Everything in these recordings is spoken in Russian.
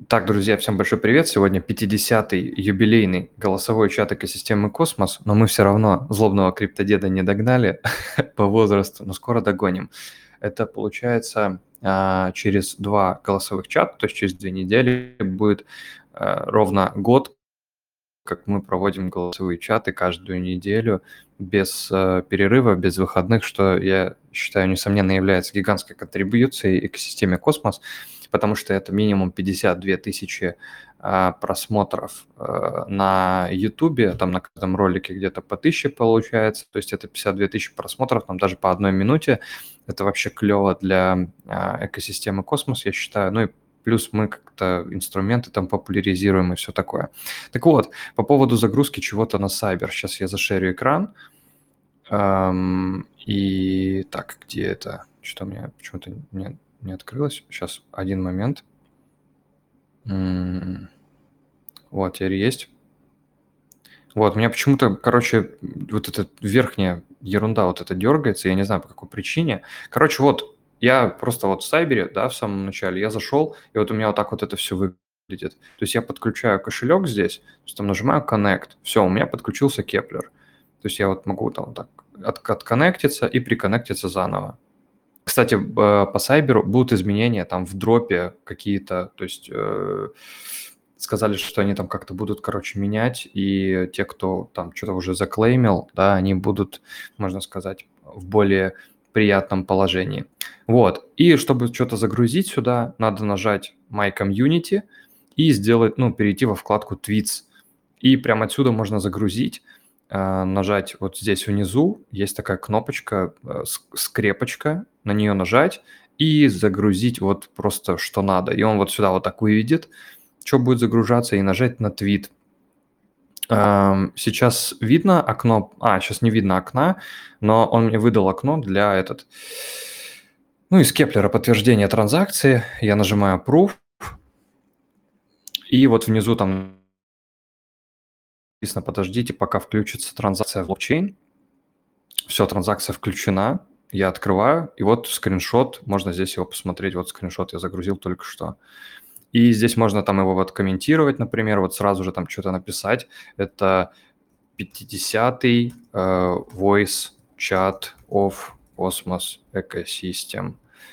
Так, друзья, всем большой привет. Сегодня 50-й юбилейный голосовой чат экосистемы Космос, но мы все равно злобного криптодеда не догнали по возрасту, но скоро догоним. Это получается через 2 голосовых чата, то есть через 2 недели будет ровно год, как мы проводим голосовые чаты каждую неделю без перерыва, без выходных, что я считаю, несомненно, является гигантской контрибьюцией экосистеме Космос, потому что это минимум 52 тысячи просмотров на Ютубе, там на каждом ролике где-то по 1000 получается, то есть это 52 тысячи просмотров, там даже по 1 минуте. Это вообще клево для экосистемы Космос, я считаю. Ну и плюс мы как-то инструменты там популяризируем и все такое. Так вот, по поводу загрузки чего-то на Cyber. Сейчас я зашерю экран. И так, где это? Что у меня почему-то не открылось. Сейчас, один момент. Вот, теперь есть. Вот, у меня почему-то, короче, вот эта верхняя ерунда вот эта дергается, я не знаю, по какой причине. Короче, вот, я просто вот в Сайбере, да, в самом начале, я зашел, и вот у меня вот так вот это все выглядит. То есть я подключаю кошелек здесь, то есть там нажимаю Connect, все, у меня подключился Кеплер. То есть я вот могу там вот так отконнектиться и приконнектиться заново. Кстати, по Сайберу будут изменения там в дропе какие-то, то есть сказали, что они там как-то будут, короче, менять, и те, кто там что-то уже заклеймил, да, они будут, можно сказать, в более приятном положении. Вот, и чтобы что-то загрузить сюда, надо нажать My Community и сделать, ну, перейти во вкладку Tweets. И прямо отсюда можно загрузить, нажать вот здесь внизу, есть такая кнопочка, скрепочка, на нее нажать и загрузить вот просто что надо. И он вот сюда вот так выведет, что будет загружаться, и нажать на твит. Сейчас видно окно, сейчас не видно окна, но он мне выдал окно для ну, из Кеплера подтверждение транзакции. Я нажимаю Proof, и вот внизу там написано, подождите, пока включится транзакция в блокчейн. Все, транзакция включена, я открываю, и вот скриншот, можно здесь его посмотреть, вот скриншот я загрузил только что. И здесь можно там его вот комментировать, например, вот сразу же там что-то написать. Это 50-й Voice Chat of Cosmos Ecosystem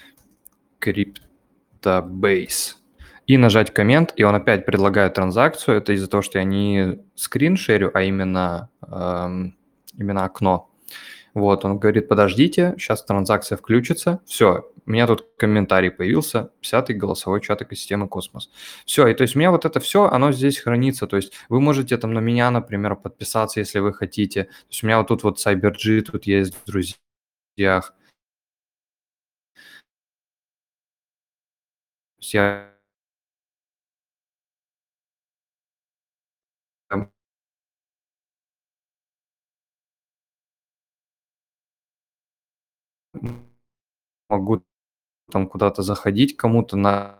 Cryptobase. И нажать коммент, и он опять предлагает транзакцию. Это из-за того, что я не скрин шерю, а именно окно. Вот, он говорит, подождите, сейчас транзакция включится. Все, у меня тут комментарий появился, 50-й голосовой чат экосистемы Космос. Все, и то есть у меня вот это все, оно здесь хранится. То есть вы можете там на меня, например, подписаться, если вы хотите. То есть у меня вот тут вот CyberG, тут есть в друзьях. То есть я могу там куда-то заходить кому-то на...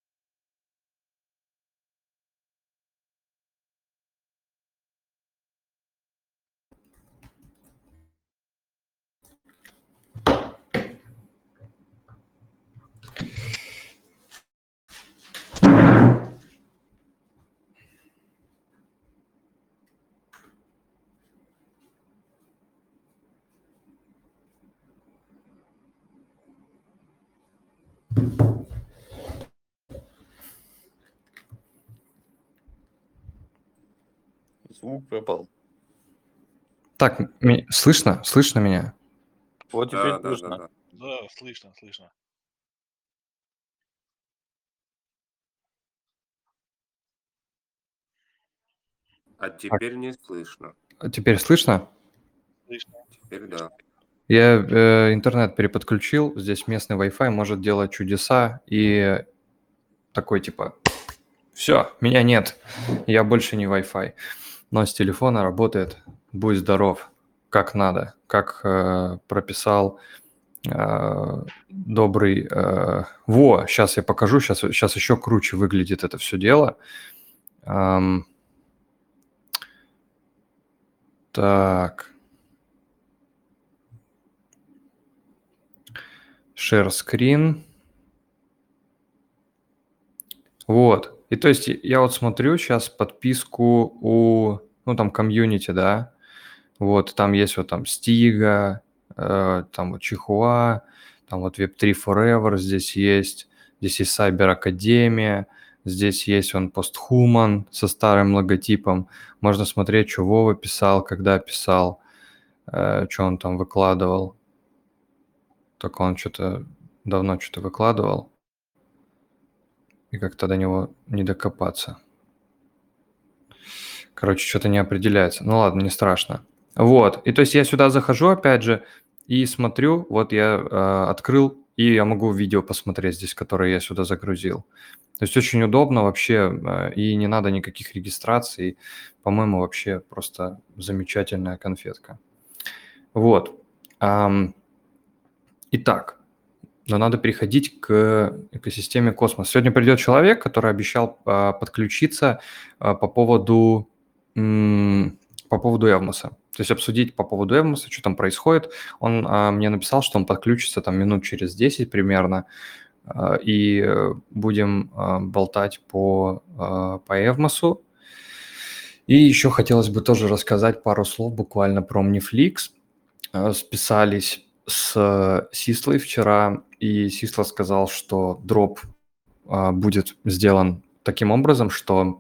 Звук пропал. Так, слышно? Слышно меня? Вот теперь Да. слышно. Да, слышно, слышно. А теперь не слышно. Теперь слышно? Слышно. Теперь да. Я интернет переподключил, здесь местный Wi-Fi может делать чудеса, и такой типа, все, меня нет, я больше не Wi-Fi, но с телефона работает, будь здоров, как надо, как прописал добрый... сейчас я покажу, сейчас еще круче выглядит это все дело. Так... Share screen. Вот. И то есть я вот смотрю сейчас подписку у, ну, там, комьюнити, да, вот, там есть вот там Стига, там вот Чихуа, там вот Web3 Forever здесь есть Cyber Академия, здесь есть он Posthuman со старым логотипом. Можно смотреть, что Вова писал, когда писал, что он там выкладывал. Только он что-то давно что-то выкладывал, и как-то до него не докопаться. Короче, что-то не определяется. Ну ладно, не страшно. Вот. И то есть я сюда захожу опять же и смотрю, вот я открыл, и я могу видео посмотреть здесь, которое я сюда загрузил. То есть очень удобно вообще, и не надо никаких регистраций. По-моему, вообще просто замечательная конфетка. Вот. Итак, но надо переходить к экосистеме космоса. Сегодня придет человек, который обещал подключиться по поводу Эвмоса. То есть обсудить по поводу Эвмоса, что там происходит. Он мне написал, что он подключится там минут через 10 примерно, и будем болтать по Эвмосу. И еще хотелось бы тоже рассказать пару слов буквально про Omniflix. Списались с Сислой вчера, и Сисла сказал, что дроп будет сделан таким образом, что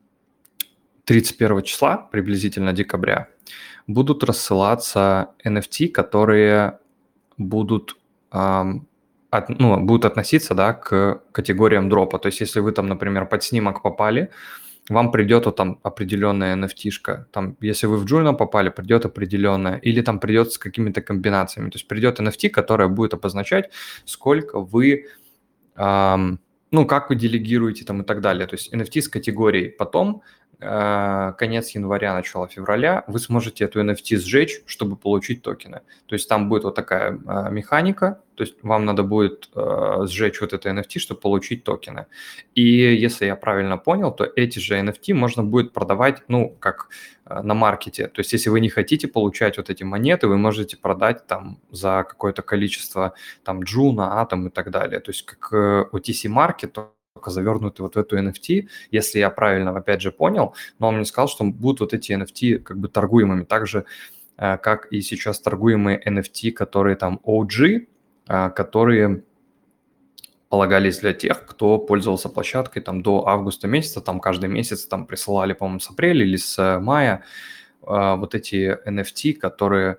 31 числа, приблизительно декабря, будут рассылаться NFT, которые будут, будут относиться, да, к категориям дропа. То есть если вы там, например, под снимок попали, вам придет вот там определенная NFT-шка. Там, если вы в Juno попали, придет определенная. Или там придет с какими-то комбинациями. То есть придет NFT, которая будет обозначать, сколько вы, как вы делегируете там и так далее. То есть NFT с категорией. Потом, конец января, начало февраля, вы сможете эту NFT сжечь, чтобы получить токены. То есть там будет вот такая механика. То есть вам надо будет сжечь вот это NFT, чтобы получить токены. И если я правильно понял, то эти же NFT можно будет продавать, как на маркете. То есть если вы не хотите получать вот эти монеты, вы можете продать там за какое-то количество там Juno, Atom и так далее. То есть как OTC-маркет, только завернутый вот в эту NFT, если я правильно, опять же, понял, но он мне сказал, что будут вот эти NFT как бы торгуемыми, так же, как и сейчас торгуемые NFT, которые там OG, которые полагались для тех, кто пользовался площадкой там до августа месяца, там каждый месяц там присылали, по-моему, с апреля или с мая вот эти NFT, которые,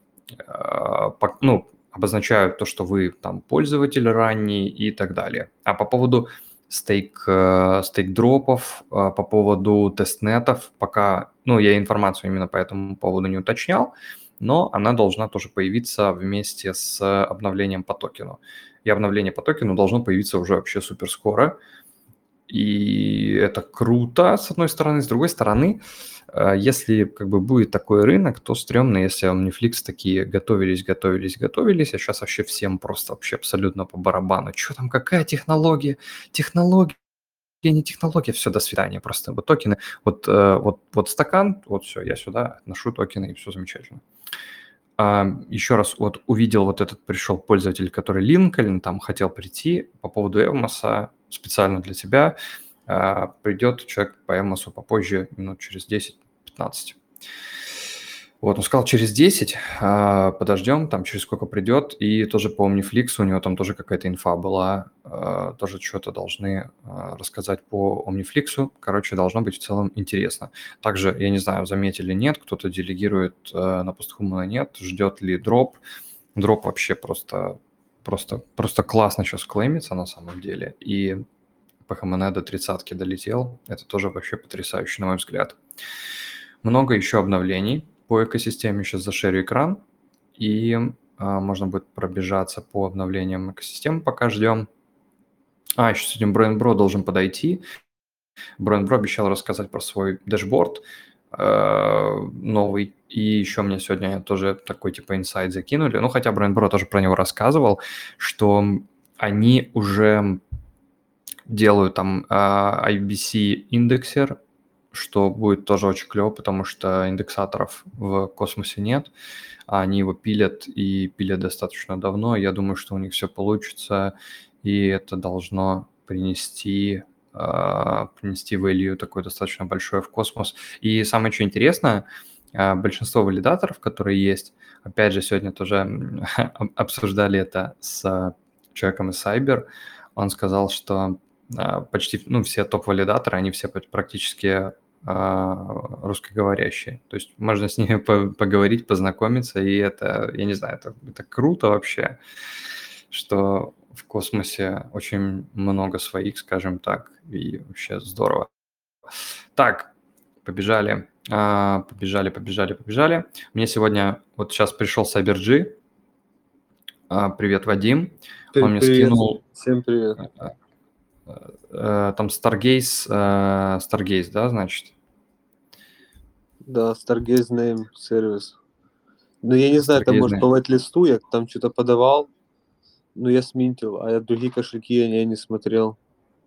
обозначают то, что вы там пользователь ранний и так далее. А по поводу стейк-дропов, по поводу тестнетов, пока, я информацию именно по этому поводу не уточнял, но она должна тоже появиться вместе с обновлением по токену. И обновление по токену должно появиться уже вообще супер скоро. И это круто, с одной стороны. С другой стороны, если как бы будет такой рынок, то стрёмно, если Omniflix такие готовились, а сейчас вообще всем просто вообще абсолютно по барабану. Что там, какая технология? Технология, не технология, все, до свидания. Просто вот токены, вот стакан, вот все, я сюда отношу токены, и все замечательно. Еще раз вот увидел вот этот, пришел пользователь, который Линкольн, там хотел прийти по поводу Эвмоса специально для тебя. Придет человек по Эвмосу попозже, минут через 10-15. Вот, он сказал, через 10, подождем, там через сколько придет, и тоже по Omniflix, у него там тоже какая-то инфа была, тоже что-то должны рассказать по Omniflix, короче, должно быть в целом интересно. Также, я не знаю, заметили, нет, кто-то делегирует на Posthuman, нет, ждет ли дроп. Дроп вообще просто классно сейчас клеймится на самом деле, и PHMN до 30-ки долетел, это тоже вообще потрясающе, на мой взгляд. Много еще обновлений по экосистеме, сейчас зашерю экран, и можно будет пробежаться по обновлениям экосистемы, пока ждем. Еще сегодня BrainBro должен подойти. BrainBro обещал рассказать про свой дэшборд новый, и еще мне сегодня тоже такой типа инсайт закинули, хотя BrainBro тоже про него рассказывал, что они уже делают там IBC индексер, что будет тоже очень клево, потому что индексаторов в космосе нет, а они его пилят и пилят достаточно давно. Я думаю, что у них все получится, и это должно принести принести value такой достаточно большой в космос. И самое что интересное, большинство валидаторов, которые есть, опять же, сегодня тоже обсуждали это с человеком из Cyber, он сказал, что почти все топ-валидаторы, они все практически русскоговорящие. То есть можно с ними поговорить, познакомиться, и это, я не знаю, это круто вообще, что в космосе очень много своих, скажем так, и вообще здорово. Так, побежали. Побежали. Мне сегодня, вот сейчас пришел CyberG. Привет, Вадим. Он мне Привет. скинул Всем привет. там Stargaze, да, значит? Да, Stargaze Name сервис. Ну, я не знаю, там, Stargaze может, Name. по вайт-листу я там что-то подавал, но я сминтил, а другие кошельки я не смотрел.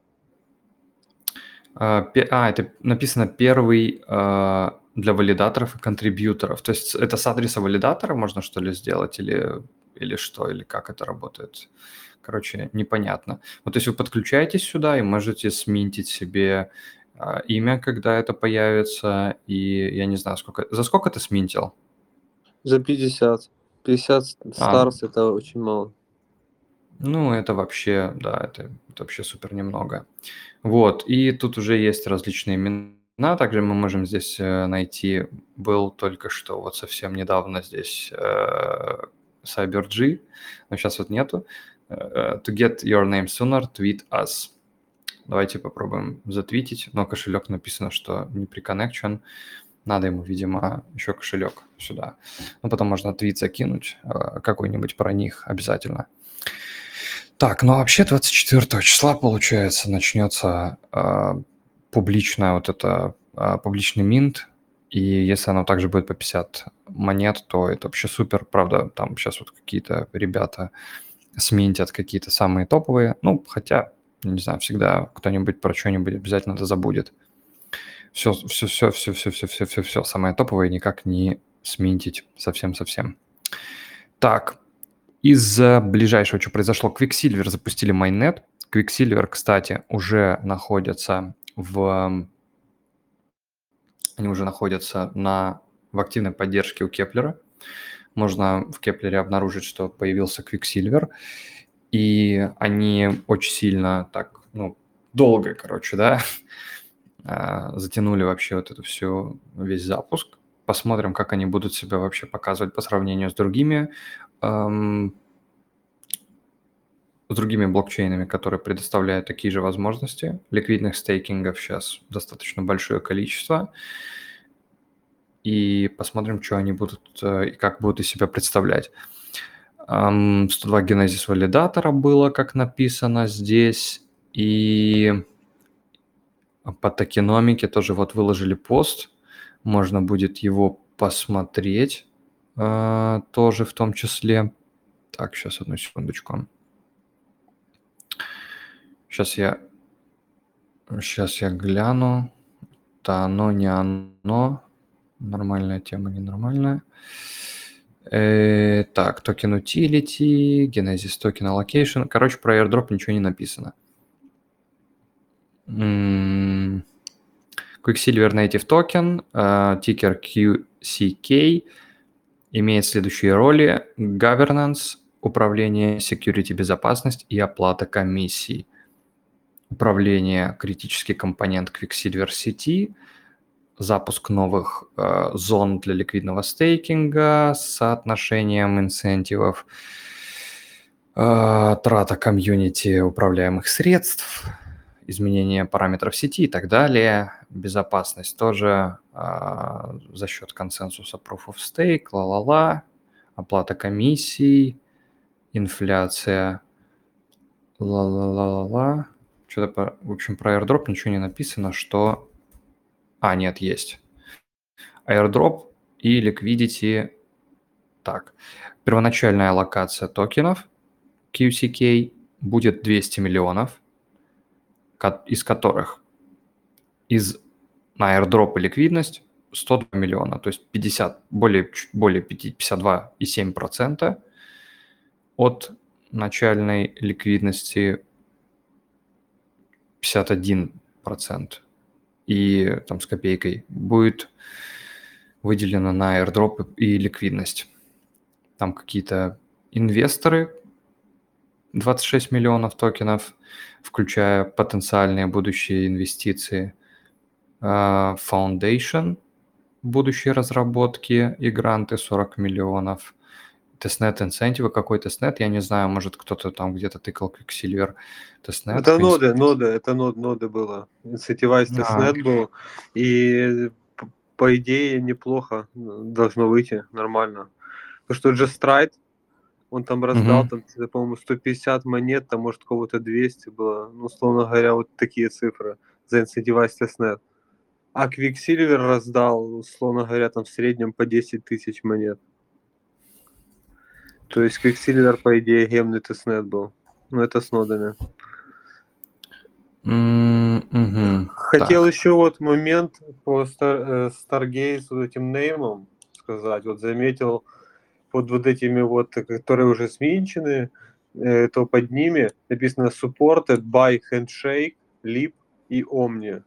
Это написано первый для валидаторов и контрибьюторов. То есть это с адреса валидатора можно, что ли, сделать или что, или как это работает? Короче, непонятно. Вот, то есть вы подключаетесь сюда и можете сминтить себе имя, когда это появится, и я не знаю, за сколько ты сминтил? За 50. 50 старс это очень мало. Ну, это вообще, да, это вообще супер немного. Вот, и тут уже есть различные имена, также мы можем здесь найти, был только что вот совсем недавно здесь CyberG, но сейчас вот нету. To get your name sooner, tweet us. Давайте попробуем затвитить, но кошелек написано, что не приконнекчен. Надо ему, видимо, еще кошелек сюда. Ну, потом можно твит закинуть, какой-нибудь про них обязательно. Так, ну вообще 24 числа, получается, начнется публичная вот это, публичный минт, и если оно также будет по 50 монет, то это вообще супер. Правда, там сейчас вот какие-то ребята сминтят какие-то самые топовые, ну, хотя, не знаю, всегда кто-нибудь про что-нибудь обязательно это забудет. Все самое топовое никак не сминтить совсем-совсем. Так, из ближайшего, что произошло, Quicksilver запустили майнет. Quicksilver, кстати, они уже находятся в активной поддержке у Кеплера. Можно в Кеплере обнаружить, что появился Quicksilver, и они очень сильно так, долго, да, затянули вообще вот эту весь запуск. Посмотрим, как они будут себя вообще показывать по сравнению с другими блокчейнами, которые предоставляют такие же возможности. Ликвидных стейкингов сейчас достаточно большое количество. И посмотрим, что они будут и как будут из себя представлять. 102 генезис валидатора было, как написано здесь. И по токеномике тоже вот выложили пост. Можно будет его посмотреть тоже в том числе. Так, сейчас одну секундочку. Сейчас я гляну. Да, оно, не оно. Нормальная тема, ненормальная. Так, токен utility, Genesis токен allocation. Короче, про airdrop ничего не написано. Quicksilver Native Token, тикер QCK, имеет следующие роли: governance, управление, security, безопасность и оплата комиссий. Управление критический компонент Quicksilver сети, запуск новых зон для ликвидного стейкинга с соотношением инцентивов, трата комьюнити управляемых средств, изменение параметров сети и так далее. Безопасность тоже за счет консенсуса Proof of Stake, ла-ла-ла, оплата комиссий, инфляция, ла-ла-ла-ла-ла. Что-то, в общем, про airdrop ничего не написано, что... нет, есть. Airdrop и liquidity. Так, первоначальная аллокация токенов QCK будет 200 миллионов, из которых на airdrop и ликвидность 102 миллиона, то есть более 52,7% от начальной ликвидности 51% и там с копейкой будет выделено на airdrop и ликвидность. Там какие-то инвесторы, 26 миллионов токенов, включая потенциальные будущие инвестиции. Foundation, будущие разработки и гранты 40 миллионов. Тестнет инцентивы, какой тестнет, я не знаю, может кто-то там где-то тыкал Quicksilver тестнет. Это ноды было. Incentivize testnet был. И по идее неплохо должно выйти, нормально. Потому что Just Right, он там раздал, там, по-моему, 150 монет, там, может, кого-то 200 было. Ну, условно говоря, вот такие цифры за Incentivize testnet. А Quicksilver раздал, условно говоря, там в среднем по 10 тысяч монет. То есть Quicksilver, по идее, гемный тестнет был. Ну, это с нодами. Хотел еще вот момент по Stargaze вот этим неймом сказать. Вот заметил под вот этими вот, которые уже сминчены, то под ними написано supported by Handshake, Leap и Omni.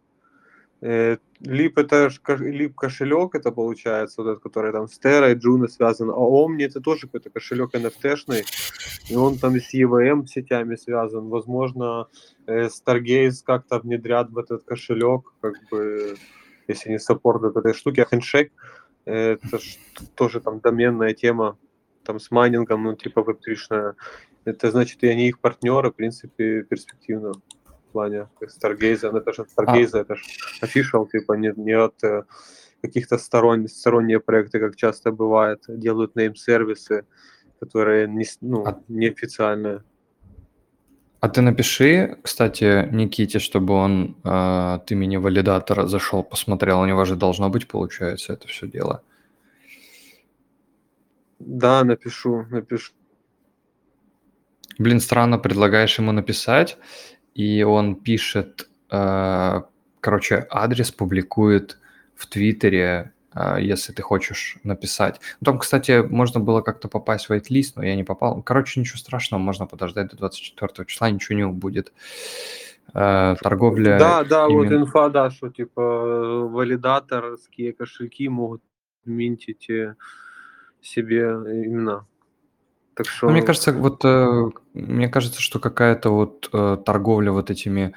Leap это Leap кошелек, это получается, вот этот, который там с Terra и Juno связан, а Omni это тоже какой-то кошелек NFT-шный, и он там с EVM сетями связан. Возможно, Stargaze как-то внедрят в этот кошелек, как бы, если не саппортят этой штуки, а Handshake это тоже там доменная тема, там с майнингом, ну, типа веб-3-шная. Это значит, и они их партнеры, в принципе, перспективно в плане Stargaze. Это же Stargaze, это же official, типа, не от каких-то сторонние проекты, как часто бывает, делают нейм-сервисы, которые неофициальные. А ты напиши, кстати, Никите, чтобы он от имени валидатора зашел, посмотрел. У него же должно быть, получается, это все дело. Да, напишу. Блин, странно, предлагаешь ему написать, и он пишет, короче, адрес публикует в Твиттере, если ты хочешь написать. Там, кстати, можно было как-то попасть в вайт-лист, но я не попал. Короче, ничего страшного, можно подождать до 24 числа, ничего не будет. Торговля... Да, вот инфа, да, что типа валидаторские кошельки могут минтить себе именно. Так что... Ну, мне кажется, что какая-то вот торговля вот этими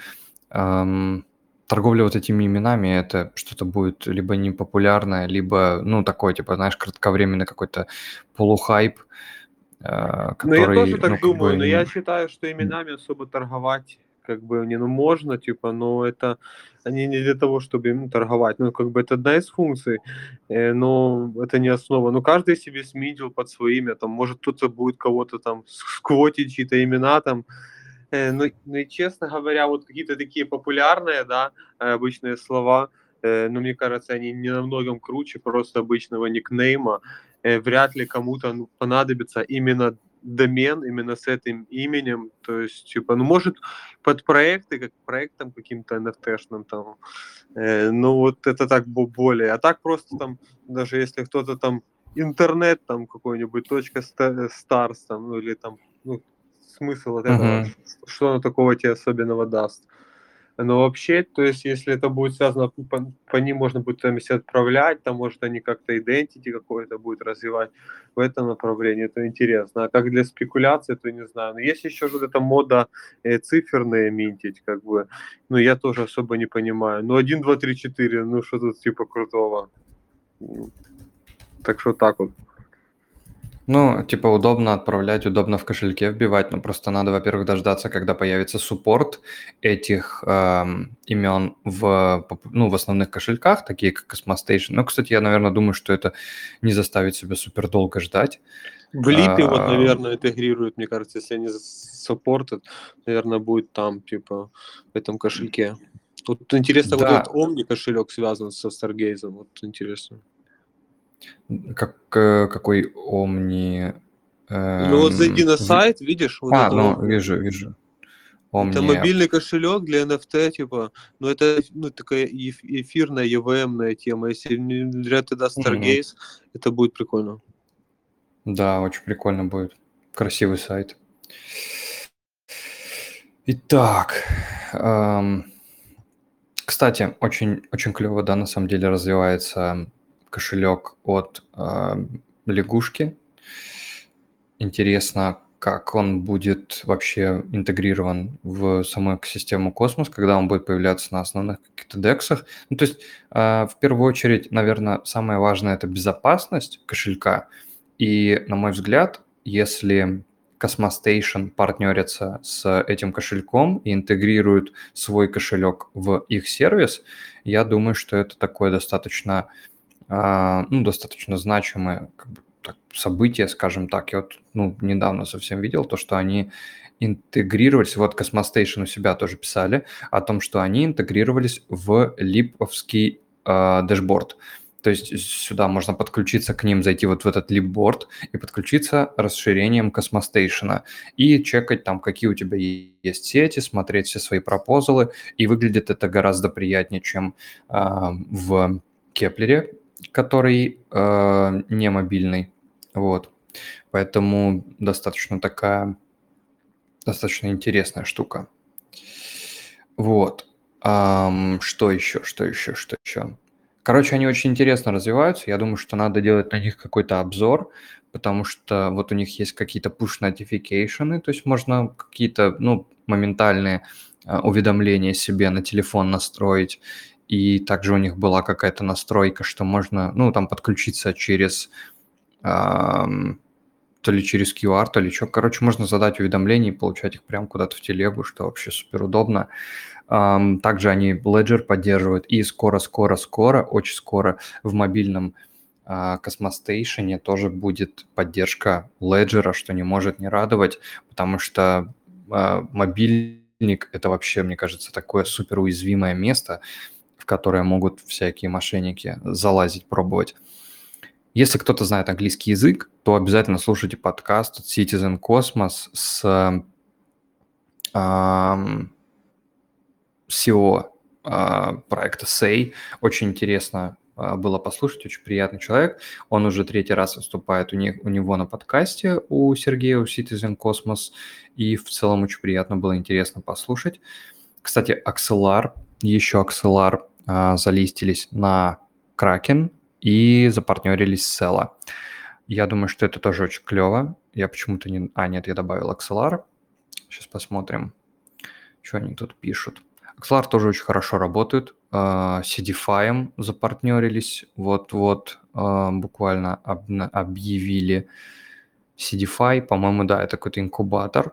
именами, это что-то будет либо непопулярное, либо, ну, такой, типа, знаешь, кратковременный какой-то полухайп, который... Ну, я тоже так как думаю, бы, но я считаю, что именами особо торговать как бы можно, типа, но это они не для того, чтобы им торговать. Ну, как бы это одна из функций, но это не основа. Ну, каждый себе смидил под свое имя, там, может, кто-то будет кого-то там сквотить, чьи-то имена там. Ну, и, честно говоря, вот какие-то такие популярные, да, обычные слова, ну, мне кажется, они не намного круче просто обычного никнейма. Вряд ли кому-то понадобится именно домен, именно с этим именем. То есть, типа, ну, может, под проекты, как проектом каким-то NFT-шным там, ну, вот это так более. А так просто там, даже если кто-то там интернет там какой-нибудь, .stars там, ну, или там, ну, смысл от этого, что оно такого тебе особенного даст. Но вообще, то есть, если это будет связано, по ним можно будет там если отправлять, там, может, они как-то identity какое-то будет развивать в этом направлении, это интересно. А как для спекуляции, то не знаю. Но есть еще вот эта мода циферные минтить, как бы, ну, я тоже особо не понимаю. Ну, 1, 2, 3, 4, ну, что тут типа крутого. Так что так вот. Ну, типа, удобно отправлять, удобно в кошельке вбивать, но просто надо, во-первых, дождаться, когда появится суппорт этих имен в основных кошельках, такие как Cosmostation. Ну, кстати, я, наверное, думаю, что это не заставит себя супер долго ждать. Блиты вот, наверное, интегрируют, мне кажется, если они саппортят, наверное, будет там, типа, в этом кошельке. Тут интересно, Да. вот этот Omni кошелек связан со Stargaze, вот интересно. Какой Omni... Ну вот зайди на сайт, видишь? Вот это вижу. Omni. Это мобильный кошелек для NFT, типа, ну это такая эфирная, EVM-ная тема. Если внедрять туда Stargaze, это будет прикольно. Да, очень прикольно будет. Красивый сайт. Итак, кстати, очень, очень клево, да, на самом деле развивается кошелек от лягушки. Интересно, как он будет вообще интегрирован в саму экосистему Космос, когда он будет появляться на основных каких-то дексах. Ну, то есть, в первую очередь, наверное, самое важное – это безопасность кошелька. И, на мой взгляд, если Cosmostation партнерится с этим кошельком и интегрирует свой кошелек в их сервис, я думаю, что это такое достаточно, достаточно значимое как бы, событие, скажем так. Я вот недавно совсем видел то, что они интегрировались, вот Cosmostation у себя тоже писали о том, что они интегрировались в липовский дэшборд. То есть сюда можно подключиться к ним, зайти вот в этот липборд и подключиться расширением Cosmostation и чекать там, какие у тебя есть сети, смотреть все свои пропозалы. И выглядит это гораздо приятнее, чем в Кеплере, который не мобильный. Вот. Поэтому достаточно интересная штука. Вот. Что еще? Короче, они очень интересно развиваются. Я думаю, что надо делать на них какой-то обзор, потому что вот у них есть какие-то push-notification, то есть можно какие-то моментальные уведомления себе на телефон настроить. И также у них была какая-то настройка, что можно там подключиться через то ли через QR, то ли что. Короче, можно задать уведомления и получать их прямо куда-то в телегу, что вообще супер удобно. Также они Ledger поддерживают, и скоро, очень скоро в мобильном Cosmostation тоже будет поддержка Ledger, что не может не радовать, потому что мобильник – это вообще, мне кажется, такое супер уязвимое место, в которое могут всякие мошенники залазить, пробовать. Если кто-то знает английский язык, то обязательно слушайте подкаст от Citizen Cosmos с CEO проекта Say. Очень интересно было послушать, очень приятный человек. Он уже 3-й раз выступает у него на подкасте, у Сергея, у Citizen Cosmos, и в целом очень приятно было, интересно послушать. Кстати, Axelar залистились на Kraken и запартнерились с Celo. Я думаю, что это тоже очень клево. Я почему-то не... нет, я добавил Axelar. Сейчас посмотрим, что они тут пишут. Axelar тоже очень хорошо работает. С CDFI запартнерились. Вот-вот буквально объявили CDFI. По-моему, да, это какой-то инкубатор.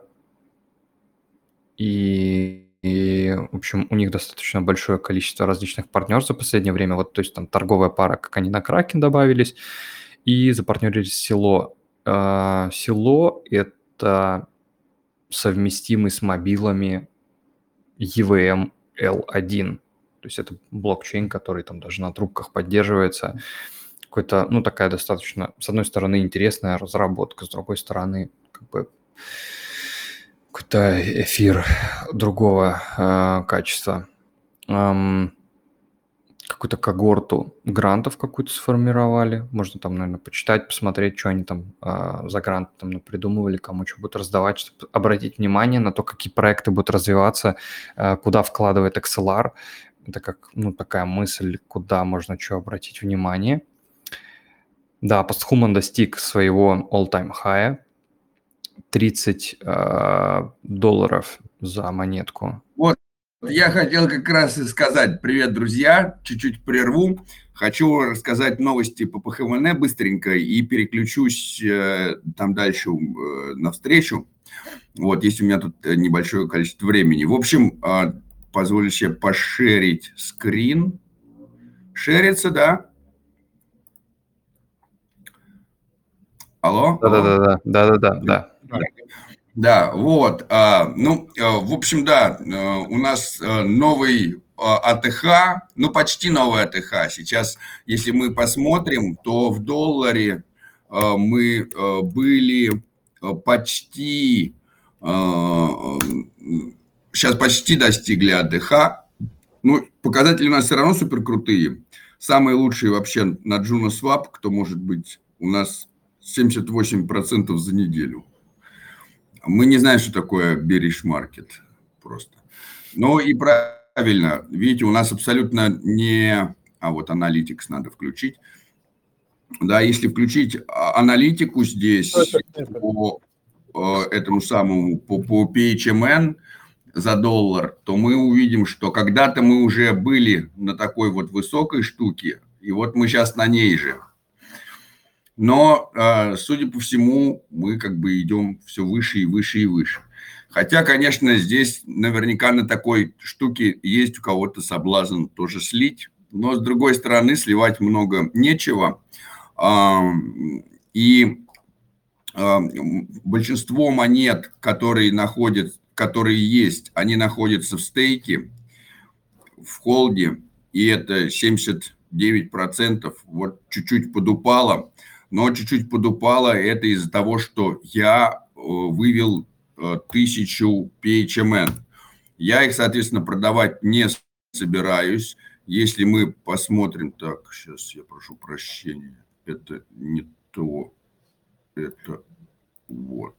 И, в общем, у них достаточно большое количество различных партнеров за последнее время. Вот, то есть там торговая пара, как они на Kraken добавились. И запартнерились с Silo. Silo – это совместимый с мобилами EVM L1. То есть это блокчейн, который там даже на трубках поддерживается. Какой-то, такая достаточно, с одной стороны, интересная разработка, с другой стороны, как бы какой-то эфир другого качества. Какую-то когорту грантов какую-то сформировали. Можно там, наверное, почитать, посмотреть, что они там за гранты там придумывали, кому что будут раздавать, чтобы обратить внимание на то, какие проекты будут развиваться, куда вкладывает Axelar. Это как, такая мысль, куда можно что обратить внимание. Да, Posthuman достиг своего all-time high. $30 за монетку. Вот, я хотел как раз и сказать привет, друзья, чуть-чуть прерву. Хочу рассказать новости по ПХВН быстренько и переключусь там дальше навстречу. Вот, есть у меня тут небольшое количество времени. В общем, позволю себе пошерить скрин. Шерится, да? Алло? Да. Да, вот. В общем, да, у нас новый АТХ, почти новый АТХ. Сейчас, если мы посмотрим, то в долларе мы были почти, сейчас почти достигли АТХ. Показатели у нас все равно супер крутые. Самые лучшие вообще на JunoSwap, кто может быть, у нас 78% за неделю. Мы не знаем, что такое bearish market. просто. Ну и правильно, видите, у нас абсолютно не... А вот Analytics надо включить. Да, если включить аналитику здесь по этому самому, по PHMN за доллар, то мы увидим, что когда-то мы уже были на такой вот высокой штуке, и вот мы сейчас на ней же. Но, судя по всему, мы как бы идем все выше и выше и выше. Хотя, конечно, здесь наверняка на такой штуке есть у кого-то соблазн тоже слить, но, с другой стороны, сливать много нечего. И большинство монет, которые есть, они находятся в стейке, в холде, и это 79%, вот чуть-чуть подупало, но чуть-чуть подупало это из-за того, что я вывел 1000 PHMN. Я их, соответственно, продавать не собираюсь. Если мы посмотрим, так, сейчас я прошу прощения, это не то, это вот.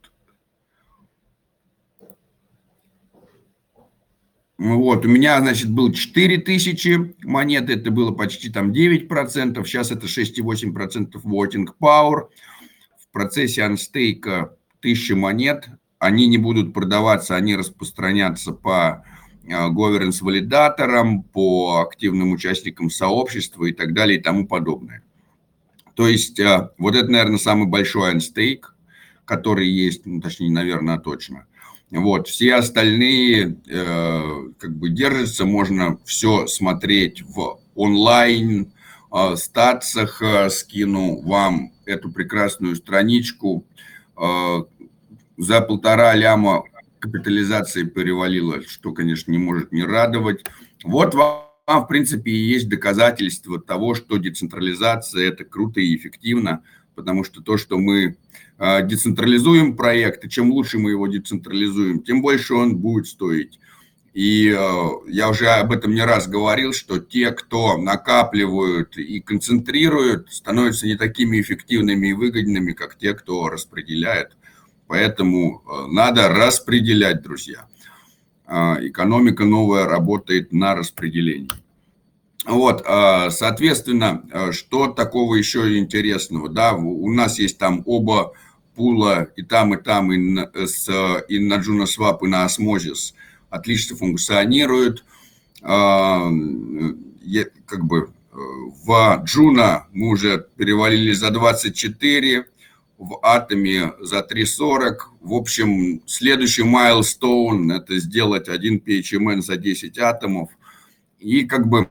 Вот, у меня, значит, был 4000 монет, это было почти там 9%, сейчас это 6,8% voting power. В процессе анстейка 1000 монет, они не будут продаваться, они распространятся по governance-валидаторам, по активным участникам сообщества и так далее и тому подобное. То есть вот это, наверное, самый большой анстейк, который есть, ну, точнее, наверное, точно. Вот, все остальные как бы держатся, можно все смотреть в онлайн, статсах, скину вам эту прекрасную страничку. За 1,5 ляма капитализации перевалило, что, конечно, не может не радовать. Вот вам, в принципе, и есть доказательство того, что децентрализация – это круто и эффективно, потому что то, что мы децентрализуем проект, и чем лучше мы его децентрализуем, тем больше он будет стоить. И я уже об этом не раз говорил, что те, кто накапливают и концентрируют, становятся не такими эффективными и выгодными, как те, кто распределяет. Поэтому надо распределять, друзья. Экономика новая работает на распределении. Вот, соответственно, что такого еще интересного? Да, у нас есть там оба пула, и там, и на JunoSwap, и на Osmosis отлично функционируют. Как бы в Juno мы уже перевалили за 24, в Атоме за 3.40. В общем, следующий майлстоун – это сделать 1 PHMN за 10 атомов. И как бы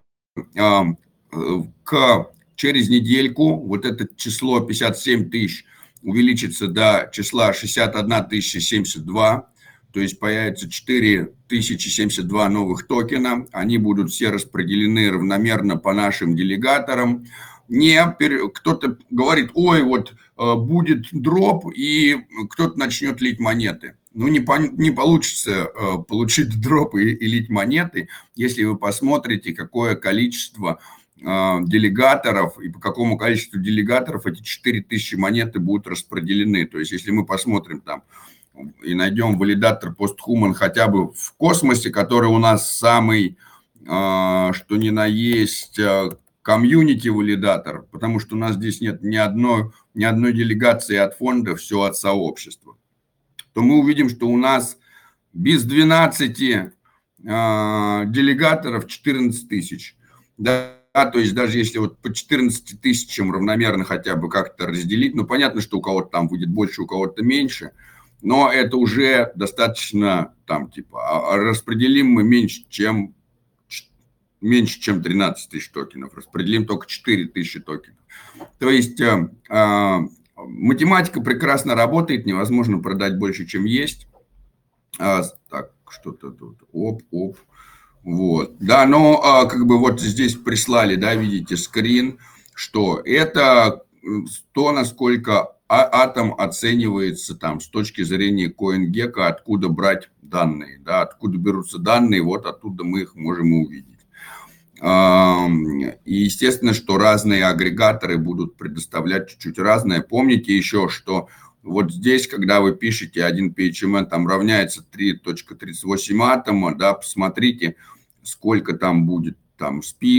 через недельку вот это число 57 тысяч увеличится до числа 61 072, то есть появится 4072 новых токена, они будут все распределены равномерно по нашим делегаторам. Кто-то говорит, ой, вот будет дроп, и кто-то начнет лить монеты. Ну, не получится получить дроп и лить монеты, если вы посмотрите, какое количество делегаторов и по какому количеству делегаторов эти 4000 монеты будут распределены. То есть, если мы посмотрим там и найдем валидатор постхуман хотя бы в космосе, который у нас самый, что ни на есть, комьюнити-валидатор, потому что у нас здесь нет ни одной делегации от фонда, все от сообщества, то мы увидим, что у нас без 12 делегаторов 14 тысяч. Да, то есть даже если вот по 14 тысячам равномерно хотя бы как-то разделить, ну, понятно, что у кого-то там будет больше, у кого-то меньше, но это уже достаточно там типа, распределим мы меньше, чем 13 тысяч токенов, распределим только 4 тысячи токенов. То есть математика прекрасно работает, невозможно продать больше, чем есть. Так, что-то тут, оп. Вот, да, но как бы вот здесь прислали, да, видите, скрин, что это то, насколько атом оценивается там с точки зрения CoinGecko, откуда брать данные, да, откуда берутся данные, вот оттуда мы их можем увидеть. И естественно, что разные агрегаторы будут предоставлять чуть-чуть разное. Помните еще, что Вот здесь, когда вы пишете 1 PHMN, там равняется 3.38 атома, да, посмотрите, сколько там будет, там,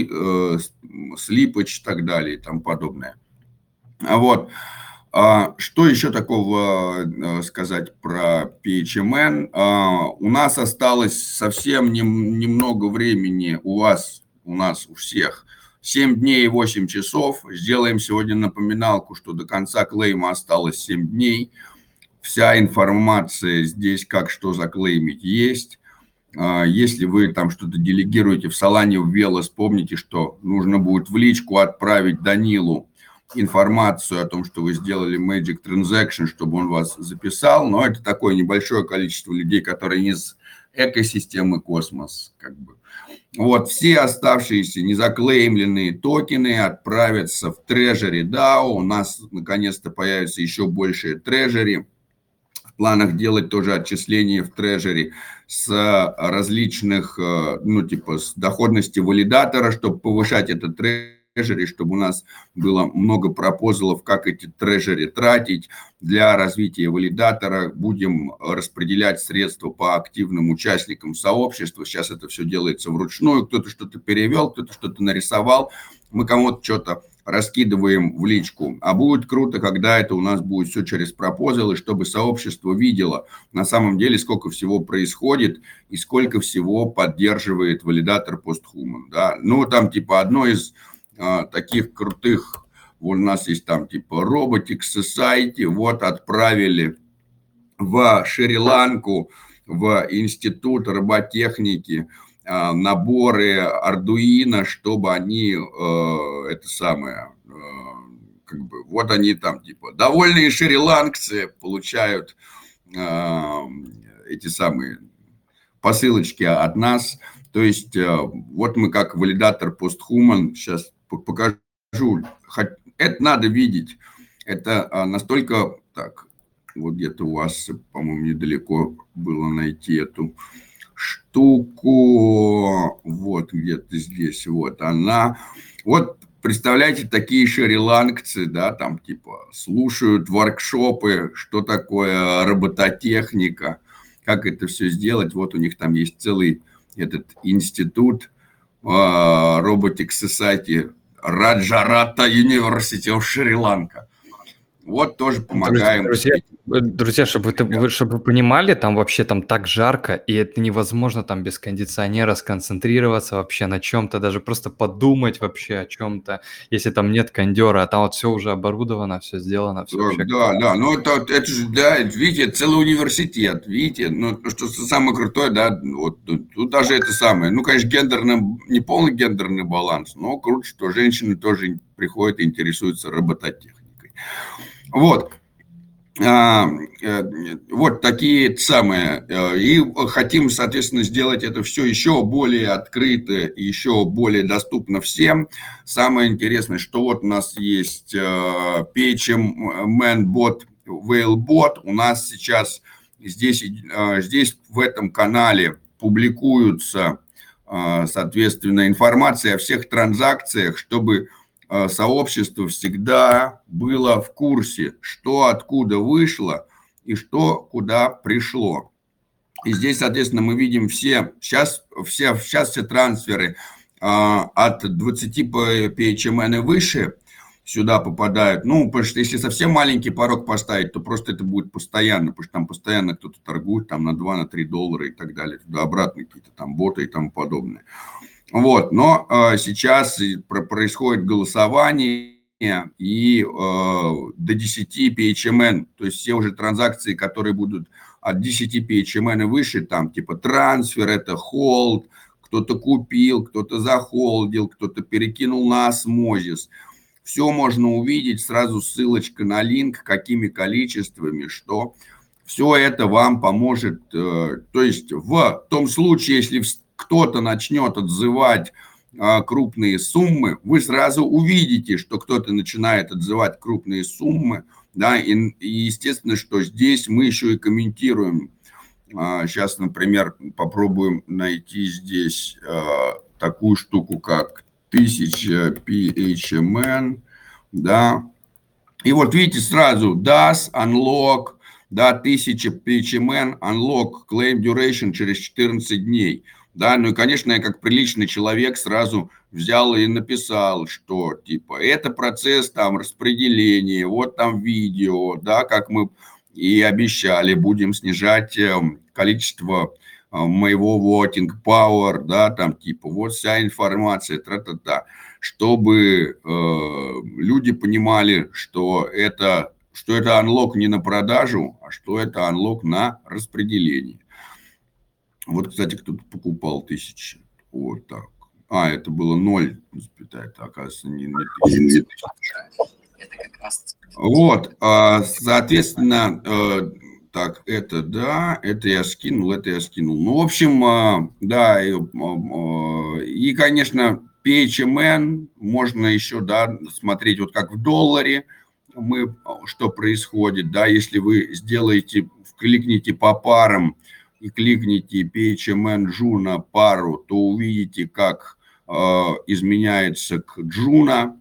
слипач и так далее и тому подобное. Вот. Что еще такого сказать про PHMN? У нас осталось совсем немного времени, у нас, у всех. 7 дней и 8 часов. Сделаем сегодня напоминалку, что до конца клейма осталось 7 дней. Вся информация здесь, как что заклеймить, есть. Если вы там что-то делегируете в Solana, в Velos, помните, что нужно будет в личку отправить Данилу информацию о том, что вы сделали Magic Transaction, чтобы он вас записал. Но это такое небольшое количество людей, которые из экосистемы Космос, как бы. Вот, все оставшиеся незаклеймленные токены отправятся в Treasury DAO. У нас наконец-то появится еще больше Treasury. В планах делать тоже отчисления в Treasury с различных, ну, типа, с доходности валидатора, чтобы повышать этот Treasury, чтобы у нас было много пропозалов, как эти Treasury тратить для развития валидатора. Будем распределять средства по активным участникам сообщества. Сейчас это все делается вручную. Кто-то что-то перевел, кто-то что-то нарисовал. Мы кому-то что-то раскидываем в личку. А будет круто, когда это у нас будет все через пропозалы, чтобы сообщество видело на самом деле, сколько всего происходит и сколько всего поддерживает валидатор Posthuman. Да? Ну, там типа одно из таких крутых, вот у нас есть там типа Robotics Society, вот отправили в Шри-Ланку, в Институт роботехники наборы Arduino, чтобы они, это самое, как бы, вот они там типа довольные шри-ланкцы получают эти самые посылочки от нас. То есть вот мы как валидатор Posthuman, сейчас покажу, это надо видеть, это настолько, так, вот где-то у вас, по-моему, недалеко было найти эту штуку, вот где-то здесь, вот она, вот представляете, такие шри-ланкцы, да, там типа слушают воркшопы, что такое робототехника, как это все сделать, вот у них там есть целый этот институт Robotics Society Раджарата University of Шри-Ланка. Вот тоже помогаем. Друзья, чтобы вы понимали, там вообще там так жарко, и это невозможно там без кондиционера сконцентрироваться вообще на чем-то, даже просто подумать вообще о чем-то, если там нет кондера, а там вот все уже оборудовано, все сделано, все вообще. Да, ну это же, да, видите, целый университет, видите, ну что самое крутое, да, вот тут даже это самое, ну, конечно, не полный гендерный баланс, но круто, что женщины тоже приходят и интересуются робототехникой. Вот. Вот такие самые. И хотим, соответственно, сделать это все еще более открыто, еще более доступно всем. Самое интересное, что вот у нас есть PHMN bot, Whale bot. У нас сейчас здесь в этом канале публикуются, соответственно, информация о всех транзакциях, чтобы сообщество всегда было в курсе, что откуда вышло и что куда пришло. И здесь, соответственно, мы видим сейчас все трансферы от 20 PHMN и выше сюда попадают. Ну, потому что если совсем маленький порог поставить, то просто это будет постоянно, потому что там постоянно кто-то торгует там на $2-3 и так далее. Туда-обратно какие-то там боты и тому подобное. Вот, но сейчас происходит голосование и до 10 PHMN, то есть все уже транзакции, которые будут от 10 PHMN и выше, там типа трансфер, это холд, кто-то купил, кто-то захолдил, кто-то перекинул на осмозис. Все можно увидеть, сразу ссылочка на линк, какими количествами, что все это вам поможет, то есть в том случае, если кто-то начнет отзывать крупные суммы, вы сразу увидите, что кто-то начинает отзывать крупные суммы, да, и естественно, что здесь мы еще и комментируем. Сейчас, например, попробуем найти здесь такую штуку, как 1000 PHMN, да, И вот видите сразу DAS, Unlock, да, 1000 PHMN, Unlock, Claim Duration через 14 дней. Да, ну и, конечно, я как приличный человек сразу взял и написал, что, типа, это процесс там распределения, вот там видео, да, как мы и обещали, будем снижать количество моего voting power, да, там, типа, вот вся информация, тра-та-та, чтобы люди понимали, что это unlock не на продажу, а что это unlock на распределение. Вот, кстати, кто-то покупал 1000. Вот так. Это было 0, это, оказывается, не 1000. Это как раз... Вот, соответственно, так, это да, это я скинул. Ну, в общем, да, и, конечно, PHMN можно еще, да, смотреть вот как в долларе, что происходит, да, если вы сделаете, кликните по парам и кликните PHMN Juno пару, то увидите, как изменяется к Juno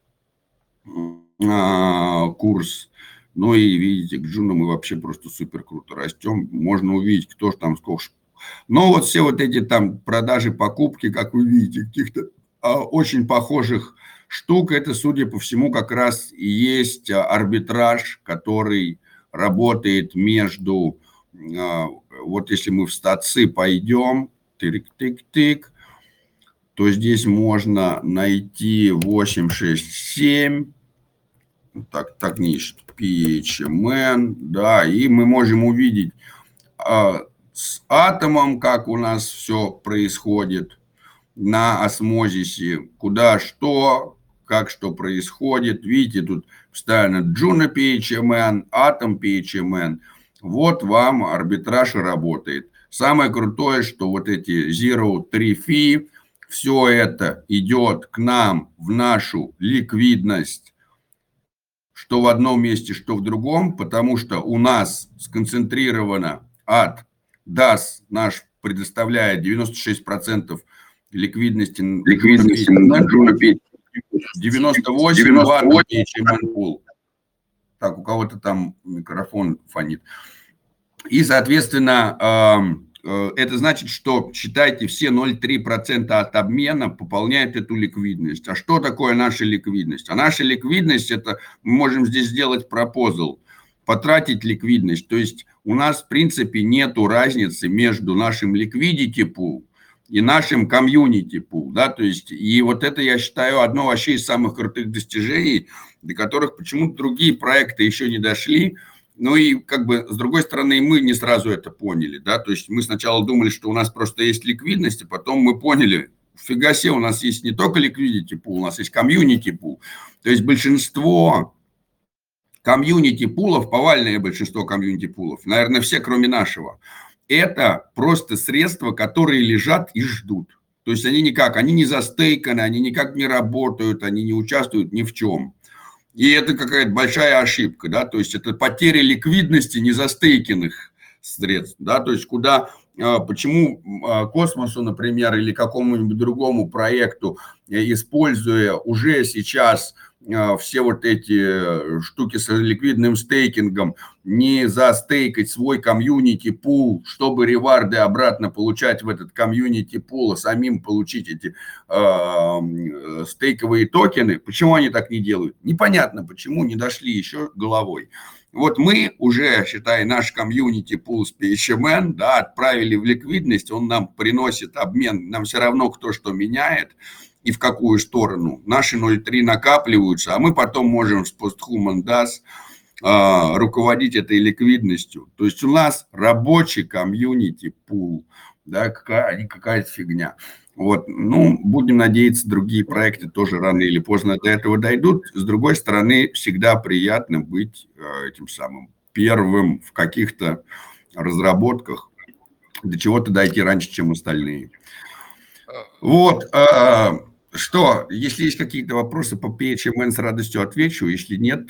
курс. Ну и видите, к Juno мы вообще просто супер круто растем. Можно увидеть, кто же там сколько. Но вот все вот эти там продажи, покупки, как вы видите, каких-то очень похожих штук, это, судя по всему, как раз и есть арбитраж, который работает между, вот если мы в статсы пойдем, тык-тык-тык, то здесь можно найти 867, так ниже, PHMN, да, и мы можем увидеть с атомом, как у нас все происходит на осмозисе, куда что, как что происходит. Видите, тут постоянно Juno PHMN, Atom PHMN. Вот вам арбитраж и работает. Самое крутое, что вот эти Zero 3 Fee, все это идет к нам в нашу ликвидность, что в одном месте, что в другом, потому что у нас сконцентрировано от DAS наш предоставляет 96% ликвидности на Juno 98 PHMN Pool. Так, у кого-то там микрофон фонит. И, соответственно, это значит, что, считайте, все 0,3% от обмена пополняют эту ликвидность. А что такое наша ликвидность? А наша ликвидность, это мы можем здесь сделать пропозал, потратить ликвидность. То есть у нас, в принципе, нету разницы между нашим liquidity pool и нашим community pool. Да? То есть, и вот это, я считаю, одно вообще из самых крутых достижений, до которых почему-то другие проекты еще не дошли. Ну и как бы с другой стороны мы не сразу это поняли, да, то есть мы сначала думали, что у нас просто есть ликвидность, а потом мы поняли, фига себе, у нас есть не только liquidity pool, у нас есть community pool, то есть большинство комьюнити пулов, повальное большинство комьюнити пулов, наверное, все, кроме нашего, это просто средства, которые лежат и ждут, то есть они не застейканы, они никак не работают, они не участвуют ни в чем. И это какая-то большая ошибка, да, то есть это потеря ликвидности незастейкенных средств, да, то есть почему Космосу, например, или какому-нибудь другому проекту, используя уже сейчас все вот эти штуки с ликвидным стейкингом, не застейкать свой комьюнити пул, чтобы реварды обратно получать в этот комьюнити пул, а самим получить эти стейковые токены. Почему они так не делают? Непонятно, почему не дошли еще головой. Вот мы уже, считай, наш комьюнити пул с PHMN, да, отправили в ликвидность, он нам приносит обмен, нам все равно кто что меняет и в какую сторону. Наши 0,3 накапливаются, а мы потом можем с Posthuman DAS руководить этой ликвидностью. То есть у нас рабочий комьюнити пул, да, какая-то фигня. Вот, ну, будем надеяться, другие проекты тоже рано или поздно до этого дойдут. С другой стороны, всегда приятно быть этим самым первым в каких-то разработках, до чего-то дойти раньше, чем остальные. Вот, что, если есть какие-то вопросы по PHMN, с радостью отвечу, если нет...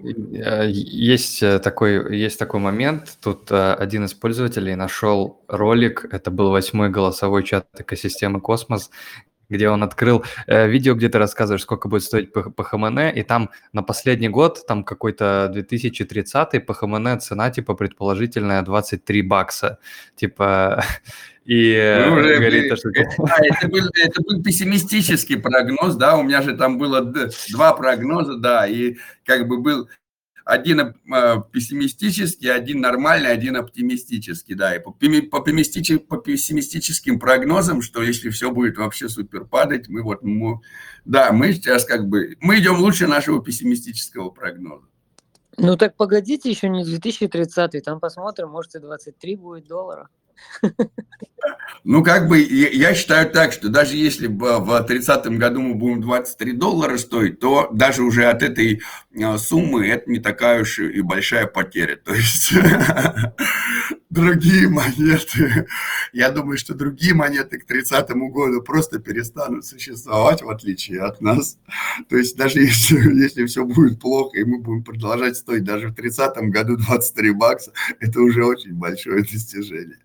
Есть такой момент, тут один из пользователей нашел ролик, это был 8-й голосовой чат экосистемы Космос, где он открыл видео, где ты рассказываешь, сколько будет стоить ПХМН, и там на последний год, там какой-то 2030 ПХМН цена, типа, предположительная $23. Типа, и Мы уже, говорит, то, что... это был пессимистический прогноз, да, у меня же там было два прогноза, да, и как бы был один пессимистический, один нормальный, один оптимистический, да, и по пессимистическим прогнозам, что если все будет вообще супер падать, мы сейчас как бы, мы идем лучше нашего пессимистического прогноза. Ну так погодите, еще не 2030, там посмотрим, может и 23 будет доллара. Ну, как бы, я считаю так, что даже если в 30-м году мы будем $23 стоить, то даже уже от этой суммы это не такая уж и большая потеря. То есть другие монеты, я думаю, что другие монеты к 30-му году просто перестанут существовать, в отличие от нас. То есть даже если все будет плохо, и мы будем продолжать стоить даже в 30-м году $23, это уже очень большое достижение.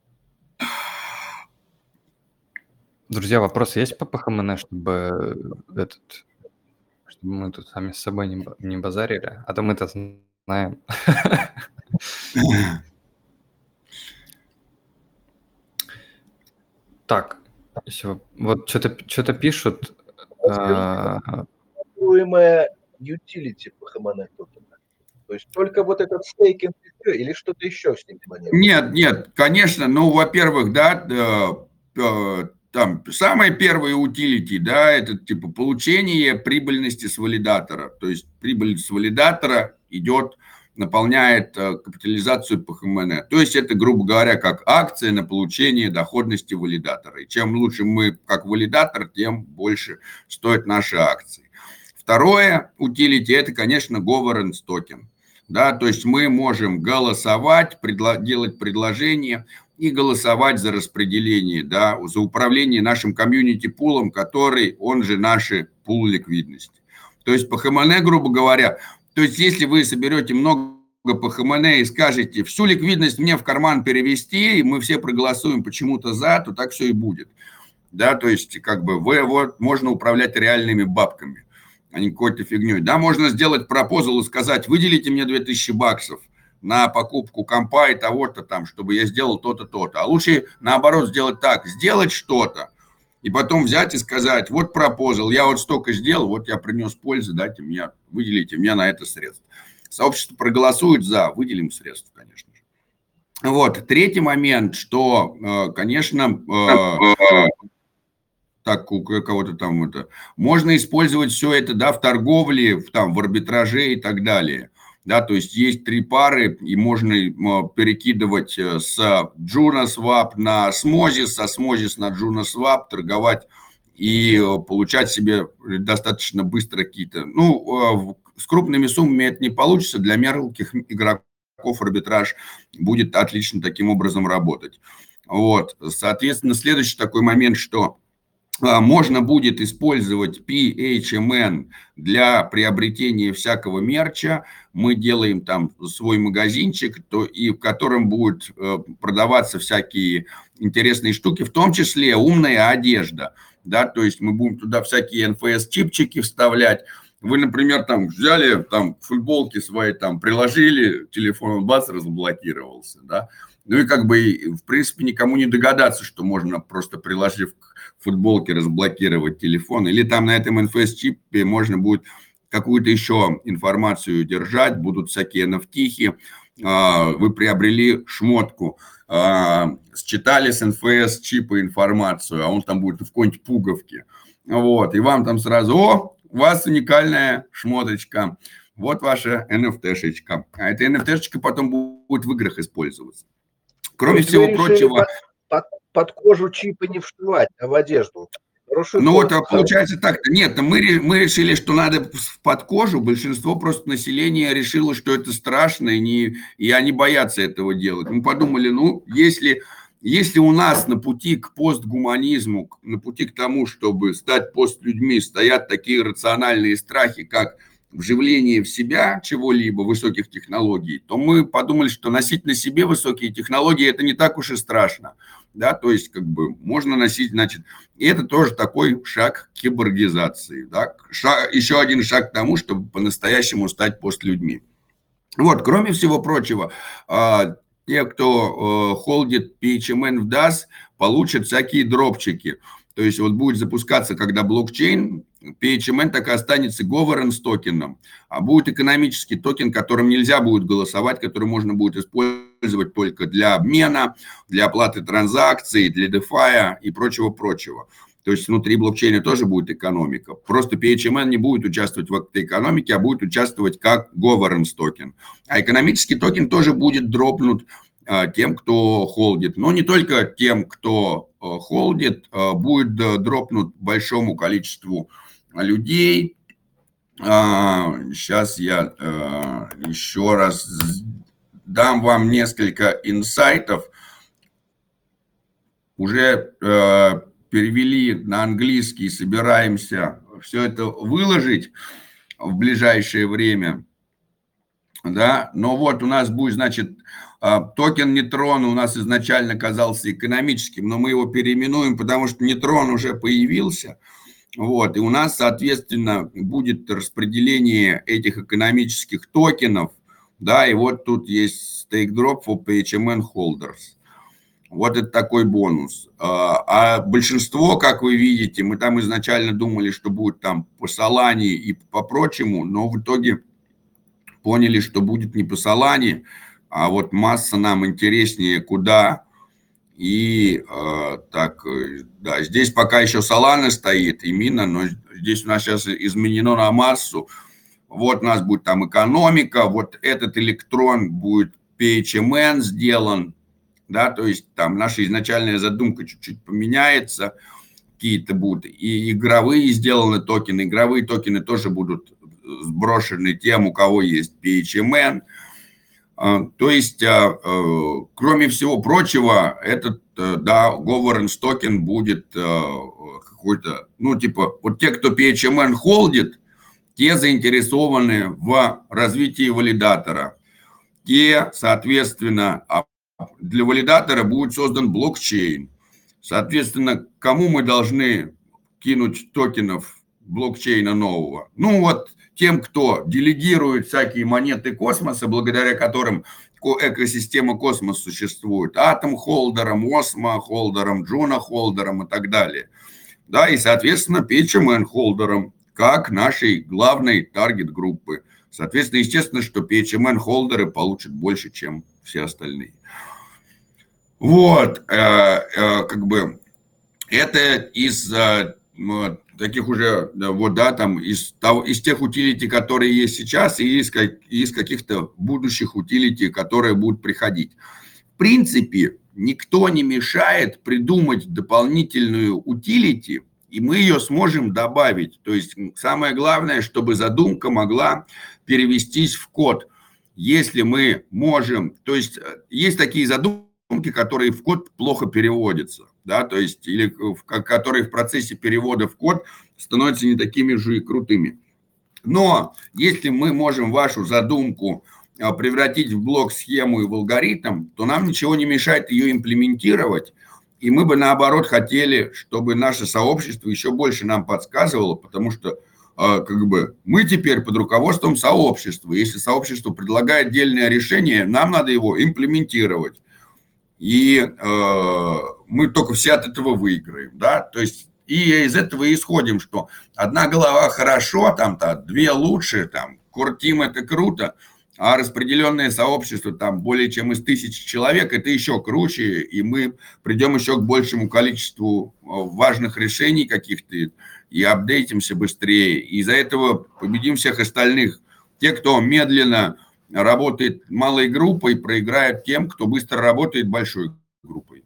Друзья, вопросы есть по ПХМН, чтобы мы тут сами с собой не базарили? А то мы-то знаем. Так, вот что-то пишут. Utility ПХМН токена. То есть только вот этот стейкинг или что-то еще с ним планируется? Нет, конечно, ну, во-первых, да, там самое первое утилити, да, это типа получение прибыльности с валидатора. То есть прибыль с валидатора наполняет капитализацию ПХМН. То есть это, грубо говоря, как акция на получение доходности валидатора. И чем лучше мы как валидатор, тем больше стоят наши акции. Второе утилити – это, конечно, governance токен. Да, то есть мы можем голосовать, делать предложения и голосовать за распределение, да, за управление нашим комьюнити-пулом, который, он же наши пул ликвидности. То есть ПХМН, грубо говоря, то есть если вы соберете много ПХМН и скажете, всю ликвидность мне в карман перевести, и мы все проголосуем почему-то за, то так все и будет. Да, то есть как бы можно управлять реальными бабками, а не какой-то фигней. Да, можно сделать пропозал и сказать, выделите мне $2000 на покупку компа и того-то там, чтобы я сделал то-то, то-то. А лучше, наоборот, сделать так, сделать что-то, и потом взять и сказать, вот пропозал, я вот столько сделал, вот я принес пользу, дайте мне, выделите мне на это средства. Сообщество проголосует за, выделим средства, конечно же. Вот, третий момент, что, конечно, так, у кого-то там это, можно использовать все это, да, в торговле, в арбитраже и так далее. Да, то есть есть 3 пары, и можно перекидывать с JunoSwap на Osmosis, с Osmosis на JunoSwap, торговать и получать себе достаточно быстро какие-то... Ну, с крупными суммами это не получится, для мелких игроков арбитраж будет отлично таким образом работать. Вот, соответственно, следующий такой момент, что можно будет использовать PHMN для приобретения всякого мерча. Мы делаем там свой магазинчик, и в котором будут продаваться всякие интересные штуки, в том числе умная одежда. Да, то есть мы будем туда всякие NFS-чипчики вставлять. Вы, например, там взяли там футболки свои, там приложили, телефон, бац, разблокировался, да. Ну и как бы, в принципе, никому не догадаться, что можно просто приложив к футболке разблокировать телефон. Или там на этом NFS-чипе можно будет какую-то еще информацию держать, будут всякие NFT-хи. Вы приобрели шмотку, считали с NFS-чипа информацию, а он там будет в какой-нибудь пуговке. Вот, и вам там сразу, о, у вас уникальная шмоточка, вот ваша NFT-шечка. А эта NFT-шечка потом будет в играх использоваться. Кроме всего прочего... Под кожу чипы не вшивать, а в одежду. Ну вот, получается так-то. Нет, мы решили, что надо под кожу. Большинство просто населения решило, что это страшно, и они боятся этого делать. Мы подумали, ну, если у нас на пути к постгуманизму, на пути к тому, чтобы стать постлюдьми, стоят такие рациональные страхи, как вживление в себя чего-либо, высоких технологий, то мы подумали, что носить на себе высокие технологии – это не так уж и страшно. Да, то есть, как бы, можно носить, значит, и это тоже такой шаг к киборгизации, да, еще один шаг к тому, чтобы по-настоящему стать постлюдьми. Вот, кроме всего прочего, те, кто холдит PHMN в DAS, получат всякие дропчики. То есть вот будет запускаться, когда блокчейн, PHMN так и останется governance токеном, а будет экономический токен, которым нельзя будет голосовать, который можно будет использовать только для обмена, для оплаты транзакций, для DeFi и прочего-прочего. То есть внутри блокчейна тоже будет экономика. Просто PHMN не будет участвовать в этой экономике, а будет участвовать как governance токен. А экономический токен тоже будет дропнут тем, кто холдит. Но не только тем, кто холдит, будет дропнут большому количеству людей. Сейчас я еще раз дам вам несколько инсайтов. Уже перевели на английский, собираемся все это выложить в ближайшее время. Да? Но вот у нас будет, значит, токен Нетрон у нас изначально казался экономическим, но мы его переименуем, потому что Нетрон уже появился. Вот, и у нас, соответственно, будет распределение этих экономических токенов. Да, и вот тут есть stake drop for PHMN holders. Вот это такой бонус. А большинство, как вы видите, мы там изначально думали, что будет там по Solana и по прочему, но в итоге поняли, что будет не по Solana, а вот масса нам интереснее куда. И так, да, здесь пока еще Solana стоит, и Mina, но здесь у нас сейчас изменено на массу. Вот у нас будет там экономика, вот этот электрон будет PHMN сделан. Да, то есть там наша изначальная задумка чуть-чуть поменяется, какие-то будут и игровые сделаны токены, игровые токены тоже будут сброшены тем, у кого есть PHMN. То есть, кроме всего прочего, этот, да, governance токен будет какой-то, ну, типа, вот те, кто PHMN холдит, те заинтересованы в развитии валидатора, те, соответственно, для валидатора будет создан блокчейн. Соответственно, кому мы должны кинуть токенов блокчейна нового? Ну вот тем, кто делегирует всякие монеты космоса, благодаря которым экосистема космос существует. Атом-холдером, Осмо-холдером, Джуно-холдером и так далее. Да, и, соответственно, PHMN-холдером, как нашей главной таргет-группы. Соответственно, естественно, что PHMN-холдеры получат больше, чем все остальные. Вот, как бы, это из таких уже, вот, да, там, из тех утилити, которые есть сейчас, и из каких-то будущих утилити, которые будут приходить. В принципе, никто не мешает придумать дополнительную утилити, и мы ее сможем добавить. То есть самое главное, чтобы задумка могла перевестись в код. Если мы можем, то есть есть такие задумки, которые в код плохо переводятся, да, то есть, или которые в процессе перевода в код становятся не такими же и крутыми. Но если мы можем вашу задумку превратить в блок-схему и в алгоритм, то нам ничего не мешает ее имплементировать, и мы бы, наоборот, хотели, чтобы наше сообщество еще больше нам подсказывало, потому что как бы мы теперь под руководством сообщества. Если сообщество предлагает отдельное решение, нам надо его имплементировать. И мы только все от этого выиграем, да, то есть и из этого исходим, что одна голова хорошо, там-то две лучше, там, Core-Team это круто, а распределенное сообщество там более чем из 1000 человек, это еще круче, и мы придем еще к большему количеству важных решений каких-то и апдейтимся быстрее, и из-за этого победим всех остальных. Те, кто медленно работает малой группой, проиграет тем, кто быстро работает большой группой.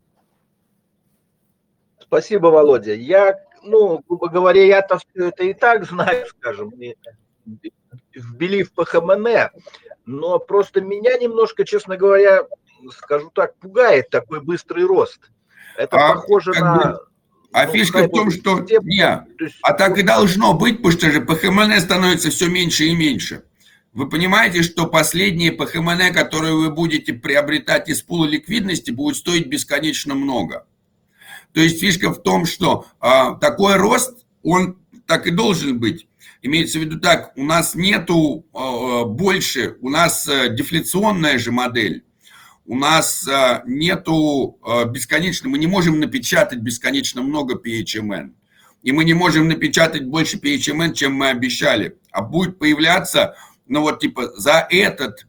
Спасибо, Володя. Я, ну, грубо говоря, я-то все это и так знаю, скажем, вбили в PHMN, но просто меня немножко, честно говоря, скажу так, пугает такой быстрый рост. Это похоже на... А Ну, фишка хай в том, будут что все, не, то есть, а так и должно быть, потому что же ПХМН становится все меньше и меньше. Вы понимаете, что последние ПХМН, которые вы будете приобретать из пула ликвидности, будут стоить бесконечно много. То есть фишка в том, что такой рост, он так и должен быть. Имеется в виду так, у нас нету больше, у нас дефляционная же модель. У нас нету бесконечно, мы не можем напечатать бесконечно много PHMN. И мы не можем напечатать больше PHMN, чем мы обещали. А будет появляться, ну вот типа за этот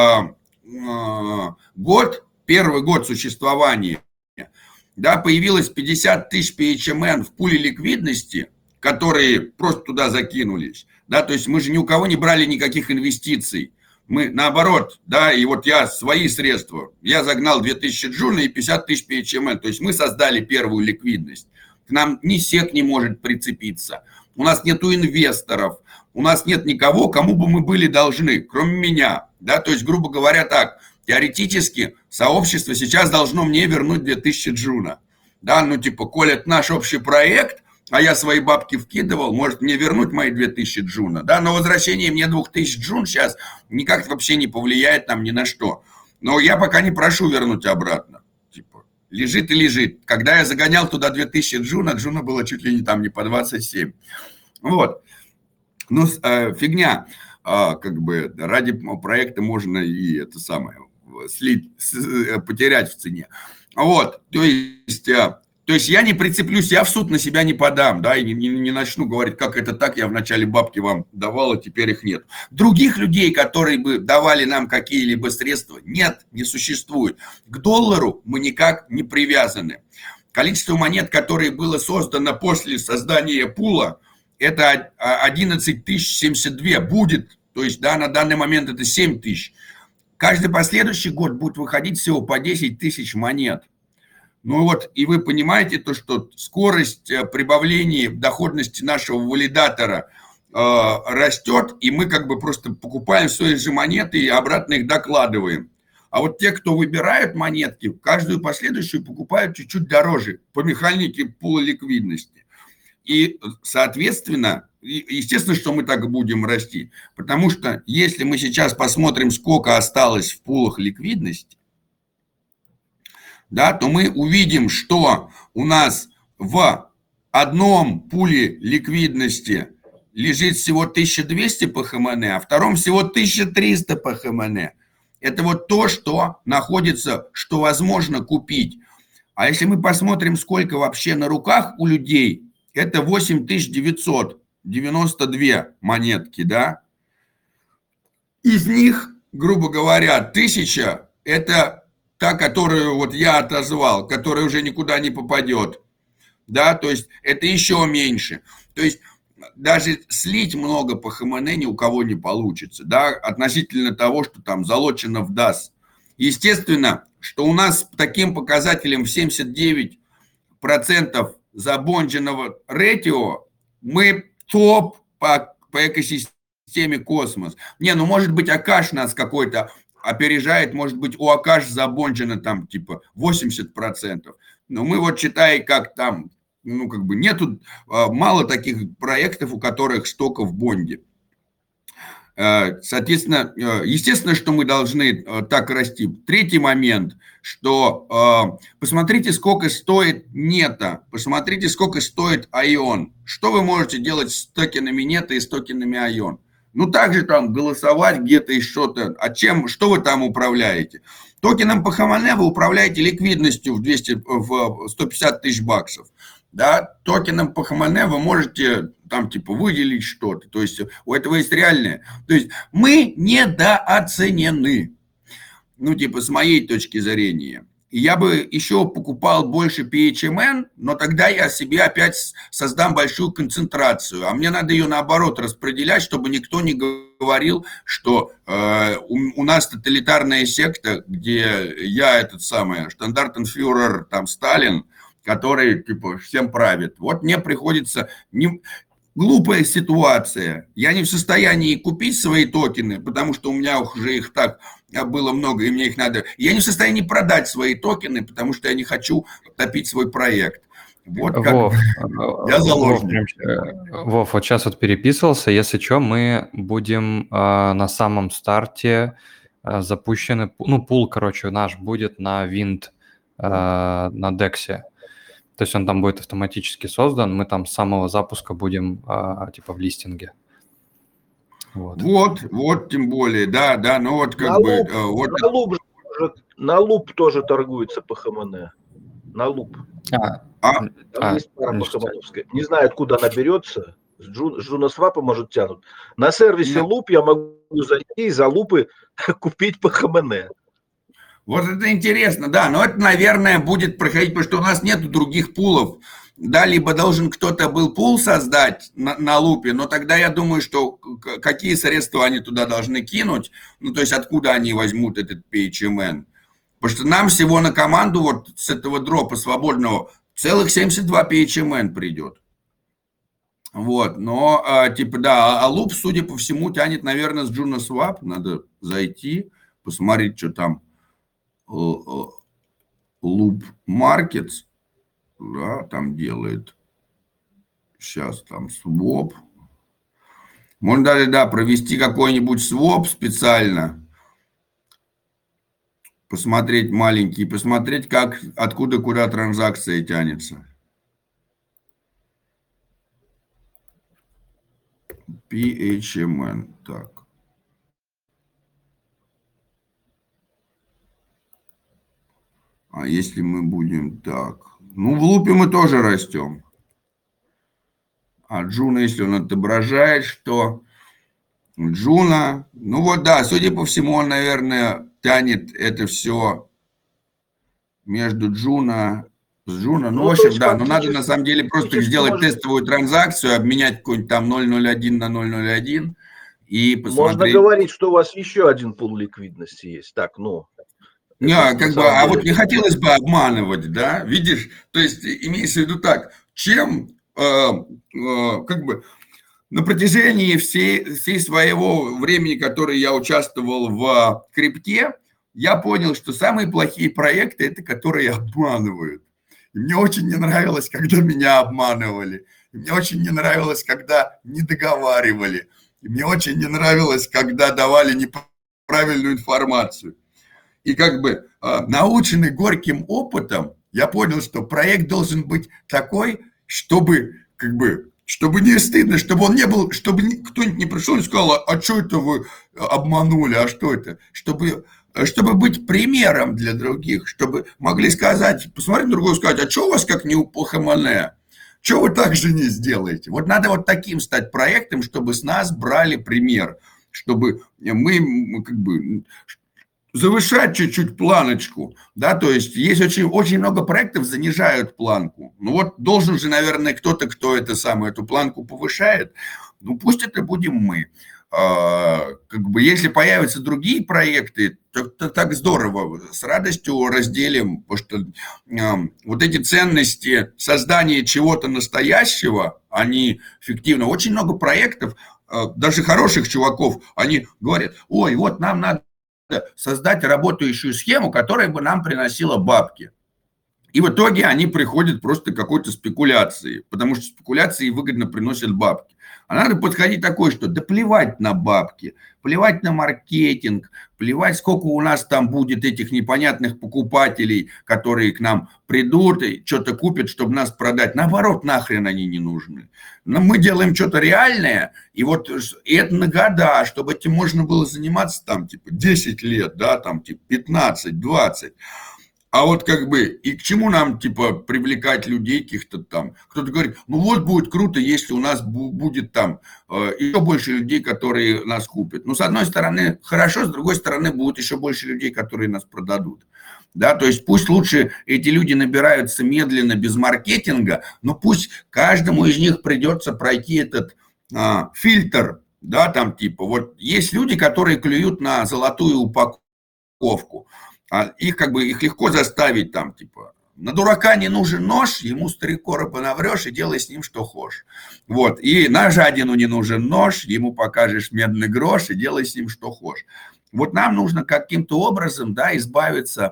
год, первый год существования, да, появилось 50 тысяч PHMN в пуле ликвидности, которые просто туда закинулись. Да, то есть мы же ни у кого не брали никаких инвестиций. Мы наоборот, да, и вот я свои средства, я загнал 2000 джуна и 50 тысяч PHMN, то есть мы создали первую ликвидность. К нам ни сек не может прицепиться, у нас нету инвесторов, у нас нет никого, кому бы мы были должны, кроме меня, да, то есть, грубо говоря, так, теоретически сообщество сейчас должно мне вернуть 2000 джуна, да, ну типа, коль это наш общий проект, а я свои бабки вкидывал, может мне вернуть мои 2000 джуна, да, но возвращение мне 2000 джун сейчас никак вообще не повлияет там ни на что. Но я пока не прошу вернуть обратно. Типа, лежит и лежит. Когда я загонял туда 2000 джуна, джуна было чуть ли не там не по 27. Вот. Ну, фигня. Как бы ради проекта можно и это самое, потерять в цене. Вот, то есть я не прицеплюсь, я в суд на себя не подам, да, и не начну говорить, как это так, я вначале бабки вам давал, а теперь их нет. Других людей, которые бы давали нам какие-либо средства, нет, не существует. К доллару мы никак не привязаны. Количество монет, которые было создано после создания пула, это 11 072 будет, то есть, да, на данный момент это 7 тысяч. Каждый последующий год будет выходить всего по 10 тысяч монет. Ну вот, и вы понимаете то, что скорость прибавления доходности нашего валидатора растет, и мы как бы просто покупаем свои же монеты и обратно их докладываем. А вот те, кто выбирают монетки, каждую последующую покупают чуть-чуть дороже по механике пула ликвидности. И, соответственно, естественно, что мы так будем расти. Потому что если мы сейчас посмотрим, сколько осталось в пулах ликвидности, да, то мы увидим, что у нас в одном пуле ликвидности лежит всего 1200 ПХМН, а в втором всего 1300 ПХМН. Это вот то, что находится, что возможно купить. А если мы посмотрим, сколько вообще на руках у людей, это 8992 монетки, да. Из них, грубо говоря, 1000 – это та, которую вот я отозвал, которая уже никуда не попадет, да, то есть это еще меньше. То есть даже слить много по ХМН ни у кого не получится, да, относительно того, что там залочено в DAS. Естественно, что у нас с таким показателем в 79% забонженного ретио мы топ по экосистеме Космос. Не, ну может быть Акаш нас какой-то опережает, может быть, у Акаш забонжено там типа 80%. Но мы вот читаем, как там, ну как бы нету, мало таких проектов, у которых столько в бонде. Соответственно, естественно, что мы должны так расти. Третий момент, что посмотрите, сколько стоит Нета, посмотрите, сколько стоит Айон. Что вы можете делать с токенами Нета и с токенами Айон? Ну, также там голосовать где-то и что-то. А чем, что вы там управляете? Токеном по ХМН вы управляете ликвидностью в 150 тысяч баксов. Да, токеном по ХМН вы можете там типа выделить что-то. То есть у этого есть реальное. То есть мы недооценены. Ну, типа с моей точки зрения. И я бы еще покупал больше PHMN, но тогда я себе опять создам большую концентрацию. А мне надо ее наоборот распределять, чтобы никто не говорил, что у нас тоталитарная секта, где я этот самый штандартенфюрер, там Сталин, который типа всем правит. Вот мне приходится... Глупая ситуация. Я не в состоянии купить свои токены, потому что у меня уже их так было много, и мне их надо. Я не в состоянии продать свои токены, потому что я не хочу топить свой проект. Вот как Вов, я Вов, заложник. Вов, вот сейчас вот переписывался. Если что, мы будем на самом старте запущены, ну, пул, короче, наш будет на Wind на Дексе. То есть он там будет автоматически создан, мы там с самого запуска будем типа в листинге. Вот, тем более, да, ну вот как На бы... луп, на луп тоже торгуется по ХМН. На луп. Там есть пара по-хамановской. Не знаю, откуда она берется. С Джунасвапа, может, тянут. На сервисе луп я могу зайти и за лупы купить по ХМН. Вот это интересно, да, но это, наверное, будет проходить, потому что у нас нет других пулов. Да, либо должен кто-то был пул создать на лупе, но тогда я думаю, что какие средства они туда должны кинуть, ну, то есть откуда они возьмут этот PHMN. Потому что нам всего на команду вот с этого дропа свободного целых 72 PHMN придет. Вот, но, типа, да, а луп, судя по всему, тянет, наверное, с JunoSwap. Надо зайти, посмотреть, что там. Loop Markets, да, там делает. Сейчас там своп. Можно даже, да, провести какой-нибудь своп специально. Посмотреть маленький, посмотреть, как, откуда, куда транзакция тянется. PHMN, так. А если мы будем так? Ну, в лупе мы тоже растем. А Джуна, если он отображает, что Джуна... Ну вот, да, судя по всему, он, наверное, тянет это все между Джуна с Джуна. Ну, в общем, да, но надо на самом деле просто сделать тестовую транзакцию, обменять какой-нибудь там 0.01 на 0.01 и посмотреть... Можно говорить, что у вас еще один пул ликвидности есть. Так, ну... Не, как бы, а вот не хотелось бы обманывать, да, видишь, то есть имеется в виду так, чем, как бы, на протяжении всей своего времени, которое я участвовал в крипте, я понял, что самые плохие проекты – это которые обманывают. И мне очень не нравилось, когда меня обманывали, и мне очень не нравилось, когда не договаривали, и мне очень не нравилось, когда давали неправильную информацию. И как бы наученный горьким опытом, я понял, что проект должен быть такой, чтобы как бы, чтобы не стыдно, чтобы он не был, чтобы кто-нибудь не пришел и сказал, а что это вы обманули, а что это? Чтобы быть примером для других, чтобы могли сказать, посмотреть на другого и сказать, а что у вас как не у ПХМН? Что вы так же не сделаете? Вот надо вот таким стать проектом, чтобы с нас брали пример, чтобы мы как бы... завышать чуть-чуть планочку, да, то есть есть очень много проектов, занижают планку. Ну вот должен же, наверное, кто-то, кто эту планку повышает, ну пусть это будем мы. Как бы если появятся другие проекты, то так здорово, с радостью разделим, потому что вот эти ценности создания чего-то настоящего, они эффективны. Очень много проектов, даже хороших чуваков, они говорят, ой, вот нам надо создать работающую схему, которая бы нам приносила бабки. И в итоге они приходят просто к какой-то спекуляции, потому что спекуляции выгодно приносят бабки. А надо подходить такой, что да плевать на бабки, плевать на маркетинг, плевать, сколько у нас там будет этих непонятных покупателей, которые к нам придут и что-то купят, чтобы нас продать. Наоборот, нахрен они не нужны. Но мы делаем что-то реальное, и вот и это на года, чтобы этим можно было заниматься там типа 10 лет, да, там типа 15, 20. А вот как бы, и к чему нам, типа, привлекать людей каких-то там? Кто-то говорит, ну вот будет круто, если у нас будет там еще больше людей, которые нас купят. Ну, с одной стороны, хорошо, с другой стороны, будет еще больше людей, которые нас продадут. Да, то есть пусть лучше эти люди набираются медленно, без маркетинга, но пусть каждому из них придется пройти этот фильтр, да, там типа, вот есть люди, которые клюют на золотую упаковку. Их как бы их легко заставить там, типа, на дурака не нужен нож, ему старику понаврешь и делай с ним что хочешь. Вот, и на жадину не нужен нож, ему покажешь медный грош и делай с ним что хочешь. Вот нам нужно каким-то образом, да, избавиться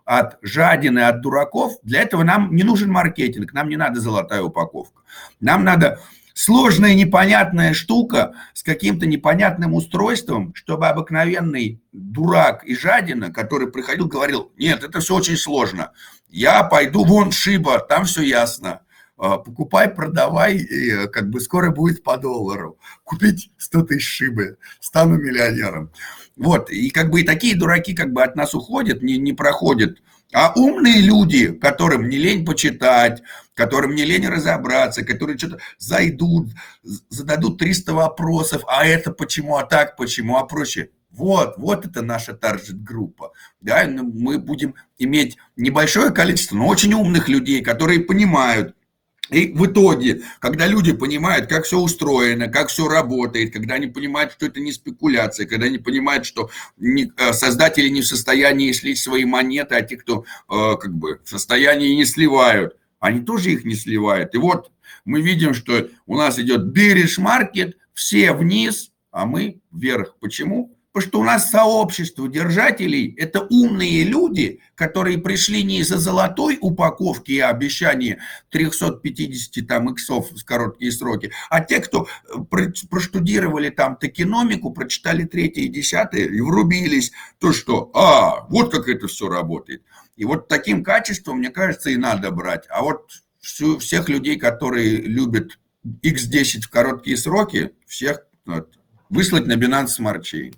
от жадины, от дураков, для этого нам не нужен маркетинг, нам не надо золотая упаковка. Нам надо сложная непонятная штука с каким-то непонятным устройством, чтобы обыкновенный дурак и жадина, который приходил, говорил: нет, это все очень сложно, я пойду вон Шиба, там все ясно. Покупай, продавай, и как бы скоро будет по $1. Купить 100 тысяч Шибы, стану миллионером. Вот, и как бы и такие дураки как бы от нас уходят, не проходят. А умные люди, которым не лень почитать, которым не лень разобраться, которые что-то зайдут, зададут 300 вопросов, а это почему, а так почему, а проще. Вот это наша таргет-группа. Да, мы будем иметь небольшое количество, но очень умных людей, которые понимают. И в итоге, когда люди понимают, как все устроено, как все работает, когда они понимают, что это не спекуляция, когда они понимают, что создатели не в состоянии слить свои монеты, а те, кто как бы в состоянии не сливают, они тоже их не сливают. И вот мы видим, что у нас идет bearish market, все вниз, а мы вверх. Почему? Потому что у нас сообщество держателей – это умные люди, которые пришли не из-за золотой упаковки и обещания 350 там иксов в короткие сроки, а те, кто проштудировали там токеномику, прочитали 3-е и 10-е и врубились, то что, вот как это все работает. И вот таким качеством, мне кажется, и надо брать. А вот всех людей, которые любят X10 в короткие сроки, всех выслать на Binance Smart Chain.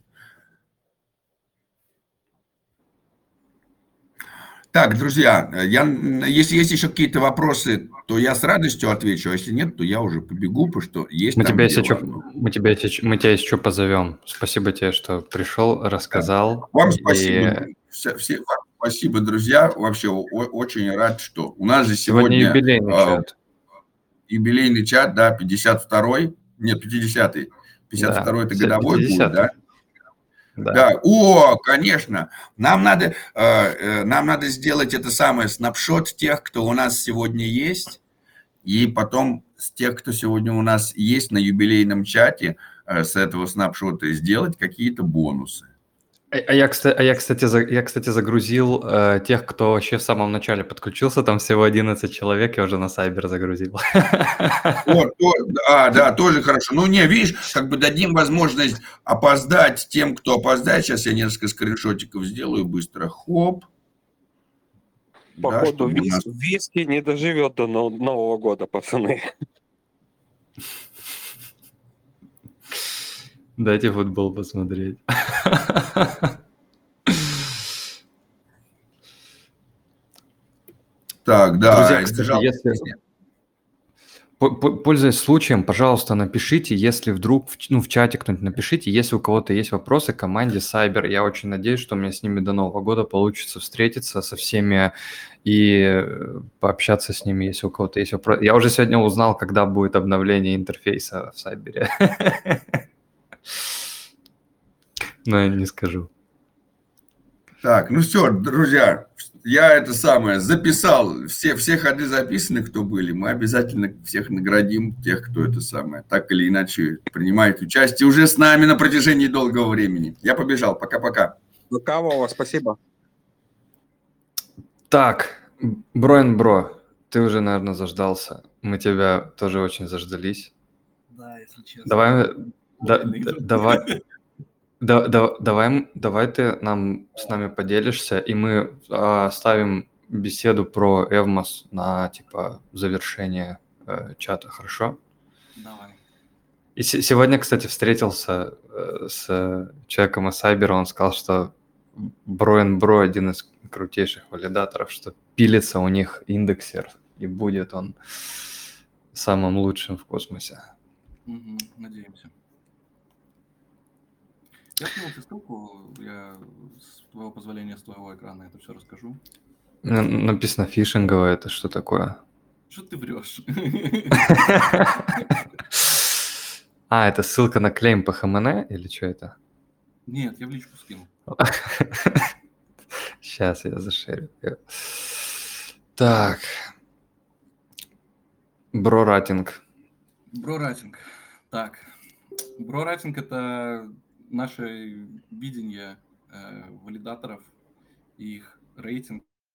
Так, друзья, если есть еще какие-то вопросы, то я с радостью отвечу, а если нет, то я уже побегу, потому что есть мы там тебя, дела. мы тебя еще позовем. Спасибо тебе, что пришел, рассказал. Вам спасибо. Спасибо, друзья. Вообще очень рад, что у нас же сегодня юбилейный чат. Юбилейный чат, да, 52-й, нет, 50-й. 52-й это годовой 50-й. будет, да? Да. Конечно. Нам надо сделать это самое снапшот тех, кто у нас сегодня есть, и потом с тех, кто сегодня у нас есть на юбилейном чате, с этого снапшота сделать какие-то бонусы. Я, кстати, загрузил тех, кто вообще в самом начале подключился, там всего 11 человек, я уже на Сайбер загрузил. Да, тоже хорошо. Ну, видишь, как бы дадим возможность опоздать тем, кто опоздает. Сейчас я несколько скриншотиков сделаю быстро. Хоп. Походу, виски не доживет до Нового года, пацаны. Дайте футбол посмотреть. Так, да. Друзья, кстати, пользуясь случаем, пожалуйста, напишите, если вдруг, в чате кто-нибудь напишите, если у кого-то есть вопросы к команде Cyber. Я очень надеюсь, что у меня с ними до Нового года получится встретиться со всеми и пообщаться с ними, если у кого-то есть вопросы. Я уже сегодня узнал, когда будет обновление интерфейса в Cyber. Но я не скажу. Так, ну все, друзья, я записал, все ходы записаны, кто были. Мы обязательно всех наградим, тех, кто так или иначе принимает участие уже с нами на протяжении долгого времени. Я побежал, пока-пока. Пока, Вова, спасибо. Так, Бро, ты уже, наверное, заждался. Мы тебя тоже очень заждались. Да, если честно. Давай ты с нами поделишься, и мы ставим беседу про Evmos на завершение чата, хорошо? Давай. И сегодня, кстати, встретился с человеком из Cyber, он сказал, что Бро один из крутейших валидаторов, что пилится у них индексер, и будет он самым лучшим в космосе. Надеемся. Я скинул тебе ссылку, я с твоего позволения, с твоего экрана это все расскажу. Написано фишинговое, это что такое? Что ты врешь? Это ссылка на клейм по ХМН или что это? Нет, я в личку скинул. Сейчас я зашерю. Так. Бро-ратинг. Так. Бро-ратинг – это наше видение валидаторов и их рейтинг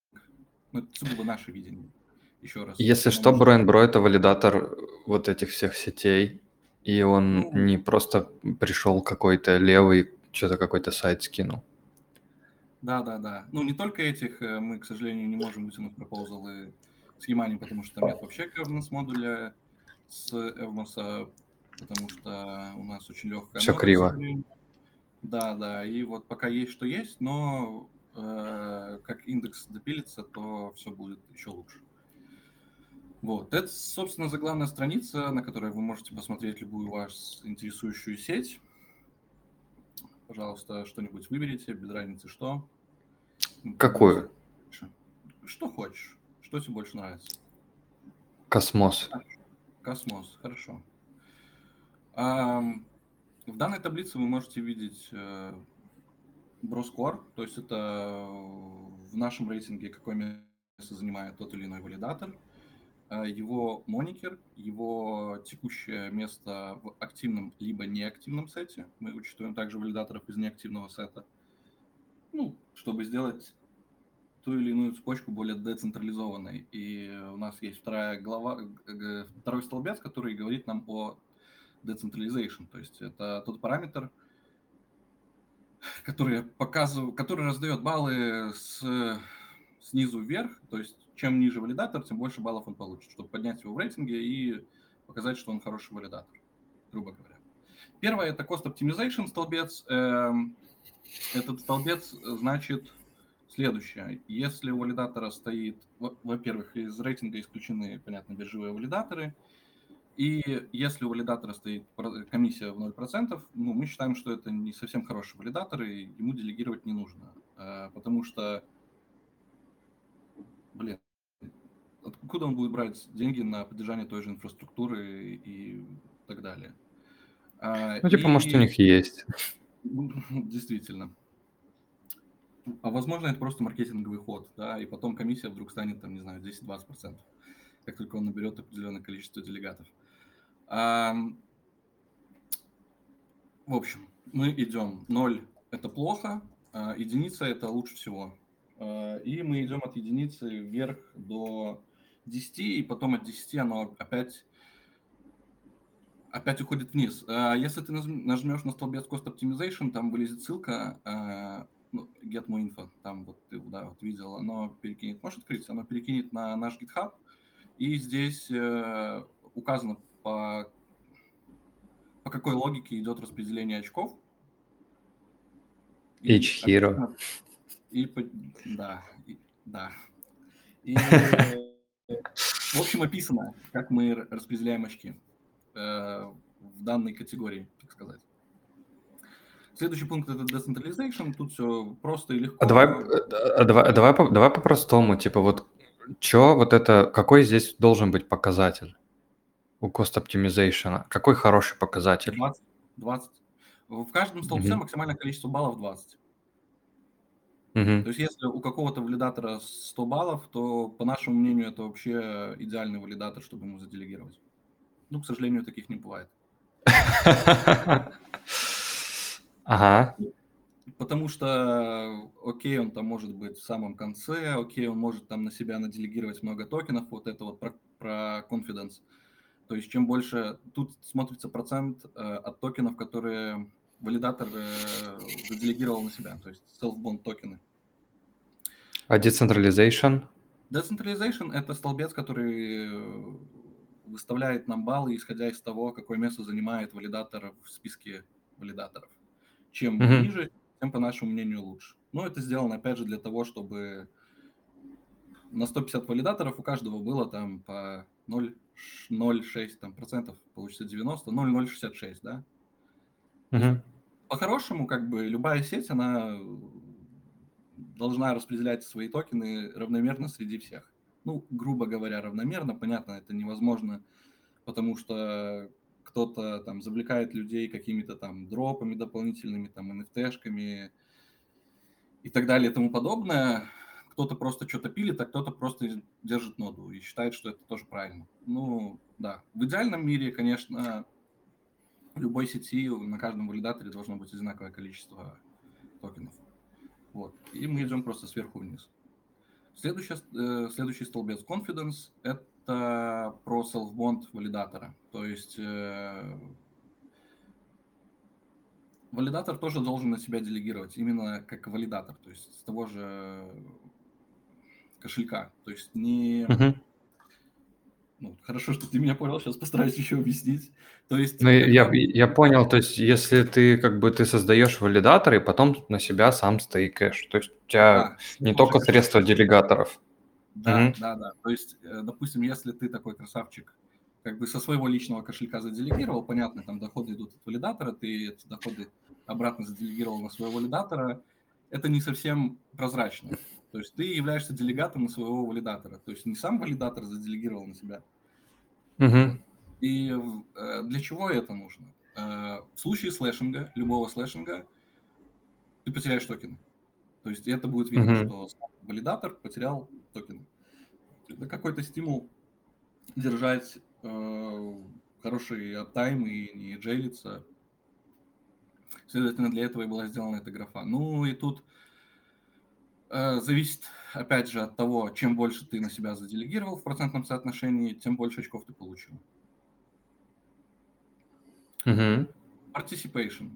Ну, это сугубо наше видение. Еще раз. Если Оно что, может- Bro это валидатор вот этих всех сетей, и он Ну, не просто пришел какой-то левый, что-то какой-то сайт скинул. Да. Ну, не только этих мы, к сожалению, не можем вытянуть пропозалы с Ямани, потому что там нет вообще governance модуля с Evmos, потому что у нас очень легкая Всё нода, к криво. сожалению. Да, и вот пока есть, что есть, но как индекс допилится, то все будет еще лучше. Вот, это, собственно, заглавная страница, на которой вы можете посмотреть любую вас интересующую сеть. Пожалуйста, что-нибудь выберите, без разницы что. Какую? Что хочешь, что тебе больше нравится. Космос. Космос, хорошо. В данной таблице вы можете видеть Bro-Score, то есть это в нашем рейтинге какое место занимает тот или иной валидатор, его моникер, его текущее место в активном либо неактивном сете. Мы учитываем также валидаторов из неактивного сета, ну, чтобы сделать ту или иную цепочку более децентрализованной. И у нас есть второй столбец, который говорит нам о decentralization, то есть это тот параметр, который раздает баллы снизу вверх, то есть чем ниже валидатор, тем больше баллов он получит, чтобы поднять его в рейтинге и показать, что он хороший валидатор, грубо говоря. Первое – это cost optimization столбец. Этот столбец значит следующее. Если у валидатора стоит, во-первых, из рейтинга исключены, понятно, биржевые валидаторы, и если у валидатора стоит комиссия в 0%, ну, мы считаем, что это не совсем хороший валидатор, и ему делегировать не нужно. Потому что, откуда он будет брать деньги на поддержание той же инфраструктуры и так далее? Ну, типа, может, у них есть. Действительно. А возможно, это просто маркетинговый ход, да, и потом комиссия вдруг станет, там, не знаю, 10-20%, как только он наберет определенное количество делегатов. В общем, мы идем 0 – это плохо, единица – это лучше всего. И мы идем от единицы вверх до 10, и потом от 10 оно опять уходит вниз. Если ты нажмешь на столбец Cost Optimization, там вылезет ссылка Get More Info, там вот ты вот видел, оно перекинет, может открыться, оно перекинет на наш GitHub, и здесь указано, по какой логике идет распределение очков. H-Hero. Да. И, в общем, описано, как мы распределяем очки в данной категории, так сказать. Следующий пункт – это decentralization. Тут все просто и легко. Давай по-простому. Типа вот, какой здесь должен быть показатель у cost optimization? Какой хороший показатель? 20. В каждом столбце максимальное количество баллов 20. То есть если у какого-то валидатора 100 баллов, то, по нашему мнению, это вообще идеальный валидатор, чтобы ему заделегировать. Ну, к сожалению, таких не бывает. Ага. Потому что, окей, он там может быть в самом конце, окей, он может там на себя наделегировать много токенов, вот это вот про confidence. То есть чем больше, тут смотрится процент от токенов, которые валидатор заделегировал на себя, то есть self-bond токены. А decentralization? Decentralization – это столбец, который выставляет нам баллы, исходя из того, какое место занимает валидатор в списке валидаторов. Чем ниже, тем, по нашему мнению, лучше. Но это сделано, опять же, для того, чтобы на 150 валидаторов у каждого было там по 0,06 там, процентов, получится 90, 0,066, да? По-хорошему, как бы, любая сеть, она должна распределять свои токены равномерно среди всех. Ну, грубо говоря, равномерно. Понятно, это невозможно, потому что кто-то там завлекает людей какими-то там дропами дополнительными, там NFT-шками и так далее и тому подобное. Кто-то просто что-то пилит, а кто-то просто держит ноду и считает, что это тоже правильно. Ну, да. В идеальном мире, конечно, в любой сети на каждом валидаторе должно быть одинаковое количество токенов. Вот. И мы идем просто сверху вниз. Следующий столбец confidence – это про self-bond валидатора. То есть валидатор тоже должен на себя делегировать, именно как валидатор, то есть с того же кошелька. То есть не... Ну, хорошо, что ты меня понял, сейчас постараюсь еще объяснить. То есть, Ну, я понял, то есть если ты как бы ты создаешь валидатор и потом на себя сам стейкаешь, то есть у тебя не только средства делегаторов. Да. То есть, допустим, если ты такой красавчик, как бы со своего личного кошелька заделегировал, понятно, там доходы идут от валидатора, ты эти доходы обратно заделегировал на своего валидатора, это не совсем прозрачно. То есть ты являешься делегатором своего валидатора. То есть не сам валидатор заделегировал на себя. И для чего это нужно? В случае слэшинга, любого слэшинга, ты потеряешь токены. То есть это будет видно, что валидатор потерял токены. Это какой-то стимул держать хороший аптайм и не джейлиться. Следовательно, для этого и была сделана эта графа. Ну и тут зависит, опять же, от того, чем больше ты на себя заделегировал в процентном соотношении, тем больше очков ты получил. Participation.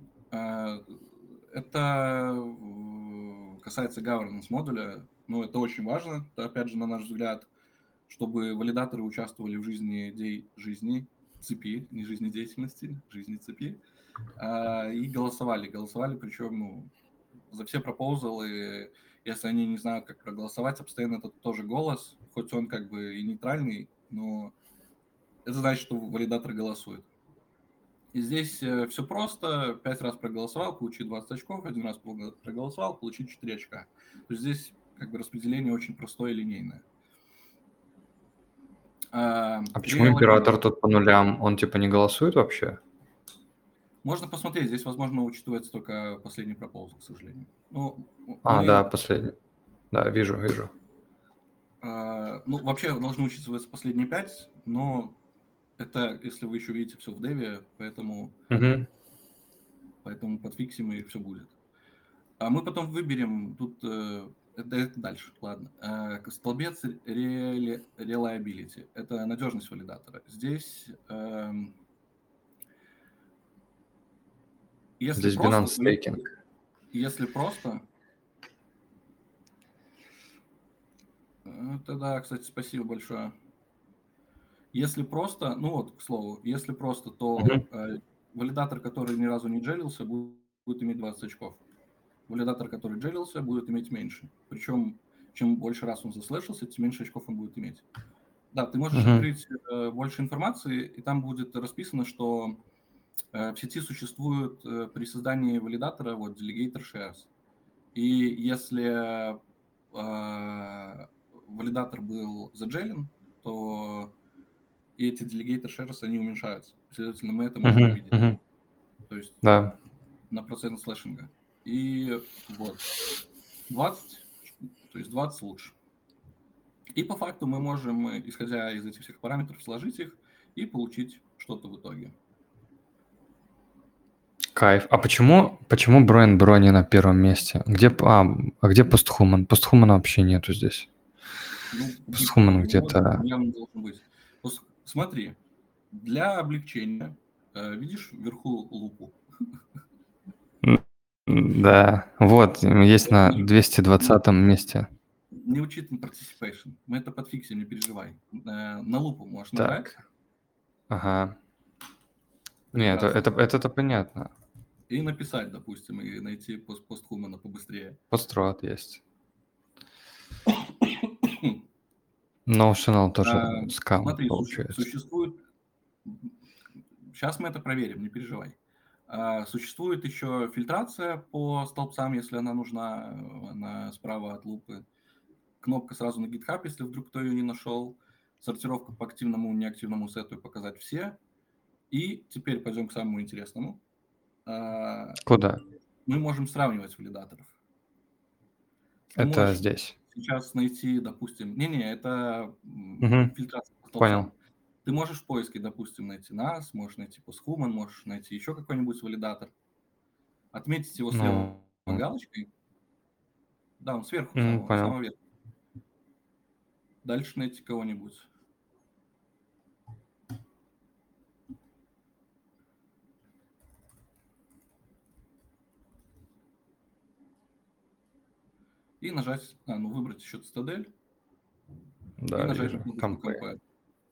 Это касается governance модуля. Ну, это очень важно, это, опять же, на наш взгляд, чтобы валидаторы участвовали в жизни цепи, не жизнедеятельности, жизни цепи, и голосовали. Голосовали, причем за все пропозалы. Если они не знают, как проголосовать, постоянно это тоже голос, хоть он как бы и нейтральный, но это значит, что валидатор голосует. И здесь все просто. 5 раз проголосовал, получи 20 очков, 1 раз проголосовал, получи 4 очка. То есть здесь как бы распределение очень простое и линейное. А почему император тут по нулям? Он типа не голосует вообще? Можно посмотреть, здесь, возможно, учитывается только последний пропозал, к сожалению. Да, последний. Да, вижу. Вообще должны учитываться последние 5, но это, если вы еще видите все в деве, поэтому подфиксим и все будет. А мы потом выберем, тут это дальше, ладно. Столбец reliability, это надежность валидатора. Здесь... Здесь Binance Staking. Если просто... Это да, кстати, спасибо большое. Если просто, к слову, если просто, то валидатор, который ни разу не джелился, будет иметь 20 очков. Валидатор, который джелился, будет иметь меньше. Причем, чем больше раз он заслэшился, тем меньше очков он будет иметь. Да, ты можешь открыть больше информации, и там будет расписано, что в сети существует при создании валидатора delegator shares. И если валидатор был заджелен, то и эти delegator shares, они уменьшаются. Следовательно, мы это можем увидеть. То есть на процент слэшинга. И 20, то есть 20 лучше. И по факту мы можем, исходя из этих всех параметров, сложить их и получить что-то в итоге. Кайф. А почему Брайан Брони на первом месте? Где Постхуман? Постхумана вообще нету здесь. Постхуман где-то... Должен быть. Смотри, для облегчения, видишь вверху лупу? Да, вот, есть на 220 месте. Не учитываем participation. Мы это подфиксим, не переживай. На лупу можешь нажать. Ага. Нет, это понятно. И написать, допустим, и найти постхумана побыстрее. Построт есть. Notional тоже скам, смотри, получается. Существует... Сейчас мы это проверим, не переживай. Существует еще фильтрация по столбцам, если она нужна, она справа от лупы. Кнопка сразу на GitHub, если вдруг кто ее не нашел. Сортировка по активному и неактивному сету и показать все. И теперь пойдем к самому интересному. Куда? Мы можем сравнивать валидаторов. Это здесь. Сейчас найти, допустим... это фильтрация по столбцам. Понял. Ты можешь в поиске, допустим, найти нас, можешь найти Posthuman, можешь найти еще какой-нибудь валидатор. Отметить его слева галочкой. Да, он сверху, самого верха. Дальше найти кого-нибудь. И нажать, выбрать еще цитадель. Да, и нажать вижу. кнопку Компы. Compare.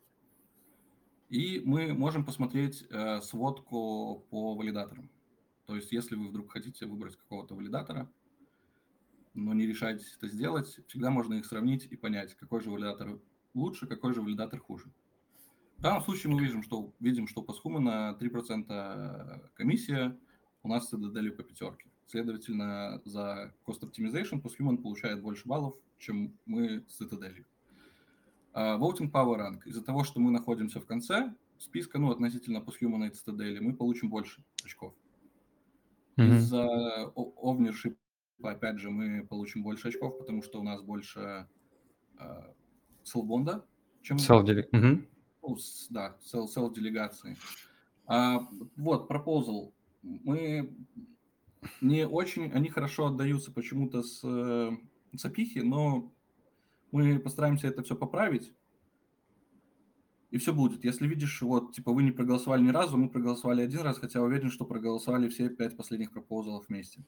И мы можем посмотреть сводку по валидаторам. То есть, если вы вдруг хотите выбрать какого-то валидатора, но не решаетесь это сделать, всегда можно их сравнить и понять, какой же валидатор лучше, какой же валидатор хуже. В данном случае мы видим, что у Posthuman 3% комиссия, у нас цитадели по 5. Следовательно, за cost optimization Posthuman получает больше баллов, чем мы с цитаделью. Voting Power Rank. Из-за того, что мы находимся в конце списка, относительно Posthuman и цитадели, мы получим больше очков. Из-за ownership, опять же, мы получим больше очков, потому что у нас больше self-бонда, чем... self-делегации. Вот, proposal. Мы не очень... Они хорошо отдаются почему-то с опихи, но мы постараемся это все поправить, и все будет. Если видишь, вы не проголосовали ни разу, мы проголосовали один раз, хотя уверен, что проголосовали все 5 последних пропозалов вместе.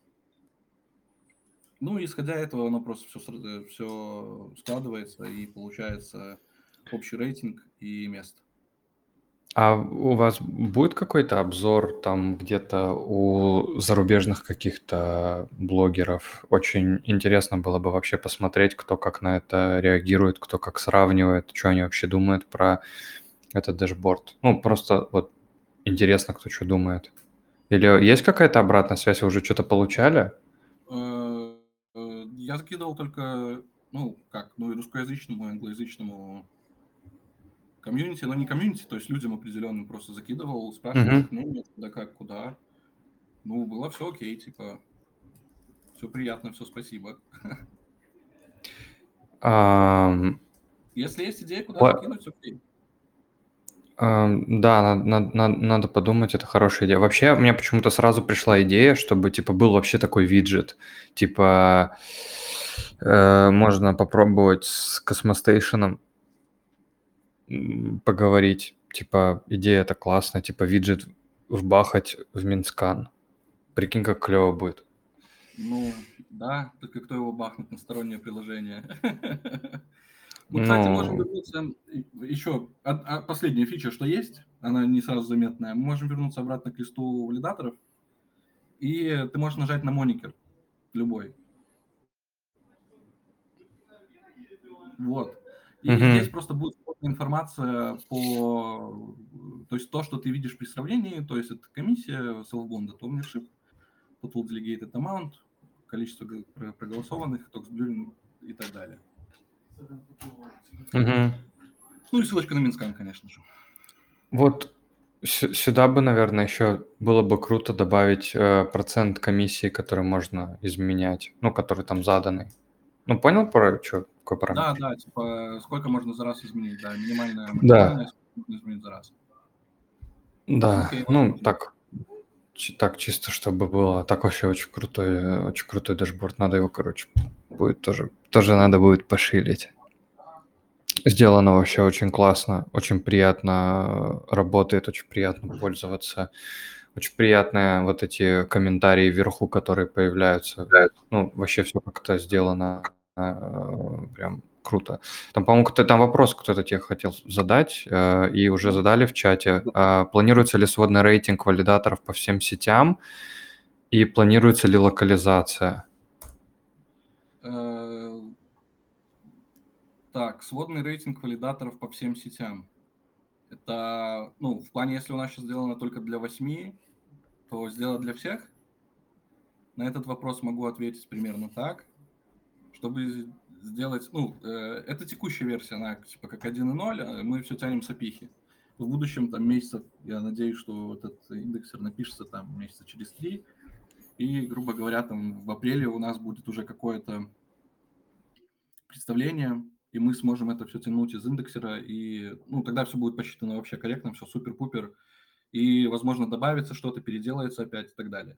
Исходя этого, оно просто все складывается, и получается общий рейтинг и место. А у вас будет какой-то обзор там где-то у зарубежных каких-то блогеров? Очень интересно было бы вообще посмотреть, кто как на это реагирует, кто как сравнивает, что они вообще думают про этот дэшборд. Просто интересно, кто что думает. Или есть какая-то обратная связь, вы уже что-то получали? Я закидывал только, русскоязычному и англоязычному комьюнити, но не комьюнити, то есть людям определенным просто закидывал, спрашивал их мнение, куда. Было все окей, все приятно, все спасибо. Если есть идея, куда закинуть, окей. Да, надо подумать, это хорошая идея. Вообще, мне почему-то сразу пришла идея, чтобы, был вообще такой виджет. Можно попробовать с Космостейшеном поговорить. Идея это классная, виджет вбахать в Минскан. Прикинь, как клево будет. Да, только кто его бахнет на стороннее приложение. Мы, кстати, можем вернуться еще... Последняя фича, что есть, она не сразу заметная. Мы можем вернуться обратно к листу валидаторов, и ты можешь нажать на моникер любой. Вот. И здесь просто будет информация по... То есть то, что ты видишь при сравнении, то есть это комиссия, self-bond, это ownership, total delegated amount, количество проголосованных, tox и так далее. И ссылочка на Минскан, конечно же. Сюда бы, наверное, еще было бы круто добавить процент комиссии, который можно изменять, который там заданный. Понял, какой параметр? Да, сколько можно за раз изменить, да, минимальная, Да. сколько можно изменить за раз. Да, так чисто, чтобы было. Так вообще очень крутой дашборд. Надо его, будет тоже надо будет пошилить. Сделано вообще очень классно, очень приятно работает, очень приятно пользоваться. Очень приятные эти комментарии вверху, которые появляются. Вообще все как-то сделано прям круто. Там, по-моему, там вопрос кто-то тебе хотел задать, и уже задали в чате. Планируется ли сводный рейтинг валидаторов по всем сетям, и планируется ли локализация? Так, сводный рейтинг валидаторов по всем сетям. Это, в плане, если у нас сейчас сделано только для 8, то сделать для всех? На этот вопрос могу ответить примерно так. Чтобы сделать, это текущая версия, она как 1.0, мы все тянем с опихи. В будущем месяцев, я надеюсь, что этот индексер напишется месяца через 3, и, грубо говоря, в апреле у нас будет уже какое-то представление, и мы сможем это все тянуть из индексера, и тогда все будет посчитано вообще корректно, все супер-пупер, и, возможно, добавится что-то, переделается опять и так далее.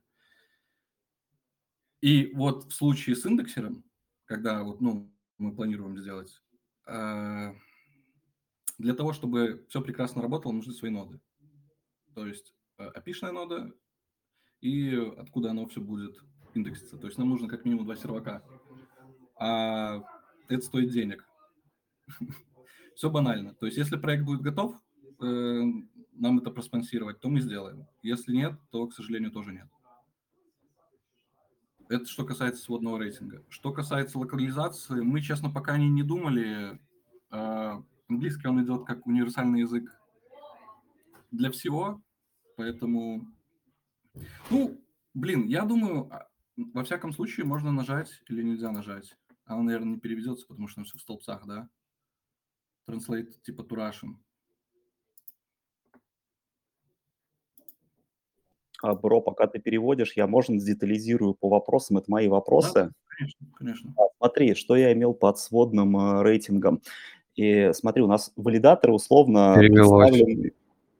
И в случае с индексером, когда мы планируем сделать, Для того, чтобы все прекрасно работало, нужны свои ноды. То есть API-шная нода и откуда оно все будет индекситься. То есть нам нужно как минимум 2 сервака. А это стоит денег. Все банально. То есть если проект будет готов, нам это проспонсировать, то мы сделаем. Если нет, то, к сожалению, тоже нет. Это что касается сводного рейтинга. Что касается локализации, мы, честно, пока не думали. Английский, он идет как универсальный язык для всего, поэтому... я думаю, во всяком случае можно нажать или нельзя нажать. Она, наверное, не переведется, потому что там все в столбцах, да? Translate типа to Russian. Бро, пока ты переводишь, я, можно, сдетализирую по вопросам. Это мои вопросы. Да, конечно. Смотри, что я имел под сводным рейтингом. И смотри, у нас валидаторы условно представлены...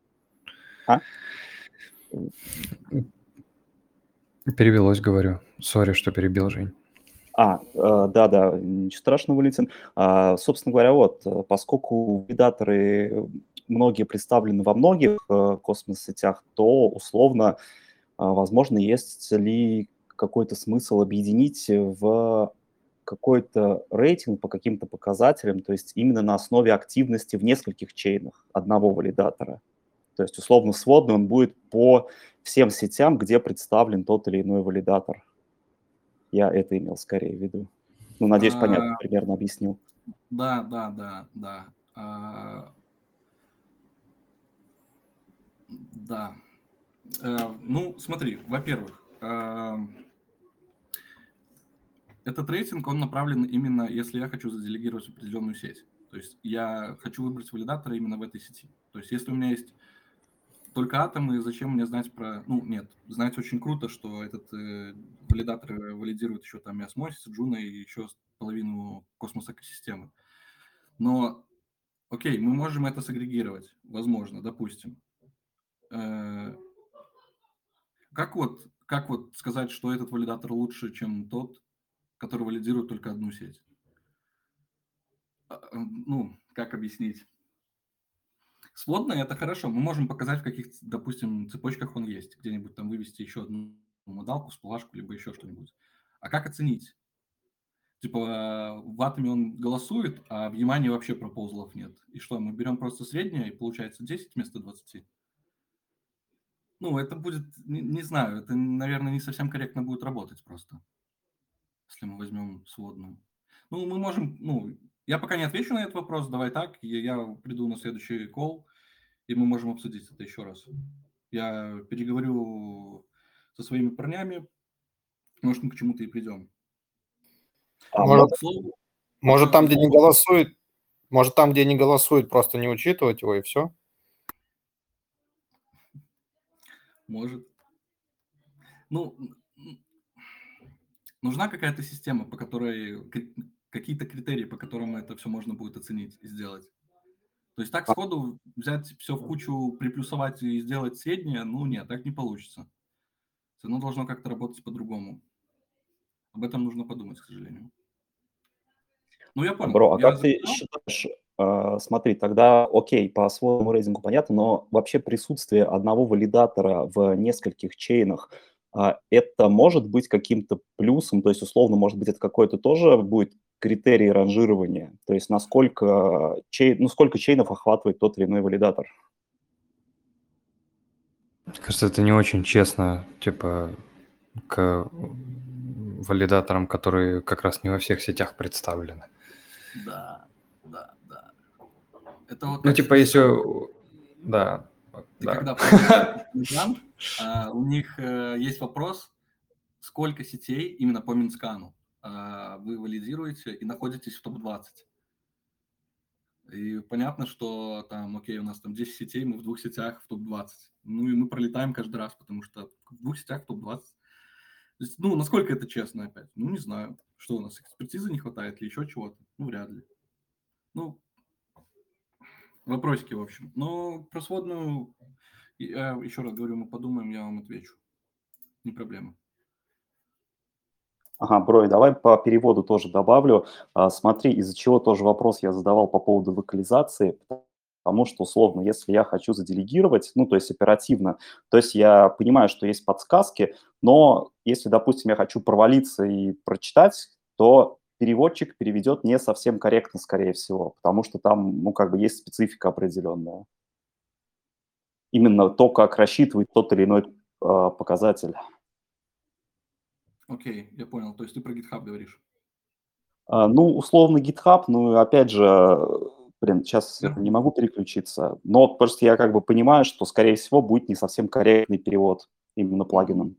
Перевелось, говорю. Сори, что перебил, Жень. Да, ничего страшного, Валентин. Собственно говоря, поскольку валидаторы многие представлены во многих космос-сетях, то условно, возможно, есть ли какой-то смысл объединить в какой-то рейтинг по каким-то показателям, то есть именно на основе активности в нескольких чейнах одного валидатора. То есть, условно, сводный он будет по всем сетям, где представлен тот или иной валидатор. Я это имел скорее в виду. Надеюсь, понятно, примерно объяснил. Да. Смотри, во-первых, этот рейтинг, он направлен именно, если я хочу заделегировать определенную сеть. То есть я хочу выбрать валидатора именно в этой сети. То есть если у меня есть только атомы, зачем мне знать про... знать очень круто, что этот валидатор валидирует еще там и Osmosis, Juno и еще половину космос-экосистемы. Но, окей, мы можем это сагрегировать, возможно, допустим. Как сказать, что этот валидатор лучше, чем тот, который валидирует только одну сеть? Как объяснить? Сводное – это хорошо. Мы можем показать, в каких, допустим, цепочках он есть. Где-нибудь там вывести еще одну модалку, всплывашку, либо еще что-нибудь. А как оценить? Типа в атоме он голосует, а в Ямане вообще пропозалов нет. И что, мы берем просто среднее, и получается 10 вместо 20? Это будет, не знаю, это, наверное, не совсем корректно будет работать просто, если мы возьмем сводную. Мы можем, я пока не отвечу на этот вопрос, давай так, я приду на следующий колл, и мы можем обсудить это еще раз. Я переговорю со своими парнями, может, мы к чему-то и придем. Может, там, где не голосует, просто не учитывать его, и все? Может. Нужна какая-то система, по которой какие-то критерии, по которым это все можно будет оценить и сделать. То есть так сходу взять все в кучу, приплюсовать и сделать среднее, нет, так не получится. Оно должно как-то работать по-другому. Об этом нужно подумать, к сожалению. Я понял. Бро, как ты считаешь, смотри, тогда окей, по сводному рейтингу понятно, но вообще присутствие одного валидатора в нескольких чейнах, это может быть каким-то плюсом, то есть условно, может быть, это какой-то тоже будет критерий ранжирования, то есть сколько чейнов охватывает тот или иной валидатор? Мне кажется, это не очень честно, к валидаторам, которые как раз не во всех сетях представлены. Да. Это если... Да. Когда у них есть вопрос, сколько сетей именно по Минскану вы валидируете и находитесь в топ-20. И понятно, что там, окей, у нас там 10 сетей, мы в 2 сетях в топ-20. И мы пролетаем каждый раз, потому что в 2 сетях в топ-20. То есть, насколько это честно опять? Не знаю. Что у нас, экспертизы не хватает или еще чего-то? Вряд ли. Вопросики, в общем. Но про сводную, еще раз говорю, мы подумаем, я вам отвечу. Не проблема. Ага, Брой, давай по переводу тоже добавлю. Смотри, из-за чего тоже вопрос я задавал по поводу вокализации, потому что, условно, если я хочу заделегировать, ну, то есть оперативно, то есть я понимаю, что есть подсказки, но если, допустим, я хочу провалиться и прочитать, то переводчик переведет не совсем корректно, скорее всего, потому что там, ну, как бы есть специфика определенная. Именно то, как рассчитывает тот или иной показатель. Окей, я понял. То есть ты про GitHub говоришь? Ну, условно GitHub, ну, опять же, сейчас не могу переключиться, но просто я как бы понимаю, что, скорее всего, будет не совсем корректный перевод именно плагином.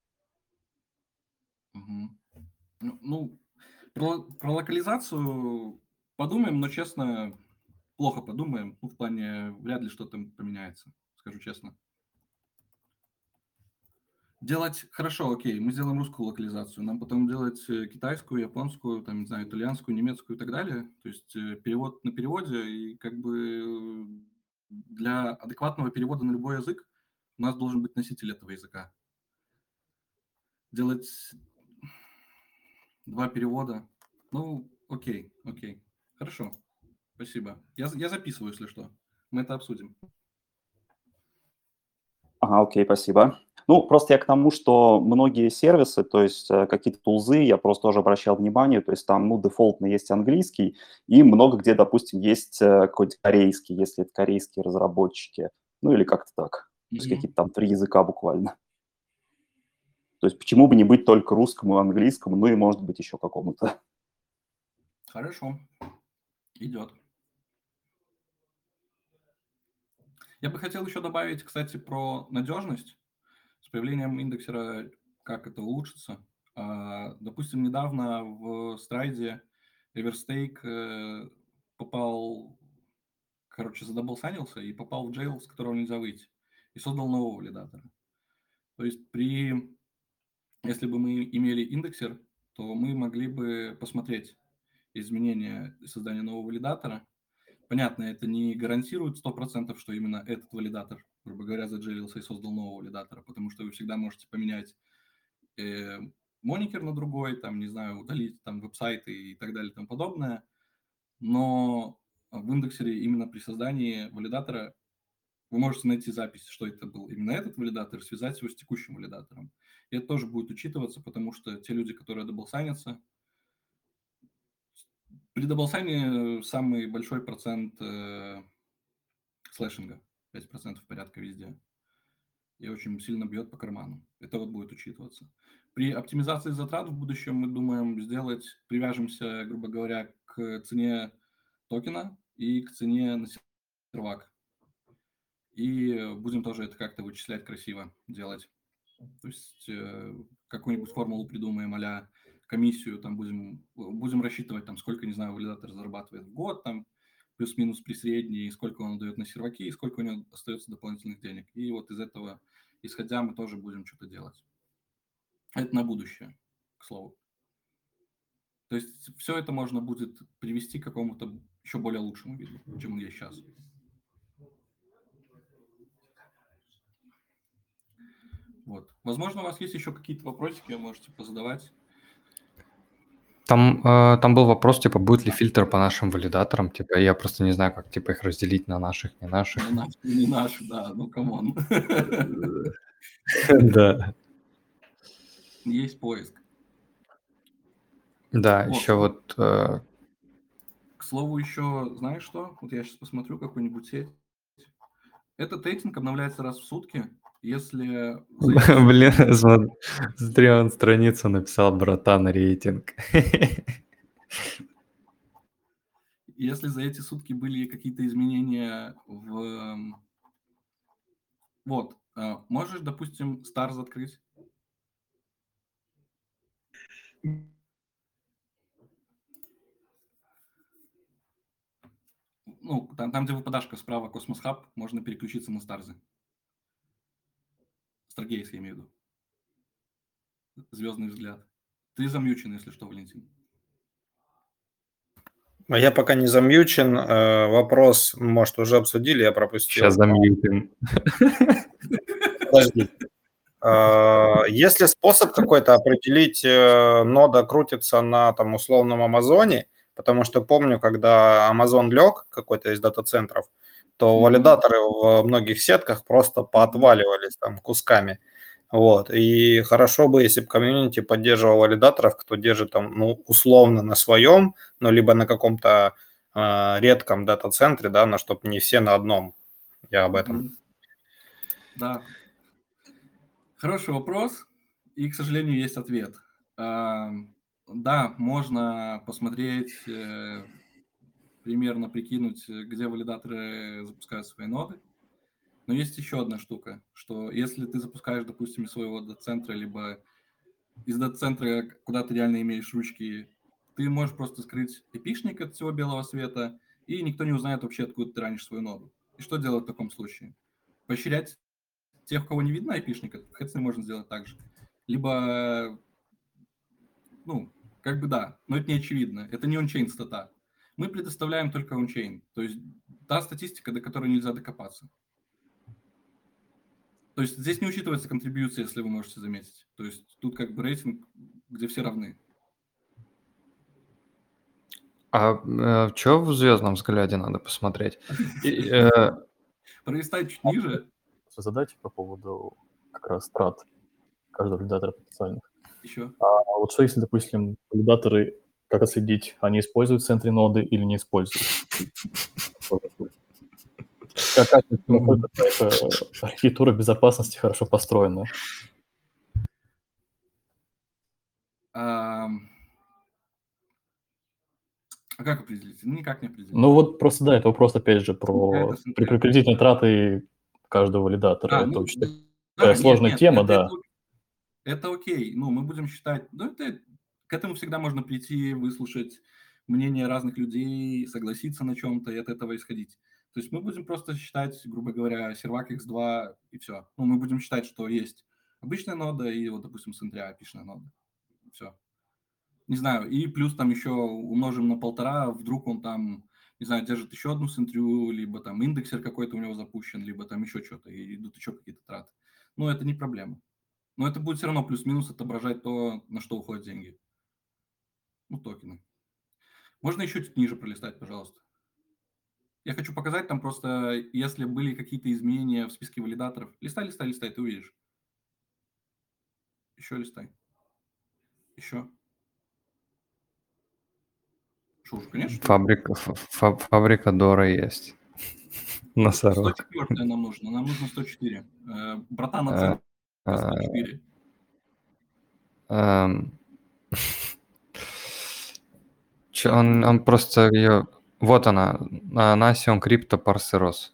Ну, про локализацию подумаем, но, честно, плохо подумаем. Ну, в плане, вряд ли что-то поменяется, скажу честно. Делать хорошо, окей, мы сделаем русскую локализацию, нам потом делать китайскую, японскую, там, не знаю, итальянскую, немецкую и так далее. То есть перевод на переводе, и как бы для адекватного перевода на любой язык у нас должен быть носитель этого языка. Делать 2 перевода, ну, окей, хорошо, спасибо. Я записываю, если что, мы это обсудим. Ага, окей, спасибо. Ну, просто я к тому, что многие сервисы, то есть какие-то тулзы, я просто тоже обращал внимание, то есть там, ну, дефолтно есть английский, и много где, допустим, есть какой-то корейский, если это корейские разработчики, ну, или как-то так. То есть какие-то там 3 языка буквально. То есть почему бы не быть только русскому и английскому, ну, и, может быть, еще какому-то. Хорошо, идет. Я бы хотел еще добавить, кстати, про надежность. С появлением индексера как это улучшится. Допустим, недавно в страйде Everstake попал, задоблсанился и попал в джейл, с которого нельзя выйти, и создал нового валидатора. То есть если бы мы имели индексер, то мы могли бы посмотреть изменения и создания нового валидатора. Понятно, это не гарантирует 100%, что именно этот валидатор, грубо говоря, заджейлился и создал нового валидатора, потому что вы всегда можете поменять моникер на другой, там, не знаю, удалить там веб-сайты и так далее и тому подобное. Но в индексере именно при создании валидатора вы можете найти запись, что это был именно этот валидатор, связать его с текущим валидатором. И это тоже будет учитываться, потому что те люди, которые даблсайнятся, при даблсайне самый большой процент слэшинга, 5% порядка везде. И очень сильно бьет по карману. Это вот будет учитываться. При оптимизации затрат в будущем мы думаем сделать, привяжемся, грубо говоря, к цене токена и к цене на сервак. И будем тоже это как-то вычислять красиво, делать. То есть какую-нибудь формулу придумаем, а-ля комиссию, там будем рассчитывать, там, сколько, не знаю, валидатор зарабатывает в год, там, плюс-минус при средней, сколько он дает на серваки, и сколько у него остается дополнительных денег. И вот из этого, исходя, мы тоже будем что-то делать. Это на будущее, к слову. То есть все это можно будет привести к какому-то еще более лучшему виду, чем он есть сейчас. Вот. Возможно, у вас есть еще какие-то вопросики, можете позадавать. Там был вопрос, типа, будет ли фильтр по нашим валидаторам, типа, я просто не знаю, как, типа, их разделить на наших, не наших. Не наши, да, ну, камон. Да. Есть поиск. Да, еще вот... К слову, еще, знаешь что? Вот я сейчас посмотрю какую-нибудь сеть. Этот рейтинг обновляется раз в сутки. Если... Блин, смотри, он страницу написал, братан, рейтинг. Если за эти сутки были какие-то изменения в... Вот, можешь, допустим, Stars открыть? Ну, там, где выпадашка справа Cosmos Hub, можно переключиться на Старзы. Stargaze, я имею в виду. Звездный взгляд. Ты замьючен, если что, Валентин. Я пока не замьючен. Вопрос, может, уже обсудили, я пропустил. Сейчас замьютим. Подожди. Есть ли способ какой-то определить, нода крутится на там условном Амазоне? Потому что помню, когда Amazon лег, какой-то из дата-центров, то валидаторы в многих сетках просто поотваливались там кусками. Вот. И хорошо бы, если бы комьюнити поддерживал валидаторов, кто держит там, ну, условно на своем, но либо на каком-то редком дата-центре, да, но чтобы не все на одном. Я об этом. Да. Хороший вопрос, и, к сожалению, есть ответ. Да, можно посмотреть, примерно прикинуть, где валидаторы запускают свои ноды. Но есть еще одна штука, что если ты запускаешь, допустим, из своего дата-центра, либо из дата-центра, куда ты реально имеешь ручки, ты можешь просто скрыть эпишник от всего белого света, и никто не узнает вообще, откуда ты ранишь свою ноду. И что делать в таком случае? Поощрять тех, у кого не видно айпишника, хотя можно сделать так же. Либо, ну, как бы да, но это не очевидно. Это не ончейн стата. Мы предоставляем только ончейн, то есть та статистика, до которой нельзя докопаться. То есть здесь не учитывается контрибьюция, если вы можете заметить. То есть тут как бы рейтинг, где все равны. А что в звездном взгляде надо посмотреть? Пролистай чуть ниже. Задачи по поводу как раз трат каждого валидатора потенциальных. Еще. А вот что если, допустим, валидаторы, как отследить, они используют в центре ноды или не используют? Насколько архитектура безопасности хорошо построена? А как определить? Никак не определить. Ну вот просто, да, это вопрос, опять же, про приблизительные траты каждого валидатора. Это очень такая сложная тема, да. Это окей. Ну, мы будем считать... Ну, к этому всегда можно прийти, выслушать мнение разных людей, согласиться на чем-то и от этого исходить. То есть мы будем просто считать, грубо говоря, сервак X2 и все. Ну, мы будем считать, что есть обычная нода и, вот, допустим, с N3 апишная нода. Все. Не знаю, и плюс там еще умножим на 1,5, вдруг он там, не знаю, держит еще одну сентрю, либо там индексер какой-то у него запущен, либо там еще что-то, и идут еще какие-то траты. Но это не проблема. Но это будет все равно плюс-минус отображать то, на что уходят деньги. Ну, токены. Можно еще чуть ниже пролистать, пожалуйста. Я хочу показать там просто, если были какие-то изменения в списке валидаторов. Листай, ты увидишь. Еще листай. Еще. Что уж, конечно. Фабрика Дора есть. Носорог. 104 нам нужно. Нам нужно 104. Братан, оценка 104. Он просто ее... Вот она. Nation Crypto Parceros.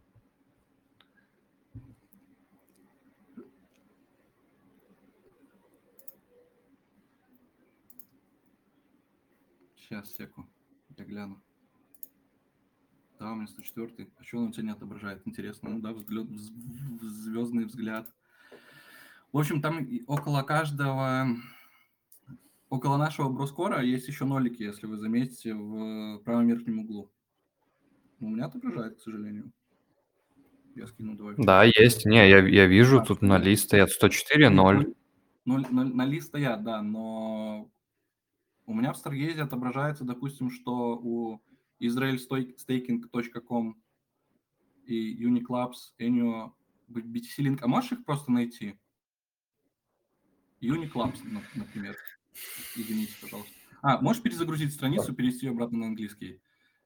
Сейчас, секу. Я гляну. Да, у меня 104. А что он у тебя не отображает? Интересно. Ну да, звездный взгляд. В общем, там около каждого... Около нашего броскора есть еще нолики, если вы заметите, в правом верхнем углу. Но у меня отображает, к сожалению. Я скину, давай. Да, есть. Не, я вижу, тут на лист стоят 104, 0. На лист стоят, да, но у меня в Stargaze отображается, допустим, что у israelstaking.com и Uniclabs, Enio, BTC Link. А можешь их просто найти? Uniclabs, например. Извините, пожалуйста. Можешь перезагрузить страницу, перевести ее обратно на английский?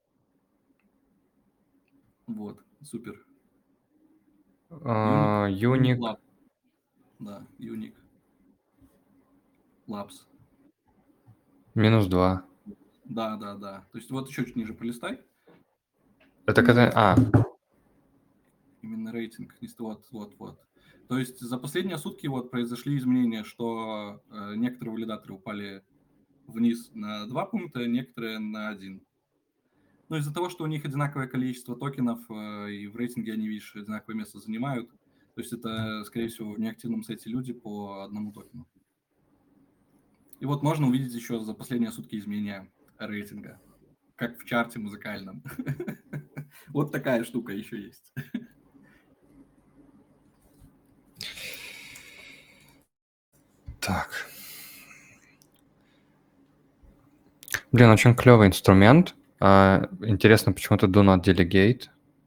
Вот, супер. Unique. Да, Unique Labs. -2. Да. То есть вот еще чуть ниже пролистай. Это когда... Именно рейтинг. Вот. То есть за последние сутки вот произошли изменения, что некоторые валидаторы упали вниз на 2 пункта, некоторые на 1. Но из-за того, что у них одинаковое количество токенов, и в рейтинге они, видишь, одинаковое место занимают, то есть это, скорее всего, в неактивном сете люди по одному токену. И вот можно увидеть еще за последние сутки изменения рейтинга, как в чарте музыкальном. Вот такая штука еще есть. Так. Блин, очень клевый инструмент. Интересно, почему ты do not delegate?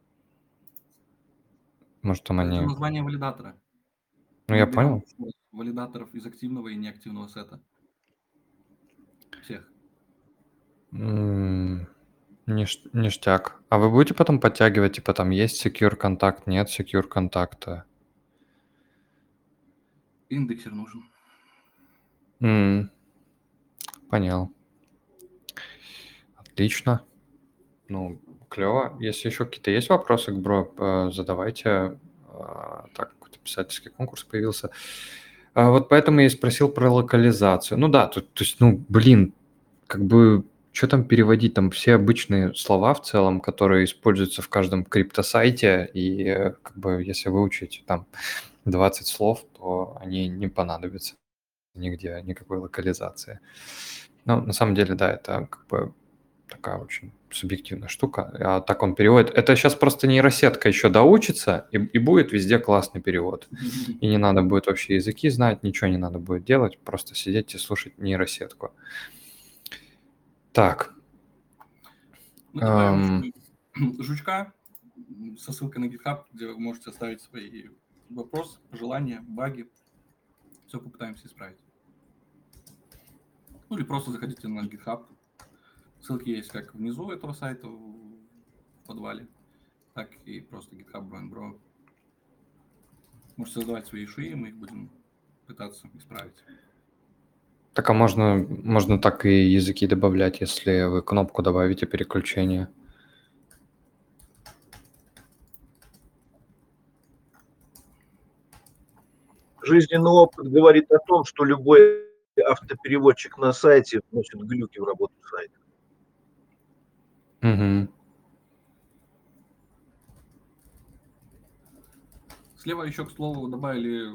Может, там Это они... название валидатора. Ну, Мы я берем понял. валидаторов из активного и неактивного сета. Всех. Ништяк. А вы будете потом подтягивать, типа там есть secure контакт, нет secure контакта? Индексер нужен. Понял. Отлично. Ну, клево. Если еще какие-то есть вопросы к бро, задавайте. Так, какой-то писательский конкурс появился. Вот поэтому я и спросил про локализацию. Ну да, то есть, ну, блин, как бы, что там переводить? Там все обычные слова в целом, которые используются в каждом криптосайте, и как бы, если выучить там 20 слов, то они не понадобятся нигде, никакой локализации. Ну, на самом деле, да, это как бы такая очень субъективная штука. А так он переводит. Это сейчас просто нейросетка еще доучится, и будет везде классный перевод. И не надо будет вообще языки знать, ничего не надо будет делать, просто сидеть и слушать нейросетку. Так. Мы добавим жучка со ссылкой на GitHub, где вы можете оставить свои вопросы, пожелания, баги. Все попытаемся исправить. Ну или просто заходите на наш GitHub. Ссылки есть как внизу этого сайта, в подвале, так и просто GitHub Bro&Bro. Можете создавать свои иши, и мы их будем пытаться исправить. Так, а можно так и языки добавлять, если вы кнопку добавите переключение. Жизненный опыт говорит о том, что любой автопереводчик на сайте вносит глюки в работу сайта. Угу. Слева еще, к слову, добавили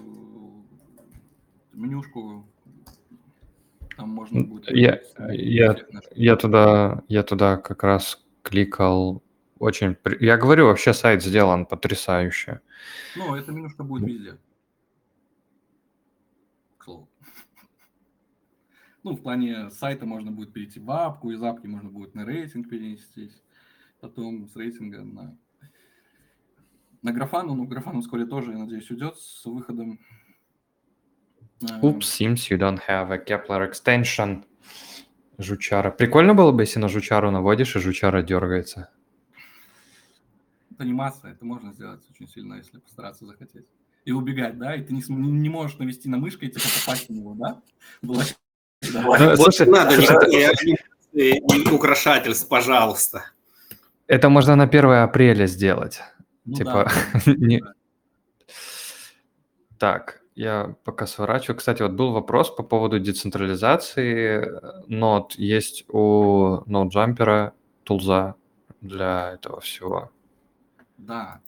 менюшку. Там можно будет... Я туда как раз кликал. Очень... Я говорю, вообще сайт сделан потрясающе. Ну, эта менюшка будет везде. К слову. Ну, в плане сайта можно будет перейти в апку, из апки можно будет на рейтинг перенестись, потом с рейтинга на графану. Ну, графану вскоре тоже, я надеюсь, уйдет с выходом. Oops, seems you don't have a Kepler extension. Жучара. Прикольно было бы, если на жучару наводишь, и жучара дергается. Это анимация, это можно сделать очень сильно, если постараться захотеть. И убегать, да? И ты не можешь навести на мышку и типа попасть в него, да? Слушай, надо не украшательств, пожалуйста. Это можно на 1 апреля сделать. Ну, типа... да. Так, я пока сворачиваю. Кстати, вот был вопрос по поводу децентрализации нод. Есть у NodeJumper тулза для этого всего. Да,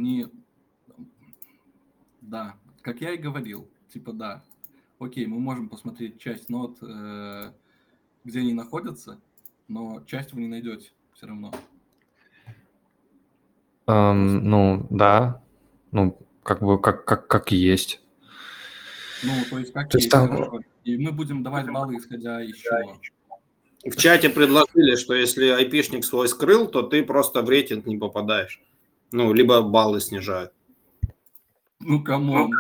да, как я и говорил, типа да, окей, мы можем посмотреть часть нод, где они находятся, но часть вы не найдете все равно. Ну, да, ну, как бы как есть. Ну, то есть как То есть есть, там... хорошо. И мы будем давать баллы, исходя из чего. В чате предложили, что если айпишник свой скрыл, то ты просто в рейтинг не попадаешь. Ну, либо баллы снижают. Ну, камон.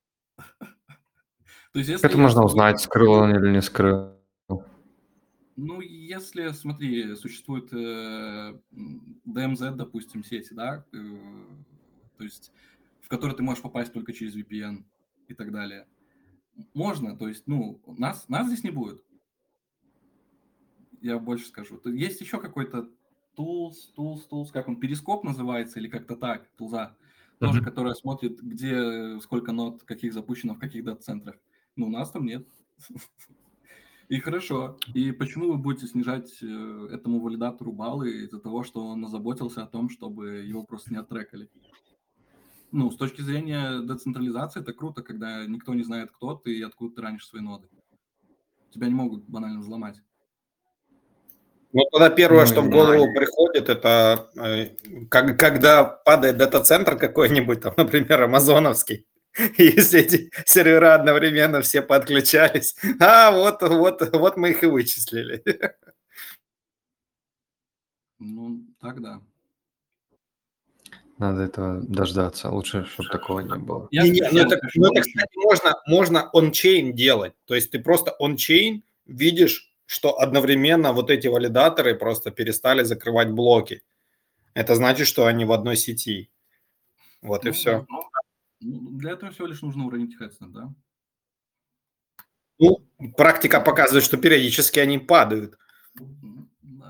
То есть, Это можно узнать, скрыл он или не скрыл. Ну, если, смотри, существует DMZ, допустим, сети, да, то есть в которые ты можешь попасть только через VPN и так далее. Можно, то есть, ну, нас здесь не будет. Я больше скажу. Есть еще какой-то tools, как он, перископ называется или как-то так, тулза, тоже, которая смотрит, где, сколько нод, каких запущено, в каких дата-центрах. Ну, у нас там нет. И хорошо. И почему вы будете снижать этому валидатору баллы из-за того, что он озаботился о том, чтобы его просто не оттрекали? Ну, с точки зрения децентрализации, это круто, когда никто не знает, кто ты и откуда ты ранишь свои ноды. Тебя не могут банально взломать. Ну, тогда первое, что в голову приходит, это когда падает дата-центр какой-нибудь, там, например, амазоновский, Если эти сервера одновременно все подключались, вот мы их и вычислили. Ну, так да. Надо этого дождаться. Лучше, чтобы такого не было. Это, кстати, можно он-чейн делать. То есть ты просто он-чейн видишь, что одновременно вот эти валидаторы просто перестали закрывать блоки. Это значит, что они в одной сети. Вот и все. Для этого всего лишь нужно уронить Хедснет, да? Ну, практика показывает, что периодически они падают. Да.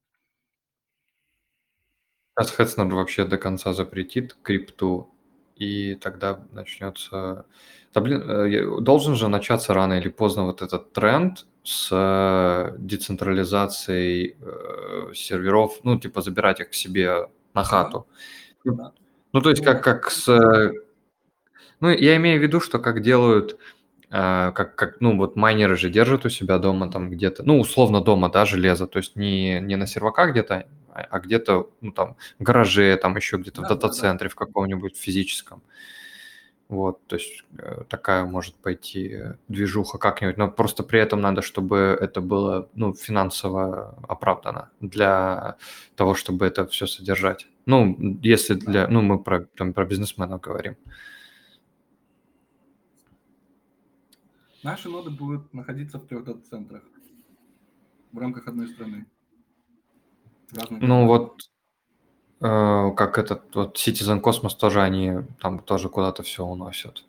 Сейчас Хедснет вообще до конца запретит крипту, и тогда начнется... Да, блин, должен же начаться рано или поздно вот этот тренд с децентрализацией серверов, ну, типа забирать их к себе на хату. Ну, то есть как с... Ну, я имею в виду, что как делают... ну, вот майнеры же держат у себя дома там где-то, ну, условно дома, да, железо, то есть не на серваках где-то, а где-то, ну, там, в гараже, там еще где-то в дата-центре в каком-нибудь физическом. Вот, то есть такая может пойти движуха как-нибудь, но просто при этом надо, чтобы это было, ну, финансово оправдано для того, чтобы это все содержать. Ну, если для, ну, мы про бизнесменов говорим. Наши ноды будут находиться в 3 дата-центрах в рамках одной страны. Ну вот, как этот вот Citizen Cosmos тоже, они там тоже куда-то все уносят.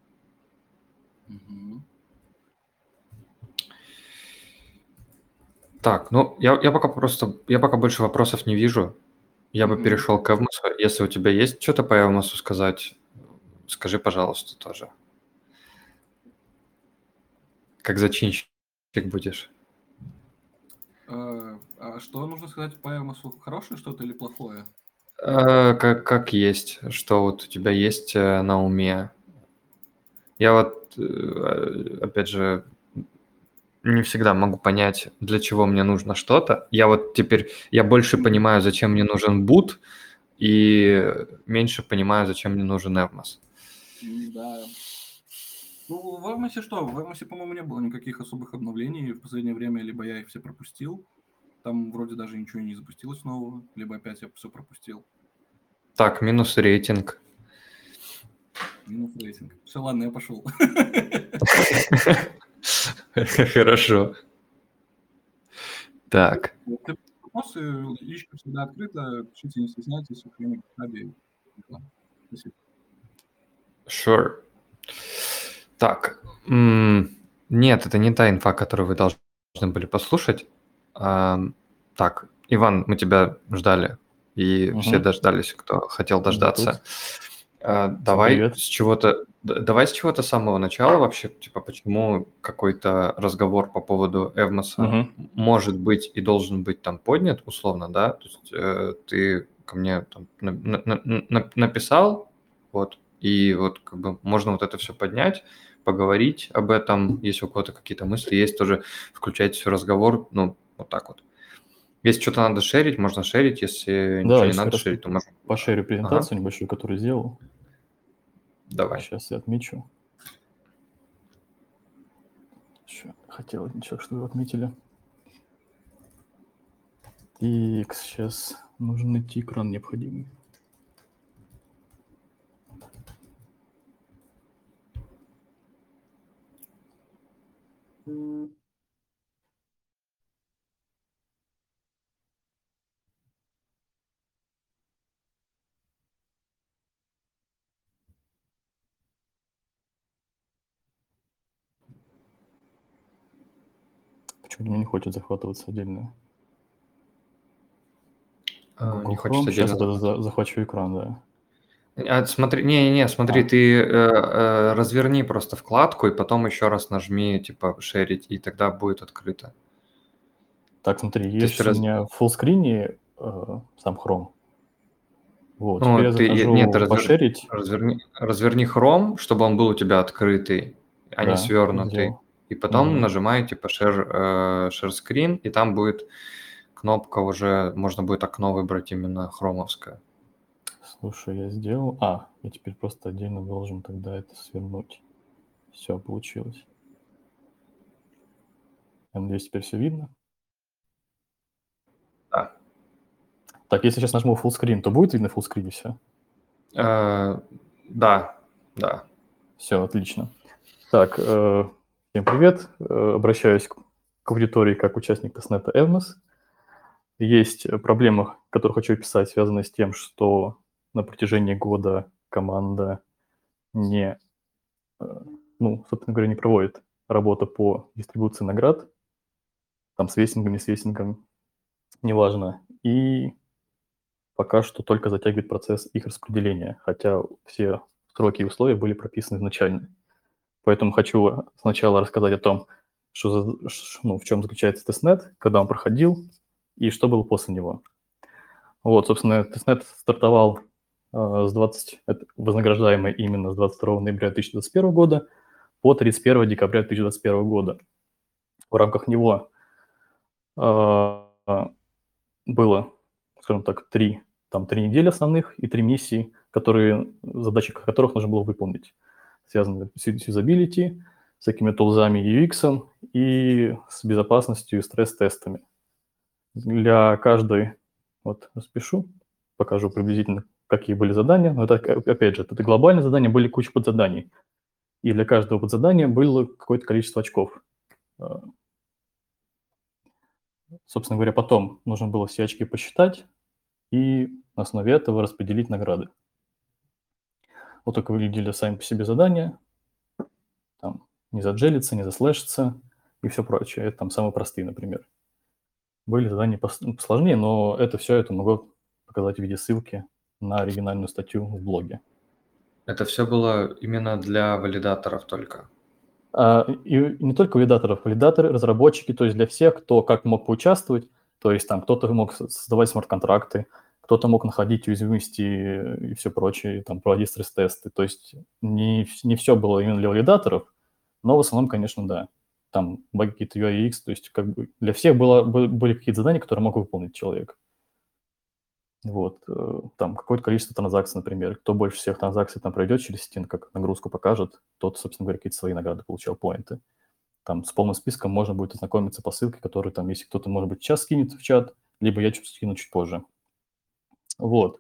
Так, ну я пока больше вопросов не вижу. Я бы перешел к Эвмосу. Если у тебя есть что-то по Эвмосу сказать, скажи, пожалуйста, тоже. Как зачинщик будешь? А что нужно сказать по Эвмосу? Хорошее что-то или плохое? Как есть, что вот у тебя есть на уме. Я вот, опять же, не всегда могу понять, для чего мне нужно что-то. Я вот теперь, я больше понимаю, зачем мне нужен boot, и меньше понимаю, зачем мне нужен Эвмос. Да. Ну, в Эвмосе что? В Эвмосе, по-моему, не было никаких особых обновлений в последнее время, либо я их все пропустил. Там вроде даже ничего и не запустилось нового, либо опять я все пропустил. Так, минус рейтинг. Минус рейтинг. Все, ладно, я пошел. Хорошо. Так. Вопросы, личка всегда открыта, пишите, не стесняйтесь, охренеть, спасибо. Sure. Так, нет, это не та инфа, которую вы должны были послушать. Так, Иван, мы тебя ждали, и все дождались, кто хотел дождаться. Давай с чего-то с самого начала вообще, типа, почему какой-то разговор по поводу Эвмоса может быть и должен быть там поднят, условно, да? То есть ты ко мне там написал, вот, и вот как бы можно вот это все поднять, поговорить об этом, если у кого-то какие-то мысли есть, тоже включайте в разговор, ну, вот так вот. Если что-то надо шерить, можно шерить, если ничего не надо шерить, то можно... Пошерю презентацию небольшую, которую сделал. Давай. Сейчас я отмечу. Еще хотел ничего, что вы отметили. И сейчас нужно найти экран необходимый. Почему мне не хочет захватываться отдельно? Не хочется Сейчас отдельно. захвачу экран, да. Смотри, смотри, ты разверни просто вкладку и потом еще раз нажми, типа, шерить, и тогда будет открыто. Так, смотри, есть у меня в фуллскрине сам Chrome. Вот, Ну, теперь я захожу пошерить. Разверни Chrome, чтобы он был у тебя открытый, а не свернутый. Сделал. И потом нажимай, типа, share screen, и там будет кнопка уже, можно будет окно выбрать именно хромовское. Слушай, я сделал... я теперь просто отдельно должен тогда это свернуть. Все, получилось. Я надеюсь, теперь все видно? Да. Так, если сейчас нажму full screen, то будет видно full screen все? Да. Все, отлично. Так, всем привет. Обращаюсь к аудитории как участник тестнета Evmos. Есть проблемы, которые хочу описать, связанные с тем, что на протяжении года команда не, собственно говоря, не проводит работу по дистрибуции наград, там с вестингом, не с вестингом, неважно. И пока что только затягивает процесс их распределения, хотя все сроки и условия были прописаны изначально. Поэтому хочу сначала рассказать о том, в чем заключается тестнет, когда он проходил и что было после него. Вот, собственно, тестнет стартовал вознаграждаемый именно с 22 ноября 2021 года по 31 декабря 2021 года. В рамках него было, скажем так, три недели основных и 3 миссии, задачи которых нужно было выполнить, связанные с юзабилити, с всякими тулзами UX и с безопасностью и стресс-тестами. Для каждой, распишу, покажу приблизительно, какие были задания. Но это, опять же, это глобальные задания, были куча подзаданий. И для каждого подзадания было какое-то количество очков. Собственно говоря, потом нужно было все очки посчитать и на основе этого распределить награды. Вот так выглядели сами по себе задания. Там не заджелиться, не заслэшиться и все прочее. Это там самые простые, например. Были задания посложнее, но это могу показать в виде ссылки на оригинальную статью в блоге. Это все было именно для валидаторов только? И не только валидаторы, разработчики, то есть для всех, кто как мог поучаствовать, то есть там кто-то мог создавать смарт-контракты, кто-то мог находить уязвимости и все прочее, там проводить стресс-тесты. То есть не все было именно для валидаторов, но в основном, конечно, да. Там баги какие-то UI, UX, то есть как бы для всех были какие-то задания, которые мог выполнить человек. Вот, там какое-то количество транзакций, например. Кто больше всех транзакций там пройдет через Steam, как нагрузку покажет, тот, собственно говоря, какие-то свои награды получал, поинты. Там с полным списком можно будет ознакомиться по ссылке, которую там, если кто-то, может быть, сейчас скинет в чат, либо я скину чуть позже. Вот.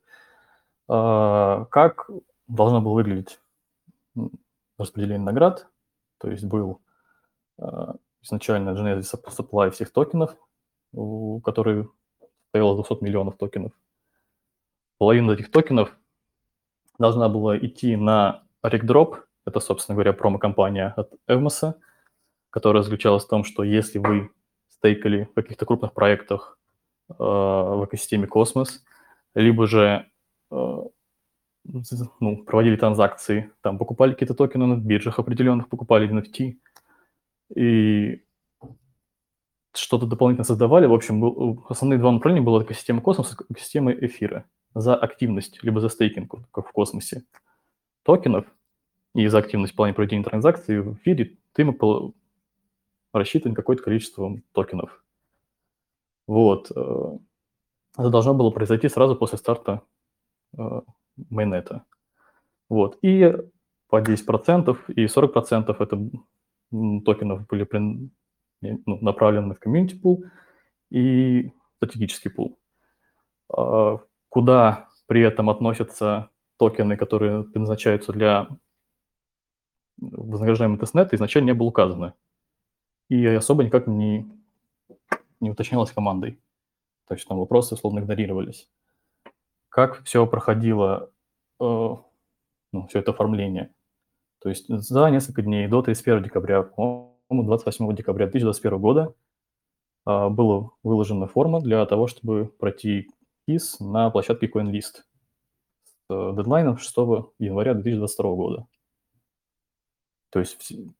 Как должно было выглядеть распределение наград? То есть был изначально Genesis Supply всех токенов, который состоял из 200 миллионов токенов. Половина этих токенов должна была идти на RegDrop, это, собственно говоря, промо-компания от Evmos, которая заключалась в том, что если вы стейкали в каких-то крупных проектах в экосистеме Cosmos, либо же проводили транзакции, там покупали какие-то токены на биржах определенных, покупали NFT и что-то дополнительно создавали. В общем, основные два направления была экосистема Cosmos и экосистема эфира. За активность, либо за стейкинг, как в космосе, токенов, и за активность в плане проведения транзакций в эфире ты мог рассчитывать какое-то количество токенов. Вот. Это должно было произойти сразу после старта майнета. Вот. И по 10% и 40% это токенов были направлены в комьюнити пул и стратегический пул. Куда при этом относятся токены, которые предназначаются для вознаграждаемого тестнета, изначально не было указано. И особо никак не уточнялось командой. То есть там вопросы условно игнорировались. Как все проходило, все это оформление? То есть за несколько дней до 31 декабря, по-моему, 28 декабря 2021 года была выложена форма для того, чтобы пройти КИС на площадке CoinList с дедлайном 6 января 2022 года. То есть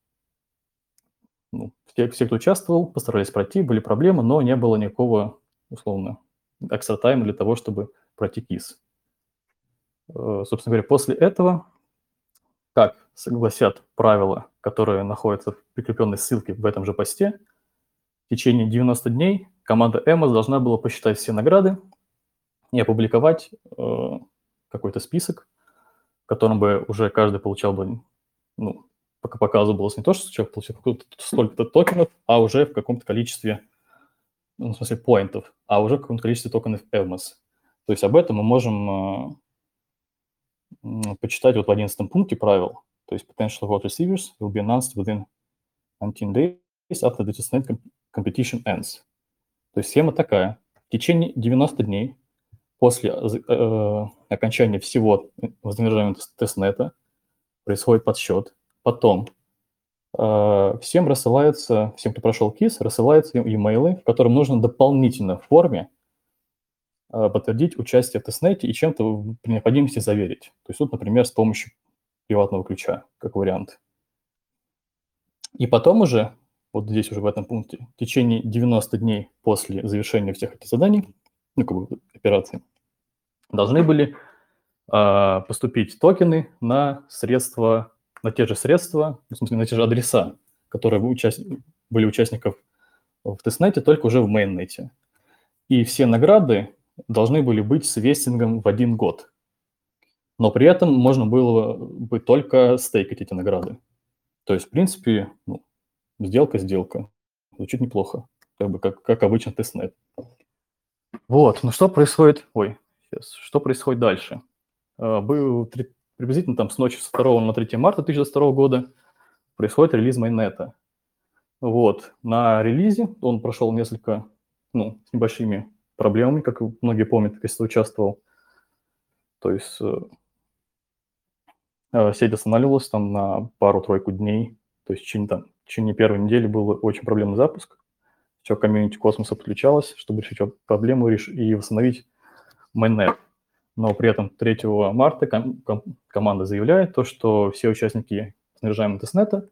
все, кто участвовал, постарались пройти, были проблемы, но не было никакого, условно, экстра тайма для того, чтобы пройти КИС. Собственно говоря, после этого, как согласят правила, которые находятся в прикрепленной ссылке в этом же посте, в течение 90 дней команда Evmos должна была посчитать все награды и опубликовать какой-то список, в котором бы уже каждый получал бы, ну, показывалось не то, что человек получил столько-то токенов, а уже в каком-то количестве, ну, в смысле, поинтов, а уже в каком-то количестве токенов Evmos. То есть об этом мы можем почитать вот в 11 пункте правил. То есть potential vote receivers will be announced within 19 days after the testnet competition ends. То есть схема такая. В течение 90 дней после окончания всего вознаграждения тестнета происходит подсчет. Потом всем, кто прошел КИС, рассылаются e-mail, в котором нужно дополнительно в форме подтвердить участие в тестнете и чем-то при необходимости заверить. То есть тут, например, с помощью приватного ключа, как вариант. И потом уже, вот здесь уже в этом пункте, в течение 90 дней после завершения всех этих заданий, ну, как бы операций, должны были поступить токены на средства, на те же средства, в смысле, на те же адреса, которые были участников в тестнете, только уже в мейннете. И все награды должны были быть с вестингом в 1 год. Но при этом можно было бы только стейкать эти награды. То есть, в принципе, ну, сделка. Звучит неплохо, как обычно тестнет. Вот, ну что происходит? Что происходит дальше? Был приблизительно там с ночи с 2 на 3 марта 2022 года происходит релиз майннета. Вот, на релизе он прошел несколько, ну, с небольшими проблемами, как многие помнят, если участвовал. То есть сеть останавливалась там на пару-тройку дней. То есть в течение первой недели был очень проблемный запуск. Все комьюнити космоса подключалось, чтобы решить проблему и восстановить майннет. Но при этом 3 марта команда заявляет то, что все участники снаряжаемого тестнета,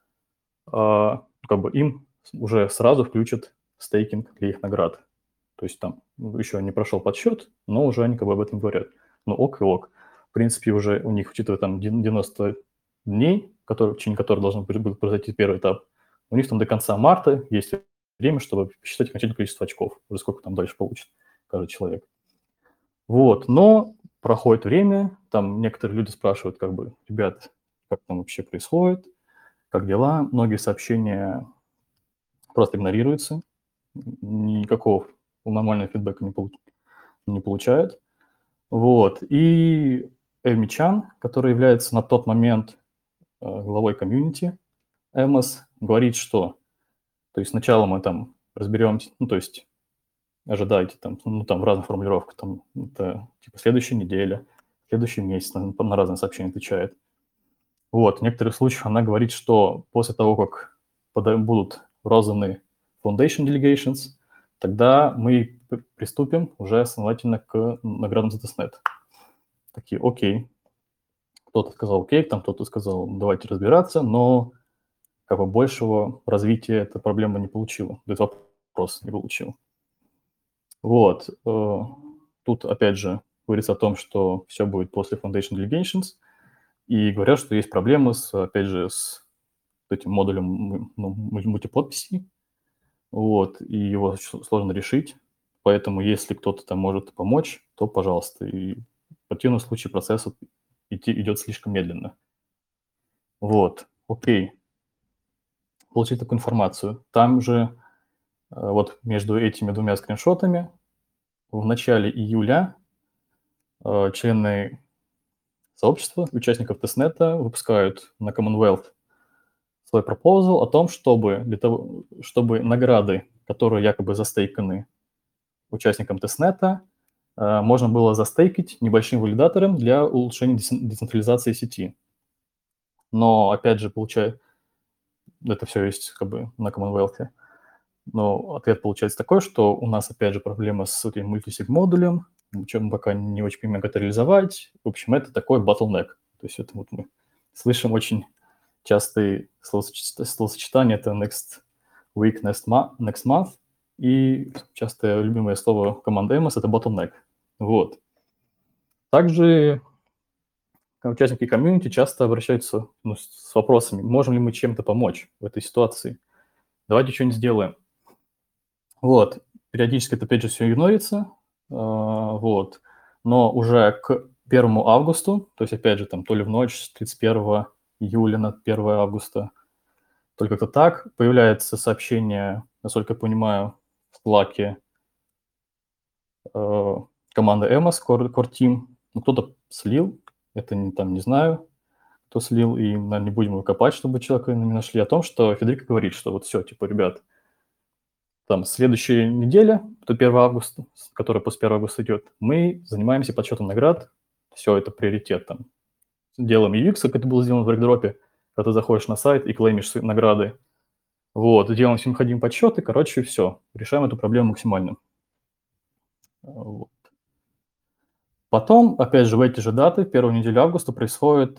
как бы им уже сразу включат стейкинг для их наград. То есть там еще не прошел подсчет, но уже они как бы об этом говорят. Ну ок и ок. В принципе, уже у них, учитывая там 90 дней, в течение которых должен был произойти первый этап, у них там до конца марта есть время, чтобы посчитать окончательное количество очков, уже сколько там дальше получит каждый человек. Вот, но проходит время, там некоторые люди спрашивают, как бы, ребят, как там вообще происходит, как дела, многие сообщения просто игнорируются, никакого нормального фидбэка не получают. Вот, и Эвми Чан, который является на тот момент главой комьюнити Evmos, говорит, что, то есть сначала мы там разберемся, ну, то есть ожидайте там, ну, там в разных формулировках, там, это типа следующая неделя, следующий месяц, на разные сообщения отвечает. Вот, в некоторых случаях она говорит, что после того, как будут розданы Foundation Delegations, тогда мы приступим уже основательно к наградам за тестнет. Такие, окей. Кто-то сказал окей, там кто-то сказал давайте разбираться, но как бы большего развития эта проблема не получила, этот вопрос не получил. Вот. Тут, опять же, говорится о том, что все будет после Foundation Delegations, и говорят, что есть проблемы, опять же, с этим модулем мультиподписей, вот, и его сложно решить, поэтому если кто-то там может помочь, то пожалуйста. И в противном случае процесс идет слишком медленно. Вот, окей. Получить такую информацию. Там же вот между этими двумя скриншотами в начале июля члены сообщества, участников тестнета выпускают на Commonwealth свой пропозал о том, чтобы награды, которые якобы застейканы участникам тестнета, можно было застейкить небольшим валидатором для улучшения децентрализации сети. Но, опять же, это все есть как бы на Commonwealth. Но ответ получается такой, что у нас, опять же, проблема с этим мультисиг-модулем, мы пока не очень понимаем, как это реализовать. В общем, это такой bottleneck. То есть это вот мы слышим очень частые словосочетания, это next week, next month, и частое любимое слово команды Evmos – это bottleneck. Вот. Также участники комьюнити часто обращаются с вопросами, можем ли мы чем-то помочь в этой ситуации. Давайте что-нибудь сделаем. Вот. Периодически это, опять же, все игнорится. Вот. Но уже к 1 августу, то есть, опять же, там то ли в ночь с 31 июля на 1 августа, только как-то так, появляется сообщение, насколько я понимаю, в Slack команда MS, Core Team. Ну, кто-то слил, это не знаю, кто слил, и, наверное, не будем его копать, чтобы человека не нашли, о том, что Федерико говорит, что вот все, типа, ребят, там, следующая неделя, то 1 августа, которая после 1 августа идет, мы занимаемся подсчетом наград, все, это приоритет там. Делаем UX, как это было сделано в Рэгдропе, когда ты заходишь на сайт и клеймишь свои награды. Вот, делаем все необходимые подсчеты, короче, все, решаем эту проблему максимально. Вот. Потом, опять же, в эти же даты, первую неделю августа, происходит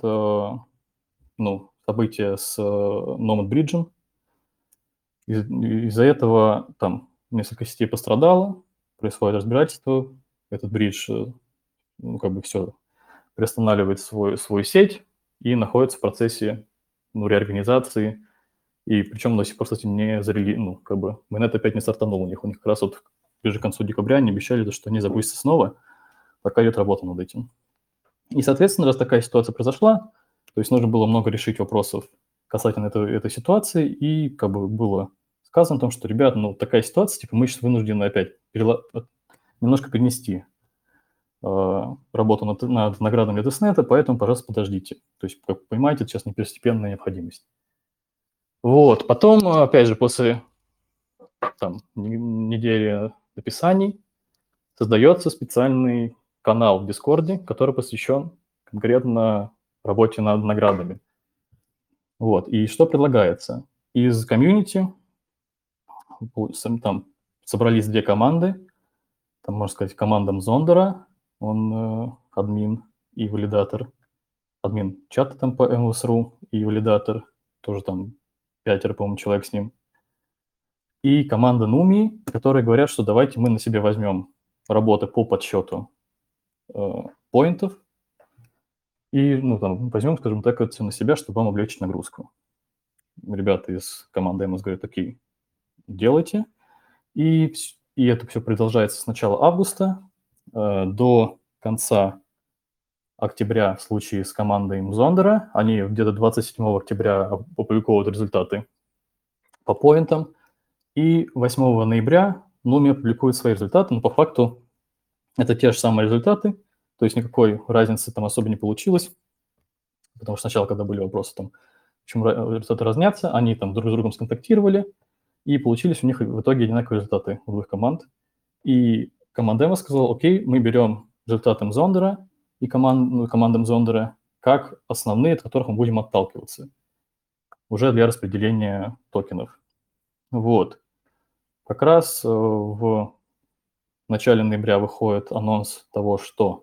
событие с Nomad Bridge. Из-за этого там несколько сетей пострадало, происходит разбирательство, этот бридж, все приостанавливает свою сеть и находится в процессе реорганизации, и причем до сих пор, кстати, не зарели, mainnet опять не стартанул у них как раз вот ближе к концу декабря они обещали, что они запустятся снова, пока идет работа над этим. И, соответственно, раз такая ситуация произошла, то есть нужно было много решить вопросов касательно этой ситуации, и было сказано о том, что, ребят, такая ситуация, типа мы сейчас вынуждены опять немножко перенести работу над наградами для тестнета, поэтому, пожалуйста, подождите. То есть, как вы понимаете, это сейчас не первостепенная необходимость. Вот, потом, опять же, после недели написаний создается специальный канал в Дискорде, который посвящен конкретно работе над наградами. Вот, и что предлагается? Из комьюнити там собрались 2 команды, там, можно сказать, команда Мзондера, он админ и валидатор, админ чата там по MVS.ru и валидатор, тоже там 5, по-моему, человек с ним. И команда Numi, которые говорят, что давайте мы на себя возьмем работы по подсчету поинтов и возьмем, скажем так, это все на себя, чтобы вам облегчить нагрузку. Ребята из команды MS говорят, окей, делайте. И это все продолжается с начала августа до конца октября в случае с командой Мзондера. Они где-то 27 октября опубликовывают результаты по поинтам. И 8 ноября Numi опубликует свои результаты, но по факту это те же самые результаты, то есть никакой разницы там особо не получилось, потому что сначала, когда были вопросы, почему результаты разнятся, они там друг с другом сконтактировали, и получились у них в итоге одинаковые результаты у 2 команд. И команда Эма сказала, окей, мы берем результаты Мзондера и команда Мзондера как основные, от которых мы будем отталкиваться уже для распределения токенов. Вот. Как раз в начале ноября выходит анонс того, что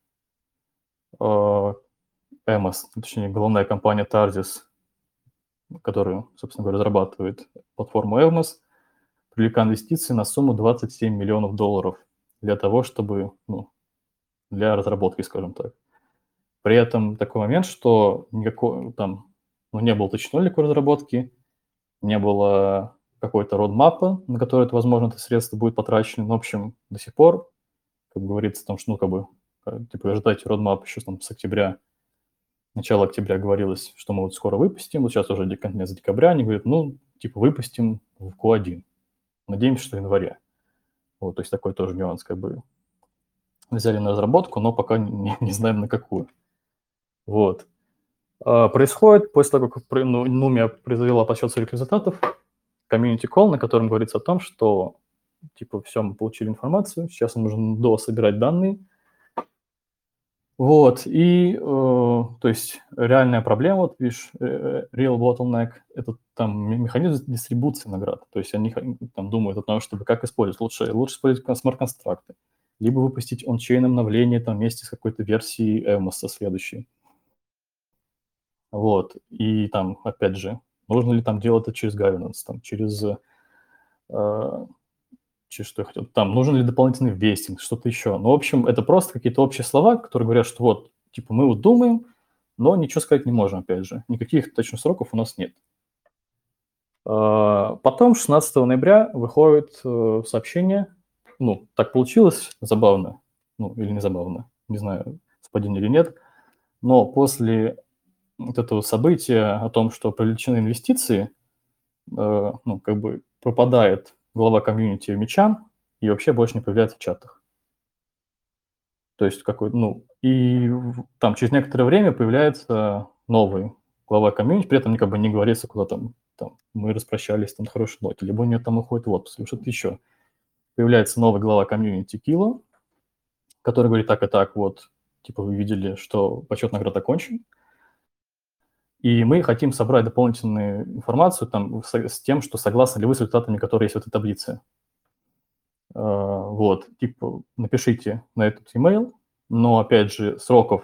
Эмос, точнее, головная компания Tarsis, которая, собственно говоря, разрабатывает платформу Эмос, привлекла инвестиции на сумму $27 миллионов для того, чтобы, для разработки, скажем так. При этом такой момент, что никакой не было точной никакой разработки, не было какой-то родмапа, на который, это, возможно, это средство будет потрачено. В общем, до сих пор, как говорится, что, ожидайте родмап еще с октября, начало октября говорилось, что мы вот скоро выпустим, вот сейчас уже конец декабря, они говорят, выпустим в Q1. Надеемся, что в январе. Вот, то есть такой тоже нюанс, взяли на разработку, но пока не знаем на какую. Вот. Происходит после того, как Numi произвела подсчет своих результатов, комьюнити колл, на котором говорится о том, что все, мы получили информацию, сейчас нам нужно дособирать данные. Вот, и, то есть, реальная проблема, вот видишь, real bottleneck, это механизм дистрибуции наград. То есть они думают о том, чтобы как использовать. Лучше использовать смарт-констракты, либо выпустить он-чейн обновление вместе с какой-то версией EMOS следующей. Вот, и опять же, нужно ли делать это через governance, через что я хотел, нужен ли дополнительный вестинг, что-то еще. В общем, это просто какие-то общие слова, которые говорят, что вот, мы думаем, но ничего сказать не можем, опять же. Никаких точных сроков у нас нет. Потом, 16 ноября, выходит сообщение, так получилось, забавно, или не забавно, не знаю, совпадение или нет, но после вот этого события о том, что привлечены инвестиции, ну, как бы пропадает глава комьюнити Мечан и вообще больше не появляется в чатах. То есть какой, ну, и там через некоторое время появляется новый глава комьюнити, при этом как бы не говорится, куда там мы распрощались там на хорошей ноте, либо у нее там уходит в отпуск, или что-то еще. Появляется новый глава комьюнити Кило, который говорит так и так, вот, типа вы видели, что почет наград окончен, и мы хотим собрать дополнительную информацию там с тем, что согласны ли вы с результатами, которые есть в этой таблице. Вот, типа, напишите на этот email, но, опять же, сроков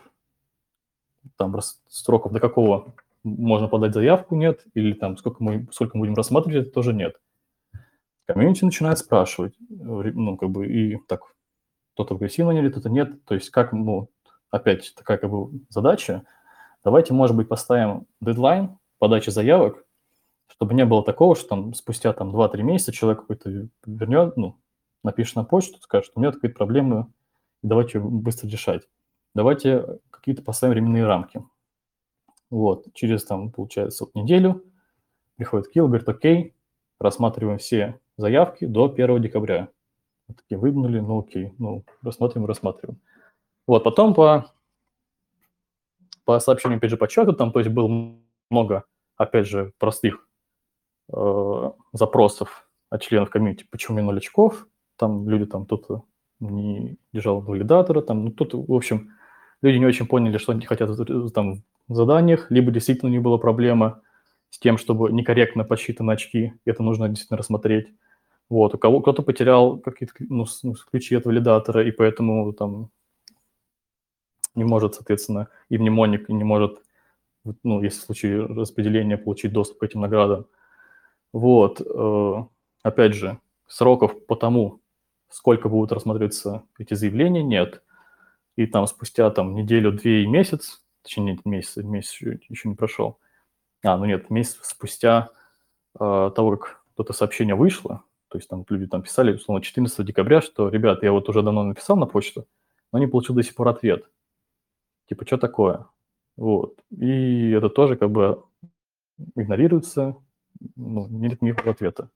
до какого можно подать заявку нет, или там сколько мы будем рассматривать, это тоже нет. Комьюнити начинает спрашивать, ну, как бы, и так, кто-то агрессивно или кто-то нет, то есть как, ну, опять такая как бы задача, давайте, может быть, поставим дедлайн подачи заявок, чтобы не было такого, что там спустя там 2-3 месяца человек какой-то вернет, ну, напишет на почту, скажет, у меня какие-то проблемы, давайте быстро решать. Давайте какие-то поставим временные рамки. Вот, через там, получается, неделю приходит Килл, говорит, окей, рассматриваем все заявки до 1 декабря. Вот такие выгнули, ну окей, ну, рассматриваем. Вот, потом по сообщению, опять же, по чату, там, то есть было много, опять же, простых запросов от членов комьюнити, почему мне 0 очков, там люди там кто-то не держал валидатора, там, ну, тут, в общем, люди не очень поняли, что они хотят там в заданиях, либо действительно не было проблема с тем, чтобы некорректно подсчитаны очки, это нужно действительно рассмотреть. Вот, у кто-то потерял какие-то ключи от валидатора, и поэтому там не может, соответственно, и мнемоник не может, ну, если в случае распределения, получить доступ к этим наградам. Вот, опять же, сроков по тому, сколько будут рассматриваться эти заявления, нет. И там спустя там неделю, 2 и месяц, точнее, нет, месяц еще не прошел. Месяц спустя того, как это сообщение вышло, то есть там люди там писали, условно, 14 декабря, что, ребят, я вот уже давно написал на почту, но не получил до сих пор ответ. Типа, что такое? Вот. И это тоже как бы игнорируется, ну, нет никакого ответа.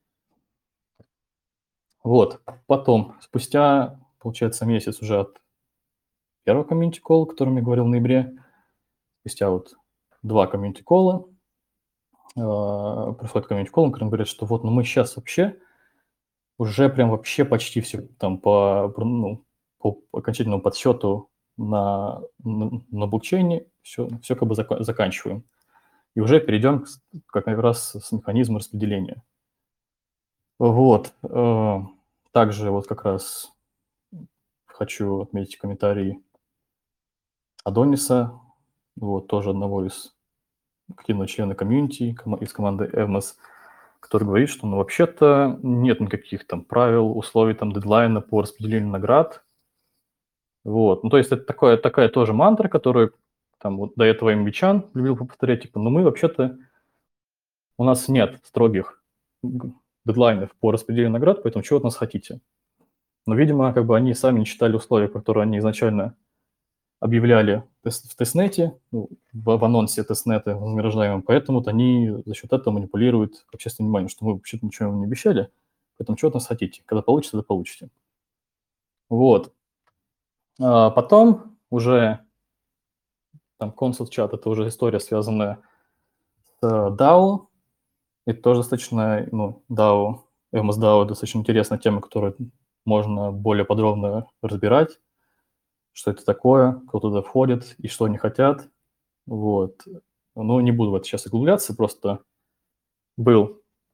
Вот. Потом, спустя, получается, месяц уже от первого комьюнити-колла, о котором я говорил в ноябре, спустя вот 2 комьюнити-колла, происходит комьюнити-колл, который говорит, что вот, ну мы сейчас вообще уже прям вообще почти все там по окончательному подсчету на блокчейне все как бы заканчиваем. И уже перейдем как раз с механизма распределения. Вот. Также вот как раз хочу отметить комментарий Адониса, вот тоже одного из активного члена комьюнити, из команды Evmos, который говорит, что ну вообще-то нет никаких там правил, условий, там дедлайна по распределению наград. Вот. Ну, то есть это такая тоже мантра, которую там вот до этого Мечан любил повторять, типа, ну мы вообще-то, у нас нет строгих дедлайнов по распределению наград, поэтому чего от нас хотите? Но, видимо, как бы они сами не читали условия, которые они изначально объявляли в тестнете, ну, в анонсе тестнета вознаграждаемым, поэтому они за счет этого манипулируют общественным вниманием, что мы вообще-то ничего вам не обещали, поэтому чего от нас хотите? Когда получится, то получите. Вот. А потом уже там консульт-чат, это уже история, связанная с DAO. Это тоже достаточно, ну, DAO, Evmos DAO достаточно интересная тема, которую можно более подробно разбирать, что это такое, кто туда входит и что они хотят. Вот. Ну, не буду в это сейчас углубляться, просто была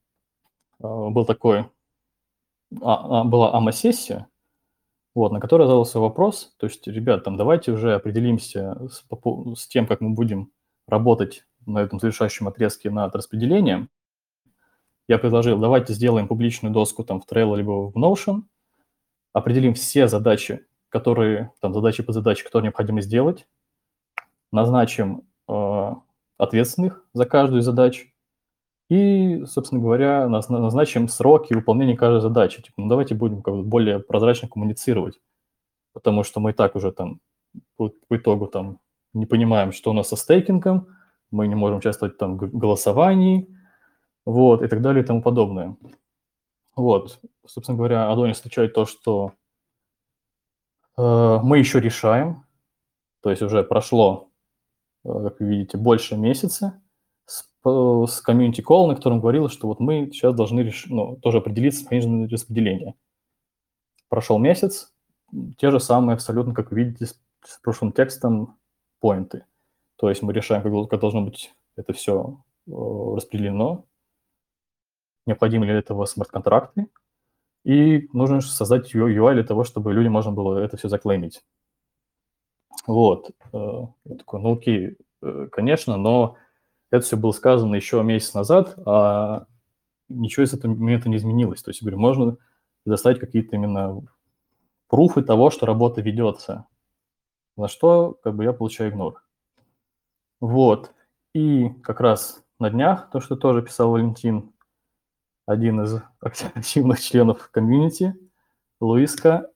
АМА-сессия, вот, на которой задался вопрос, то есть, ребят, там, давайте уже определимся с тем, как мы будем работать на этом завершающем отрезке над распределением. Я предложил, давайте сделаем публичную доску там в Trello либо в Notion, определим все задачи, задачи по задаче, которые необходимо сделать, назначим ответственных за каждую из задач и, собственно говоря, назначим сроки выполнения каждой задачи. Типа, ну, давайте будем как бы более прозрачно коммуницировать, потому что мы и так уже там по итогу там не понимаем, что у нас со стейкингом, мы не можем участвовать там в голосовании, вот, и так далее и тому подобное. Вот, собственно говоря, Adonis отвечает то, что мы еще решаем, то есть уже прошло, как вы видите, больше месяца с комьюнити колл, на котором говорилось, что вот мы сейчас должны тоже определиться с механизмом распределения. Прошел месяц, те же самые абсолютно, как вы видите, с прошлым текстом поинты. То есть мы решаем, как должно быть это все распределено, необходимы ли для этого смарт-контракты, и нужно создать UI для того, чтобы людям можно было это все заклеймить. Вот. Я такой, ну окей, конечно, но это все было сказано еще месяц назад, а ничего из этого момента не изменилось. То есть, я говорю, можно предоставить какие-то именно пруфы того, что работа ведется, на что как бы я получаю игнор. Вот. И как раз на днях, то, что тоже писал Валентин, один из активных членов комьюнити, Луиска,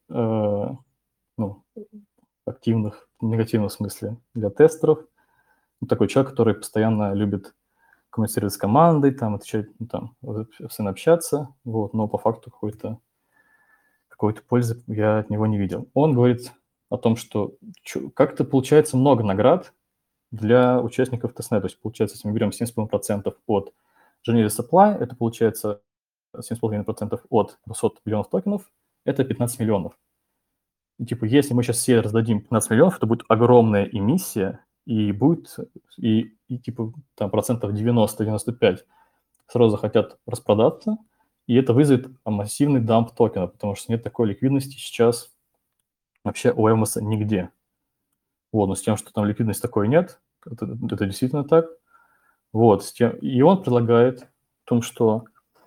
активных в негативном смысле для тестеров, такой человек, который постоянно любит коммуницировать с командой, там, отвечать, постоянно общаться, вот, но по факту какой-то пользы я от него не видел. Он говорит о том, что как-то получается много наград для участников тестнета. То есть, получается, если мы берем 7,5% от General Supply, это получается 7,5% от 200 миллионов токенов, это 15 миллионов. И, типа, если мы сейчас все раздадим 15 миллионов, это будет огромная эмиссия, и будет, и типа, там, 90-95% сразу захотят распродаться, и это вызовет массивный дамп токена, потому что нет такой ликвидности сейчас вообще у Эвмоса нигде. Вот, но с тем, что там ликвидности такой нет, это действительно так. Вот, и он предлагает в том, что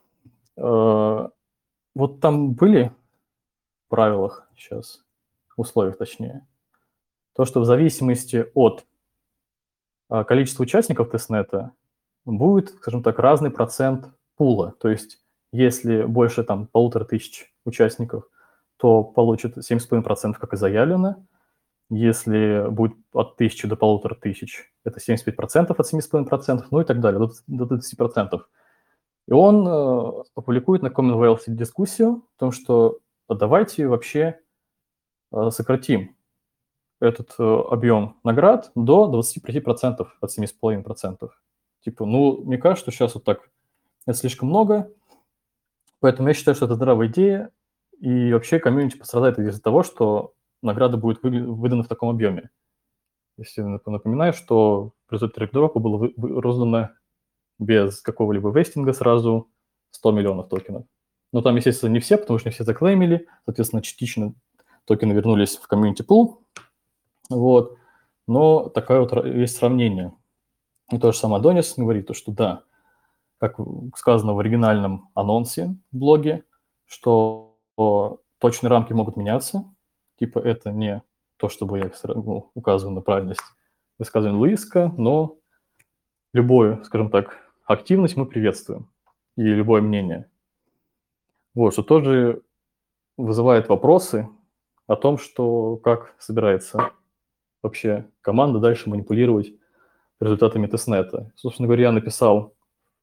вот там были в правилах сейчас, условиях точнее, то, что в зависимости от количества участников тестнета будет, скажем так, разный процент пула. То есть если больше там 1500 участников, то получат 7,5%, как и заявлено. Если будет от 1000 до 1500, это 75% от 7,5%, ну и так далее, до 30%. И он опубликует на Commonwealth дискуссию о том, что давайте вообще сократим этот объем наград до 25% от 7,5%. Типа, мне кажется, что сейчас вот так это слишком много, поэтому я считаю, что это здравая идея, и вообще комьюнити пострадает из-за того, что награда будет выдана в таком объеме. Если напоминаю, что в результате трейдропа было роздано без какого-либо вестинга сразу 100 миллионов токенов. Но там, естественно, не все, потому что не все заклеймили, соответственно, частично токены вернулись в комьюнити пул. Вот. Но такое вот есть сравнение. И то же самое Adonis говорит, что да, как сказано в оригинальном анонсе в блоге, что точные рамки могут меняться. Типа это не то, чтобы я указываю на правильность высказывания Луиска, но любую, скажем так, активность мы приветствуем и любое мнение. Вот, что тоже вызывает вопросы о том, что как собирается вообще команда дальше манипулировать результатами тестнета. Собственно говоря, я написал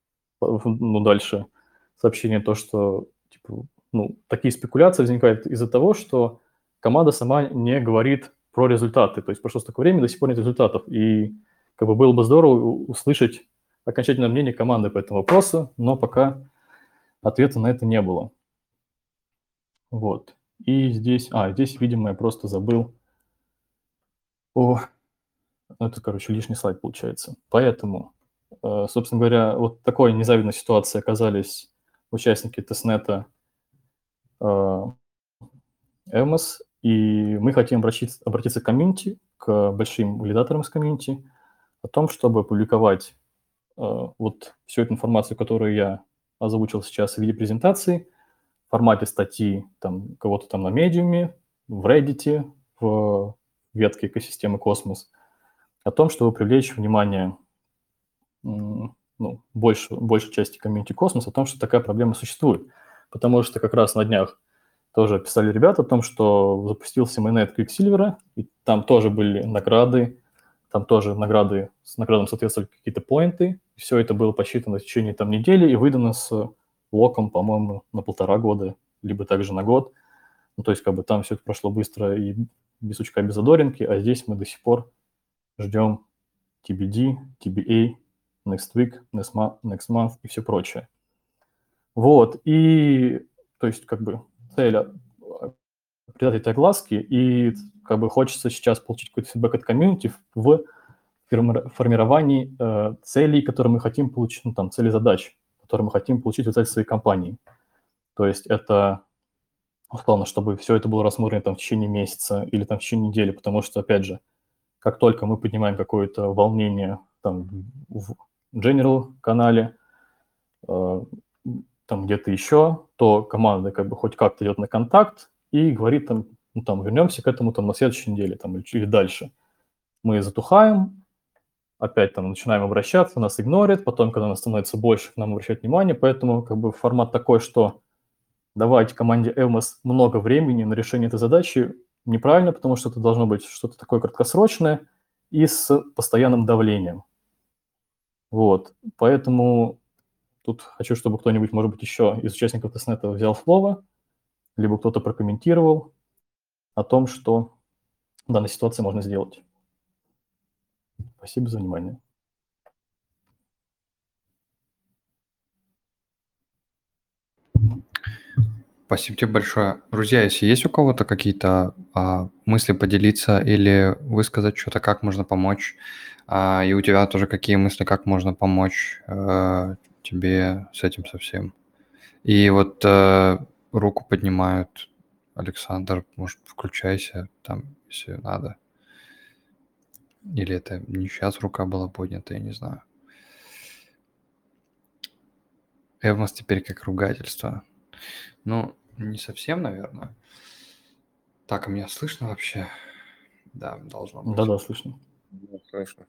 дальше сообщение то, что типа, такие спекуляции возникают из-за того, что команда сама не говорит про результаты. То есть прошло столько времени, до сих пор нет результатов. И как бы было бы здорово услышать окончательное мнение команды по этому вопросу, но пока ответа на это не было. Вот. И здесь, видимо, я просто забыл это, лишний слайд получается. Поэтому, собственно говоря, вот такой незавидной ситуации оказались участники тестнета Эвмос, и мы хотим обратиться к комьюнити, к большим валидаторам из комьюнити, о том, чтобы публиковать вот всю эту информацию, которую я озвучил сейчас в виде презентации, в формате статьи там, кого-то там на Medium, в Reddit, в ветке экосистемы Космос, о том, чтобы привлечь внимание большей части комьюнити Космос о том, что такая проблема существует. Потому что как раз на днях тоже писали ребята о том, что запустился майонет Quicksilver, и там тоже были награды, там тоже награды, с наградам соответствовали какие-то поинты. Все это было посчитано в течение там недели и выдано с локом, по-моему, на 1,5 года, либо также на год. Ну, то есть как бы там все это прошло быстро и без сучка, без задоринки, а здесь мы до сих пор ждем TBD, TBA, next week, next month и все прочее. Вот, и то есть как бы цель придать эти огласки, и как бы хочется сейчас получить какой-то фидбэк от комьюнити в формировании целей, которые мы хотим получить, ну, там, цели задач, которые мы хотим получить в результате своей компании. То есть это, условно, чтобы все это было рассмотрено там в течение месяца или там в течение недели, потому что, опять же, как только мы поднимаем какое-то волнение там в General канале, там где-то еще, то команда как бы хоть как-то идет на контакт и говорит там, ну, там вернемся к этому там на следующей неделе там, или дальше. Мы затухаем, опять там начинаем обращаться, нас игнорят, потом, когда нас становится больше, к нам обращают внимание, поэтому как бы формат такой, что давать команде Evmos много времени на решение этой задачи неправильно, потому что это должно быть что-то такое краткосрочное и с постоянным давлением. Вот, поэтому тут хочу, чтобы кто-нибудь, может быть, еще из участников тестнета взял слово, либо кто-то прокомментировал о том, что в данной ситуации можно сделать. Спасибо за внимание. Спасибо тебе большое. Друзья, если есть у кого-то какие-то мысли поделиться или высказать что-то, как можно помочь, и у тебя тоже какие мысли, как можно помочь тебе с этим совсем. И вот руку поднимают. Александр, может, включайся там, если надо. Или это не сейчас рука была поднята, я не знаю. Evmos теперь как ругательство. Ну, не совсем, наверное. Так, а меня слышно вообще? Да, должно быть. Да-да, слышно. Да, слышно.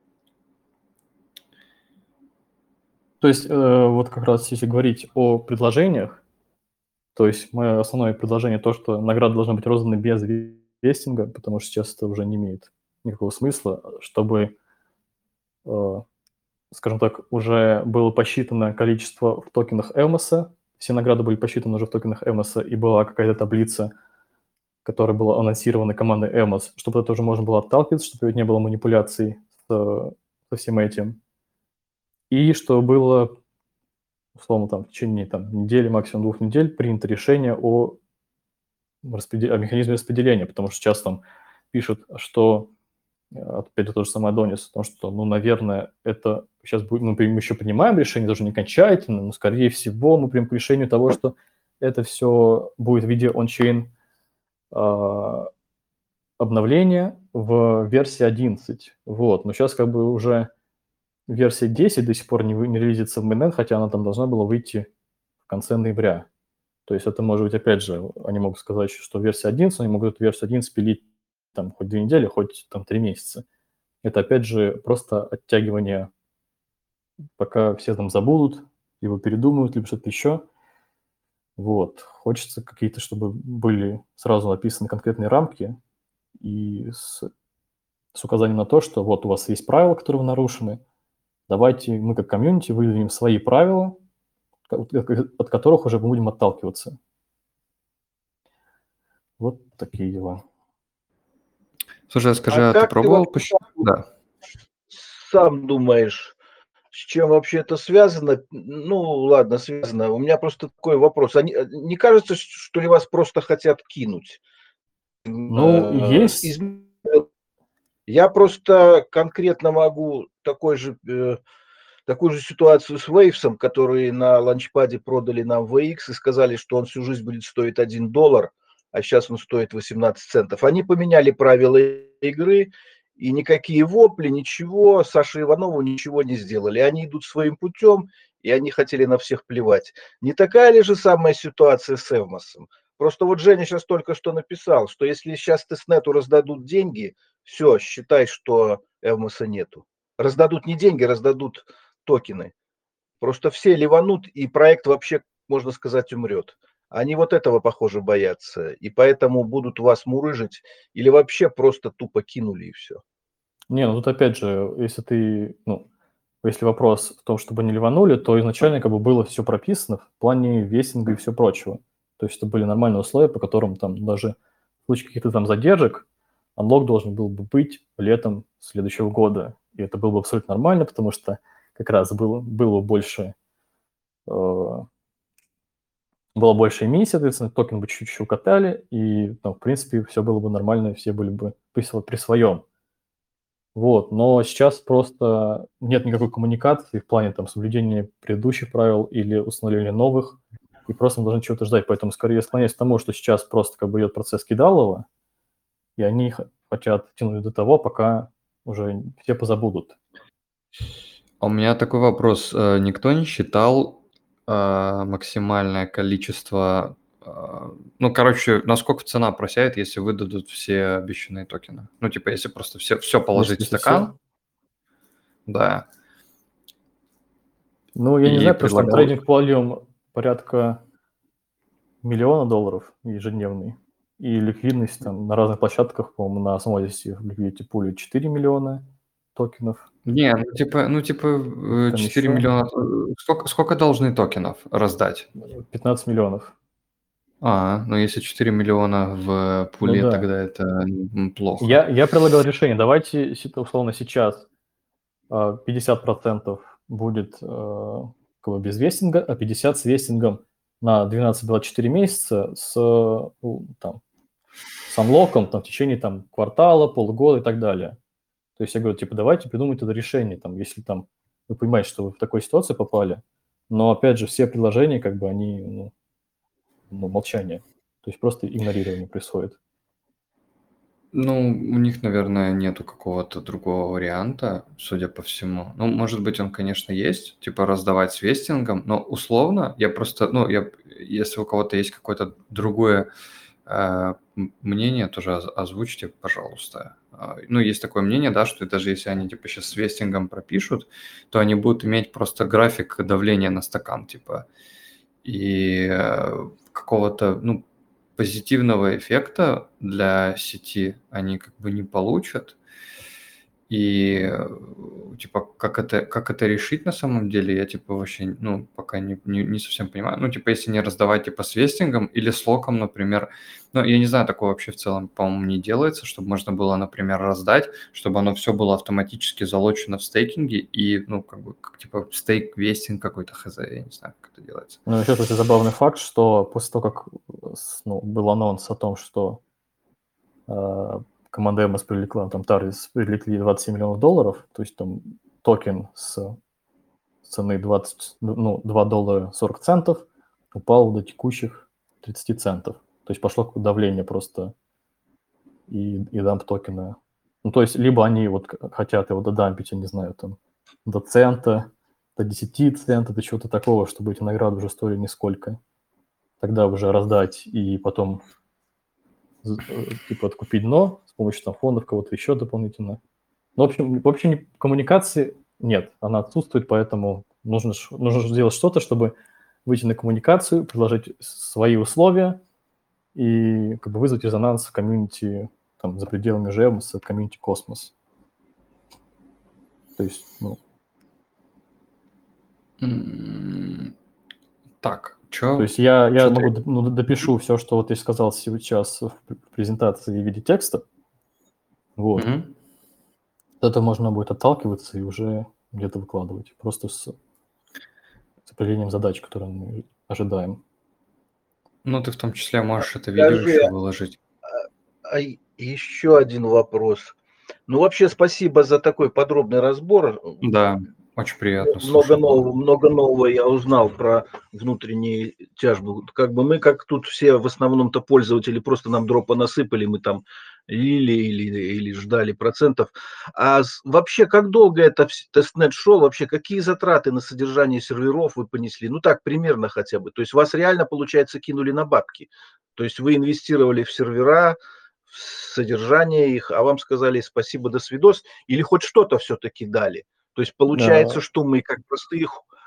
То есть вот как раз если говорить о предложениях, то есть мое основное предложение то, что награды должны быть розданы без вестинга, потому что сейчас это уже не имеет никакого смысла, чтобы, скажем так, уже было посчитано количество в токенах Evmos, все награды были посчитаны уже в токенах Evmos, и была какая-то таблица, которая была анонсирована командой Evmos, чтобы это уже можно было отталкиваться, чтобы не было манипуляций со всем этим. И что было, условно, там, в течение там, недели, максимум 2 недель принято решение о механизме распределения, потому что сейчас там пишут, что, опять же, то же самое Адонис, потому что, ну, наверное, это сейчас будет, мы еще принимаем решение, даже не окончательно, но, скорее всего, мы примем к решению того, что это все будет в виде он-чейн обновления в версии 11. Вот, но сейчас как бы уже версия 10 до сих пор не релизится в mainnet, хотя она там должна была выйти в конце ноября. То есть это может быть, опять же, они могут сказать, что версия 11, они могут эту версию 11 пилить там хоть 2 недели, хоть там 3 месяца. Это, опять же, просто оттягивание, пока все там забудут, либо передумают, либо что-то еще. Вот. Хочется какие-то, чтобы были сразу написаны конкретные рамки и с указанием на то, что вот у вас есть правила, которые нарушены, давайте мы как комьюнити выдвинем свои правила, от которых уже будем отталкиваться. Вот такие дела. Слушай, скажи, а ты пробовал? Да. Сам думаешь, с чем вообще это связано? Ну, ладно, связано. У меня просто такой вопрос. Не кажется, что ли вас просто хотят кинуть? Ну, есть. Я просто конкретно могу такую же ситуацию с Waves, которые на ланчпаде продали нам VX и сказали, что он всю жизнь будет стоить $1, а сейчас он стоит 18 центов. Они поменяли правила игры, и никакие вопли, ничего, Саше Иванову ничего не сделали. Они идут своим путем, и они хотели на всех плевать. Не такая ли же самая ситуация с Evmos? Просто вот Женя сейчас только что написал, что если сейчас тестнету раздадут деньги, все, считай, что Evmos нету. Раздадут не деньги, раздадут токены. Просто все ливанут, и проект вообще можно сказать, умрет. Они вот этого, похоже, боятся, и поэтому будут вас мурыжить или вообще просто тупо кинули и все. Не, ну тут опять же, если вопрос в том, чтобы не ливанули, то изначально как бы было все прописано в плане вестинга и все прочего. То есть это были нормальные условия, по которым там даже в случае каких-то там задержек анлок должен был бы быть летом следующего года. И это было бы абсолютно нормально, потому что как раз было больше эмиссии, соответственно, токен бы чуть-чуть укатали, и, в принципе, все было бы нормально, все были бы при своем. Вот, но сейчас просто нет никакой коммуникации в плане там соблюдения предыдущих правил или установления новых, и просто мы должны чего-то ждать. Поэтому скорее я склоняюсь к тому, что сейчас просто как бы идет процесс кидалова, и они хотят тянуть до того, пока уже все позабудут. А у меня такой вопрос. Никто не считал максимальное количество... насколько цена просядет, если выдадут все обещанные токены? Ну, типа, если просто все положить в Если стакан. всё? Да. Ну, я не И знаю, потому что там предлагал- трейдинг волюм порядка $1 миллиона ежедневный. И ликвидность там на разных площадках, по-моему, на самой здесь в Liquidity Pool 4 миллиона токенов. Не, 4 ещё? миллиона. Сколько должны токенов раздать? 15 миллионов. Если 4 миллиона в пуле, да. тогда это плохо. Я предлагал решение. Давайте, условно, сейчас 50% будет как бы без вестинга, а 50% с вестингом на 12-24 месяца с анлоком в течение квартала, полугода и так далее. То есть я говорю, давайте придумайте это решение, если вы понимаете, что вы в такой ситуации попали, но опять же все предложения, как бы они, молчание. То есть просто игнорирование происходит. У них, наверное, нету какого-то другого варианта, судя по всему. Может быть, он, конечно, есть, раздавать с вестингом, но условно, если у кого-то есть какое-то другое мнение, тоже озвучьте, пожалуйста. Есть такое мнение, да, что даже если они, сейчас с вестингом пропишут, то они будут иметь просто график давления на стакан, и какого-то, позитивного эффекта для сети они как бы не получат. И как это решить на самом деле, я вообще пока не совсем понимаю. Если не раздавать с вестингом или с локом, например. Я не знаю, такого вообще в целом, по-моему, не делается, чтобы можно было, например, раздать, чтобы оно все было автоматически залочено в стейкинге и, стейк, вестинг какой-то, хз, я не знаю, как это делается. Еще такой забавный факт, что после того, как был анонс о том, что команда Эмос привлекла, Тарвис привлекли $27 миллионов, то есть токен с цены $2.40 упал до текущих 30 центов. То есть пошло давление просто и дамп токена. То есть либо они хотят его додампить, я не знаю, до цента, до 10 центов, до чего-то такого, чтобы эти награды уже стоили нисколько. Тогда уже раздать и потом откупить дно с помощью фондов кого-то еще дополнительно. В общем, коммуникации нет, она отсутствует, поэтому нужно сделать что-то, чтобы выйти на коммуникацию, предложить свои условия и как бы вызвать резонанс в комьюнити за пределами Жемоса, комьюнити Космос. То есть, Так, что? То есть я допишу все, что ты сказал сейчас в презентации в виде текста. Вот. Мгм. От этого можно будет отталкиваться и уже где-то выкладывать. Просто с определением задач, которые мы ожидаем. Ты в том числе можешь это видео Скажи, еще выложить. Еще один вопрос. Вообще спасибо за такой подробный разбор. Да, очень приятно Много слушать. нового я узнал про внутренние тяжбы. Как бы мы, как тут все в основном-то пользователи, просто нам дропа насыпали, мы лили или ждали процентов. А вообще, как долго это тестнет шел? Вообще, какие затраты на содержание серверов вы понесли? Так, примерно хотя бы. То есть вас реально, получается, кинули на бабки. То есть вы инвестировали в сервера, в содержание их, а вам сказали спасибо, до свидос, или хоть что-то все-таки дали? То есть получается, что мы, как простые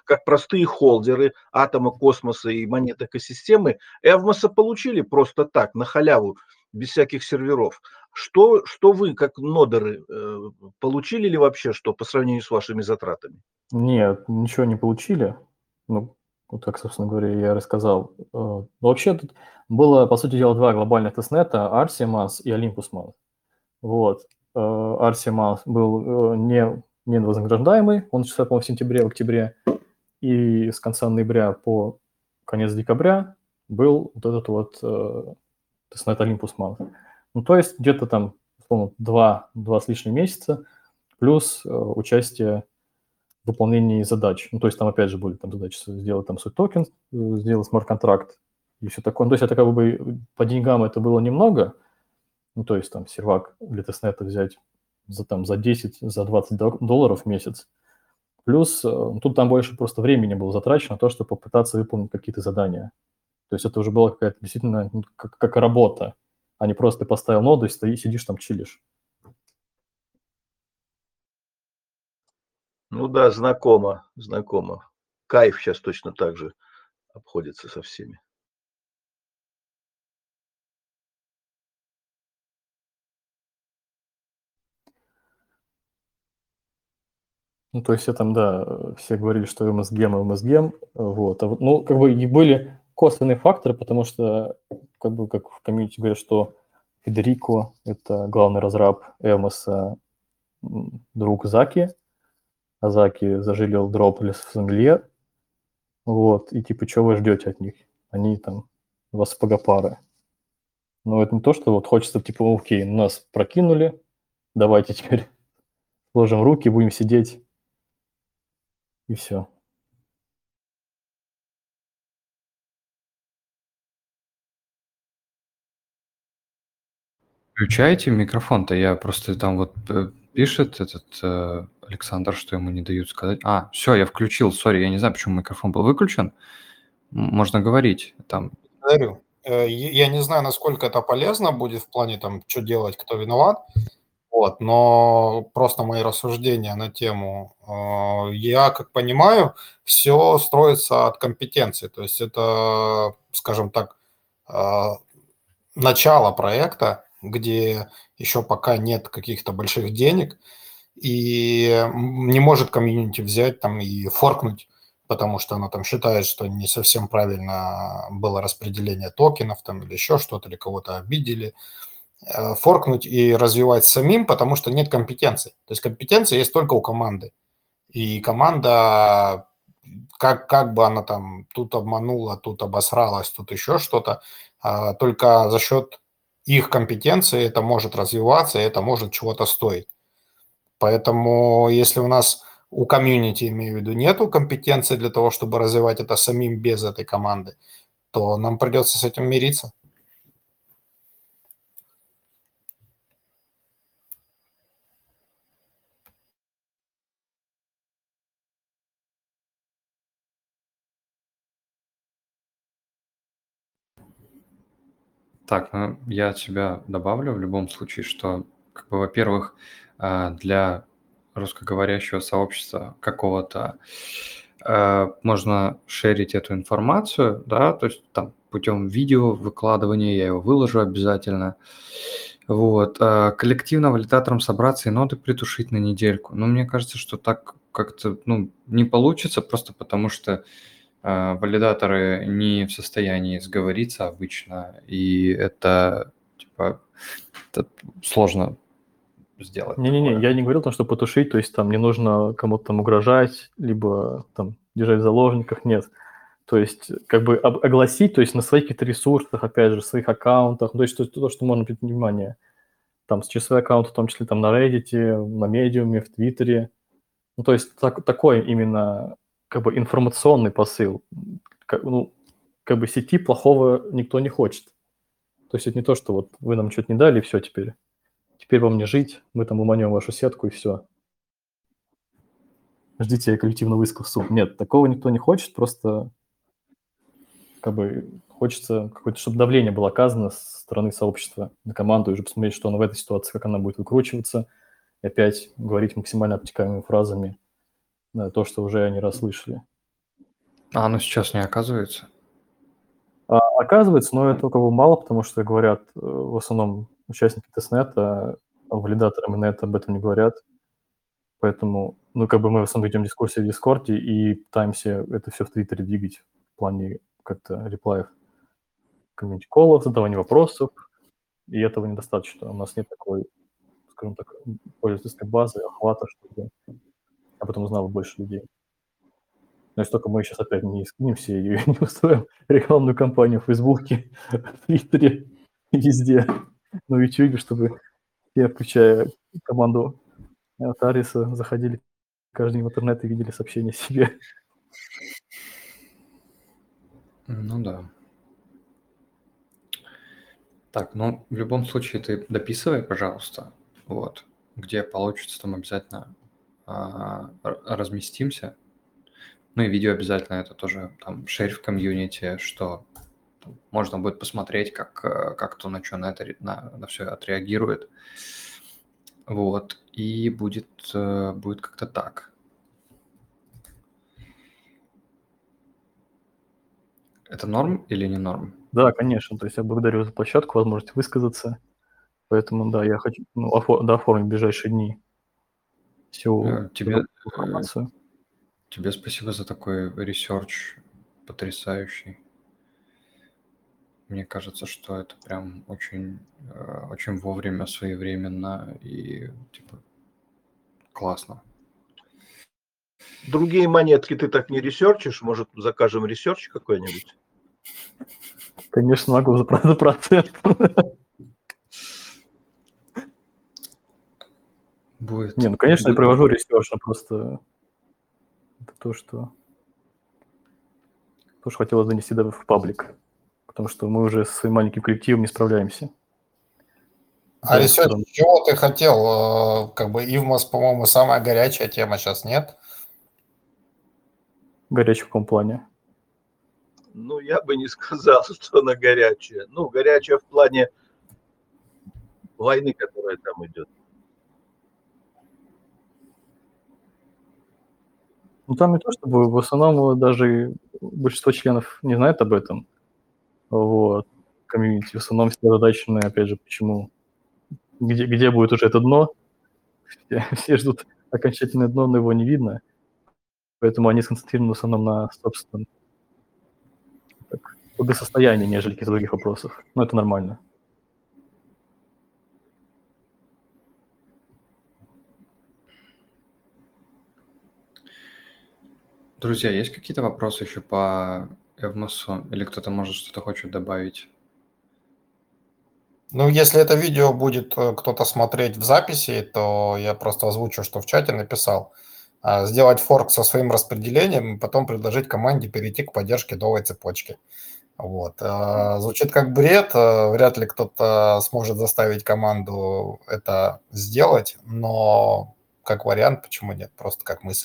как простые холдеры атома, космоса и монет экосистемы, Эвмоса получили просто так, на халяву, без всяких серверов. Что вы, как нодеры, получили ли вообще что по сравнению с вашими затратами? Нет, ничего не получили. Ну, вот как, собственно говоря, я рассказал. Но вообще тут было, по сути дела, два глобальных тестнета, Arsimas и Olympus Mons. Вот. Arsimas был не вознаграждаемый, он начался, по-моему, в сентябре, в октябре, и с конца ноября по конец декабря был вот этот вот тестнет Olympus Mons. Ну, то есть где-то там, условно, 2 с лишним месяца, плюс участие в выполнении задач. Ну, то есть там, опять же, были там задачи сделать там свой токен, сделать смарт-контракт и все такое. Ну, то есть это как бы по деньгам это было немного. Ну, то есть там сервак для тестнета взять за 10, за $20 в месяц. Плюс тут там больше просто времени было затрачено на то, чтобы попытаться выполнить какие-то задания. То есть это уже была какая-то действительно как работа, а не просто ты поставил ноду и сидишь там чилишь. Ну да, знакомо. Кайф сейчас точно так же обходится со всеми. Ну, то есть все там, да, все говорили, что МСГем, вот. Ну, как бы и были косвенные факторы, потому что, как бы, как в комьюнити говорят, что Федерико – это главный разраб Эвмоса, друг Заки, а Заки зажилил Дрополис в Сомелье, вот, и типа, что вы ждете от них? Они там у вас погопары. Но это не то, что вот хочется, типа, окей, нас прокинули, давайте теперь сложим руки, будем сидеть, и все. Включайте микрофон-то, я просто там вот пишет этот Александр, что ему не дают сказать. Все, я включил, сори, я не знаю, почему микрофон был выключен. Можно говорить там. Говорю, я не знаю, насколько это полезно будет в плане там, что делать, кто виноват. Вот, но просто мои рассуждения на тему. Я, как понимаю, все строится от компетенции. То есть это, скажем так, начало проекта, где еще пока нет каких-то больших денег, и не может комьюнити взять там и форкнуть, потому что она там считает, что не совсем правильно было распределение токенов там или еще что-то, или кого-то обидели. Форкнуть и развивать самим, потому что нет компетенции. То есть компетенция есть только у команды. И команда, как бы она там тут обманула, тут обосралась, тут еще что-то, только за счет их компетенции это может развиваться, и это может чего-то стоить. Поэтому если у комьюнити, имею в виду, нету компетенции для того, чтобы развивать это самим без этой команды, то нам придется с этим мириться. Так, ну я от себя добавлю в любом случае, что, как бы, во-первых, для русскоговорящего сообщества какого-то можно шерить эту информацию, да, то есть там путем видео выкладывания, я его выложу обязательно. Вот. Коллективно валидаторам собраться и ноды притушить на недельку. Но мне кажется, что так как-то не получится, просто потому что валидаторы не в состоянии сговориться обычно, и это, типа, это сложно сделать. Не-не-не, я не говорил о том, что потушить, то есть там не нужно кому-то там угрожать, либо там держать в заложниках, нет. То есть как бы огласить, то есть на своих каких-то ресурсах, опять же, своих аккаунтах, то есть то, что можно обратить внимание. Там через свои аккаунты, в том числе там на Reddit, на Medium, в Твиттере. Ну, то есть такой именно как бы информационный посыл. Как бы сети плохого никто не хочет. То есть это не то, что вот вы нам что-то не дали, и все теперь. Теперь вам не жить, мы там ломанем вашу сетку, и все. Ждите коллективного иска в суд. Нет, такого никто не хочет, просто как бы хочется какое-то, чтобы давление было оказано со стороны сообщества на команду, и уже посмотреть, что она в этой ситуации, как она будет выкручиваться, и опять говорить максимально обтекаемыми фразами то, что уже они раз слышали. А оно сейчас не оказывается? Оказывается, но это как бы мало, потому что говорят в основном участники тестнета, а валидаторы инета об этом не говорят. Поэтому, ну, как бы мы в основном ведем дискуссии в Дискорде и пытаемся это все в Твиттере двигать в плане как-то реплаев, комьюнити-коллов, задавания вопросов, и этого недостаточно. У нас нет такой, скажем так, пользовательской базы, охвата, чтобы об этом узнало больше людей. Но если только мы сейчас опять не скинемся и не устроим рекламную кампанию в Фейсбуке, в Твиттере, везде, на Ютубе, чтобы все, включая команду Тариса, заходили каждый день в интернет и видели сообщения о себе. Ну да. Так, ну в любом случае ты дописывай, пожалуйста, вот, где получится, там обязательно разместимся. Ну и видео обязательно это тоже там шерь в комьюнити, что можно будет посмотреть, как кто на что на все отреагирует. Вот, и будет как-то так. Это норм или не норм? Да, конечно. То есть я благодарю за площадку, возможность высказаться. Поэтому, да, я хочу оформить в ближайшие дни всю информацию. Тебе спасибо за такой ресерч потрясающий. Мне кажется, что это прям очень, очень вовремя, своевременно и типа классно. Другие монетки ты так не ресерчишь? Может, закажем ресерч какой-нибудь? Конечно, могу за процент. Будет. Не, ну, конечно, я провожу ресерч, но просто это то, что хотелось донести в паблик. Потому что мы уже со своим маленьким коллективом не справляемся. А ресерч, чего ты хотел? Как бы Ивмос, по-моему, самая горячая тема сейчас, нет? Горячая в каком плане? Ну, я бы не сказал, что она горячая. Ну, горячая в плане войны, которая там идет. Ну, там не то, чтобы в основном даже большинство членов не знает об этом. Вот. Комьюнити в основном все озадачены, опять же, почему, где будет уже это дно. Все ждут окончательное дно, но его не видно. Поэтому они сконцентрированы в основном на собственном благосостоянии, нежели каких-то других вопросов. Но это нормально. Друзья, есть какие-то вопросы еще по Эвмосу? Или кто-то, может, что-то хочет добавить? Ну, если это видео будет кто-то смотреть в записи, то я просто озвучу, что в чате написал. Сделать форк со своим распределением и потом предложить команде перейти к поддержке новой цепочки. Вот. Звучит как бред, вряд ли кто-то сможет заставить команду это сделать, но как вариант, почему нет, просто как мысль.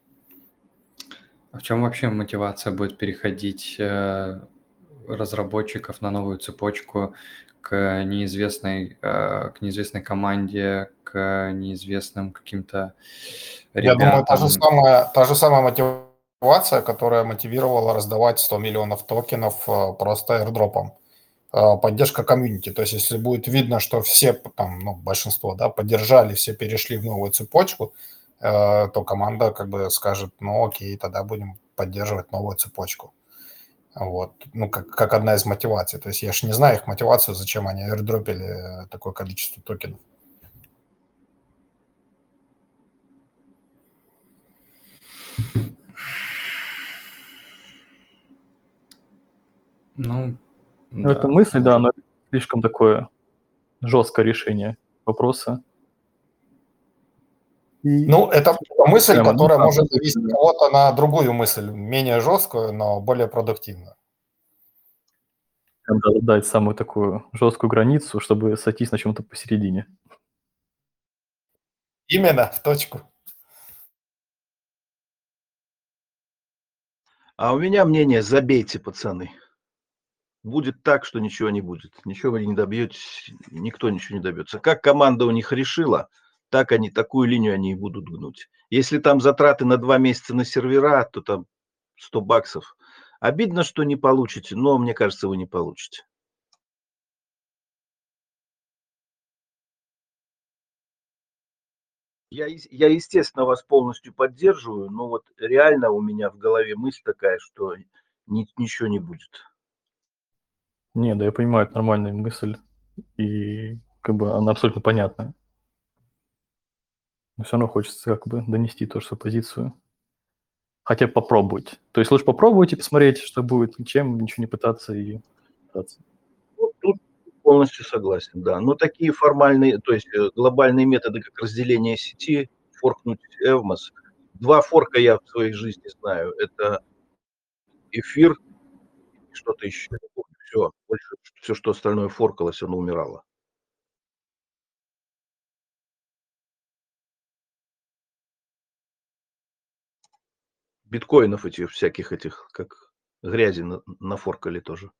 А в чем вообще мотивация будет переходить разработчиков на новую цепочку к неизвестной команде, к неизвестным каким-то ребятам? Я думаю, та же самая мотивация, которая мотивировала раздавать 100 миллионов токенов просто аирдропом. Поддержка комьюнити. То есть, если будет видно, что все, там, ну, большинство, да, поддержали, все перешли в новую цепочку, то команда как бы скажет, ну окей, тогда будем поддерживать новую цепочку. Вот. Ну, как одна из мотиваций. То есть я же не знаю их мотивацию, зачем они аирдропили такое количество токенов. Ну, это мысль, да, но это слишком такое жесткое решение вопроса. Ну, это мысль, которая может навести кого-то на другую мысль, менее жесткую, но более продуктивную. Надо дать самую такую жесткую границу, чтобы сойтись на чем-то посередине. Именно, в точку. А у меня мнение, забейте, пацаны. Будет так, что ничего не будет. Ничего вы не добьетесь, никто ничего не добьется. Как команда у них решила, так такую линию они и будут гнуть. Если там затраты на 2 месяца на сервера, то там 100 баксов. Обидно, что не получите, но мне кажется, вы не получите. Я, естественно, вас полностью поддерживаю, но вот реально у меня в голове мысль такая, что ничего не будет. Не, да я понимаю, это нормальная мысль, и как бы она абсолютно понятная. Но все равно хочется как бы донести тоже свою позицию. Хотя бы попробовать. То есть лучше попробовать и посмотреть, что будет, чем ничего не пытаться и пытаться. Ну, тут полностью согласен, да. Но такие формальные, то есть глобальные методы, как разделение сети, форкнуть Evmos. 2 форка я в своей жизни знаю. Это эфир и что-то еще. Все, больше все, что остальное форкалось, оно умирало. Биткоинов этих всяких этих, как грязи нафоркали тоже.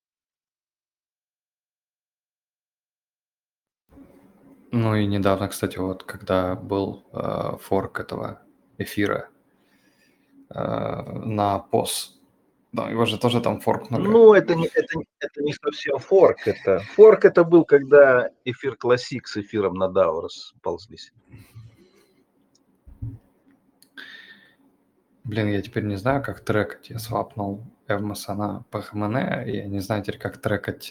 Ну и недавно, кстати, вот когда был форк этого эфира на POS, да, его же тоже там форкнули. Ну, это не совсем форк. Форк это был, когда эфир Classic с эфиром на DAO расползлись. Блин, я теперь не знаю, как трекать. Я свапнул Evmos на PHMN, и я не знаю теперь, как трекать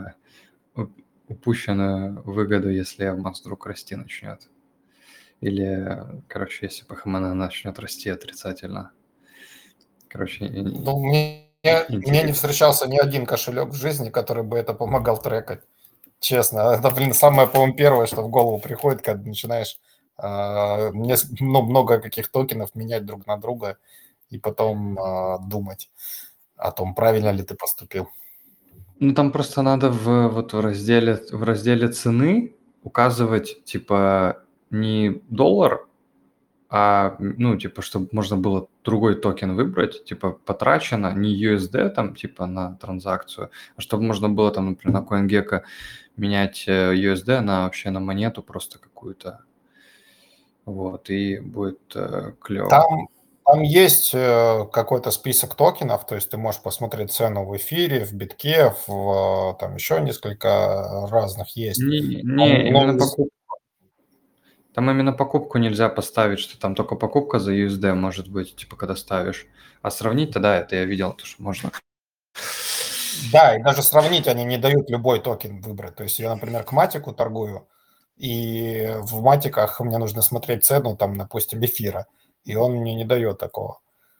упущенную выгоду, если Evmos вдруг расти начнет. Или, короче, если PHMN начнет расти отрицательно. Короче, Ну, мне не встречался ни один кошелек в жизни, который бы это помогал трекать. Честно, это, блин, самое, по-моему, первое, что в голову приходит, когда начинаешь много каких токенов менять друг на друга и потом думать о том, правильно ли ты поступил. Ну, там просто надо в разделе цены указывать, типа, не доллар, а, ну, типа, чтобы можно было другой токен выбрать, типа, потрачено не USD, там, типа, на транзакцию, а чтобы можно было, там, например, на CoinGecko менять USD вообще на монету просто какую-то. Вот, и будет клево. Там есть какой-то список токенов, то есть ты можешь посмотреть цену в эфире, в битке, там еще несколько разных есть. Именно покупку. Там именно покупку нельзя поставить, что там только покупка за USD может быть, типа, когда ставишь. А сравнить тогда это я видел, то, что можно. Да, и даже сравнить они не дают любой токен выбрать. То есть я, например, к матику торгую, и в матиках мне нужно смотреть цену, там, допустим, эфира, и он мне не дает такого.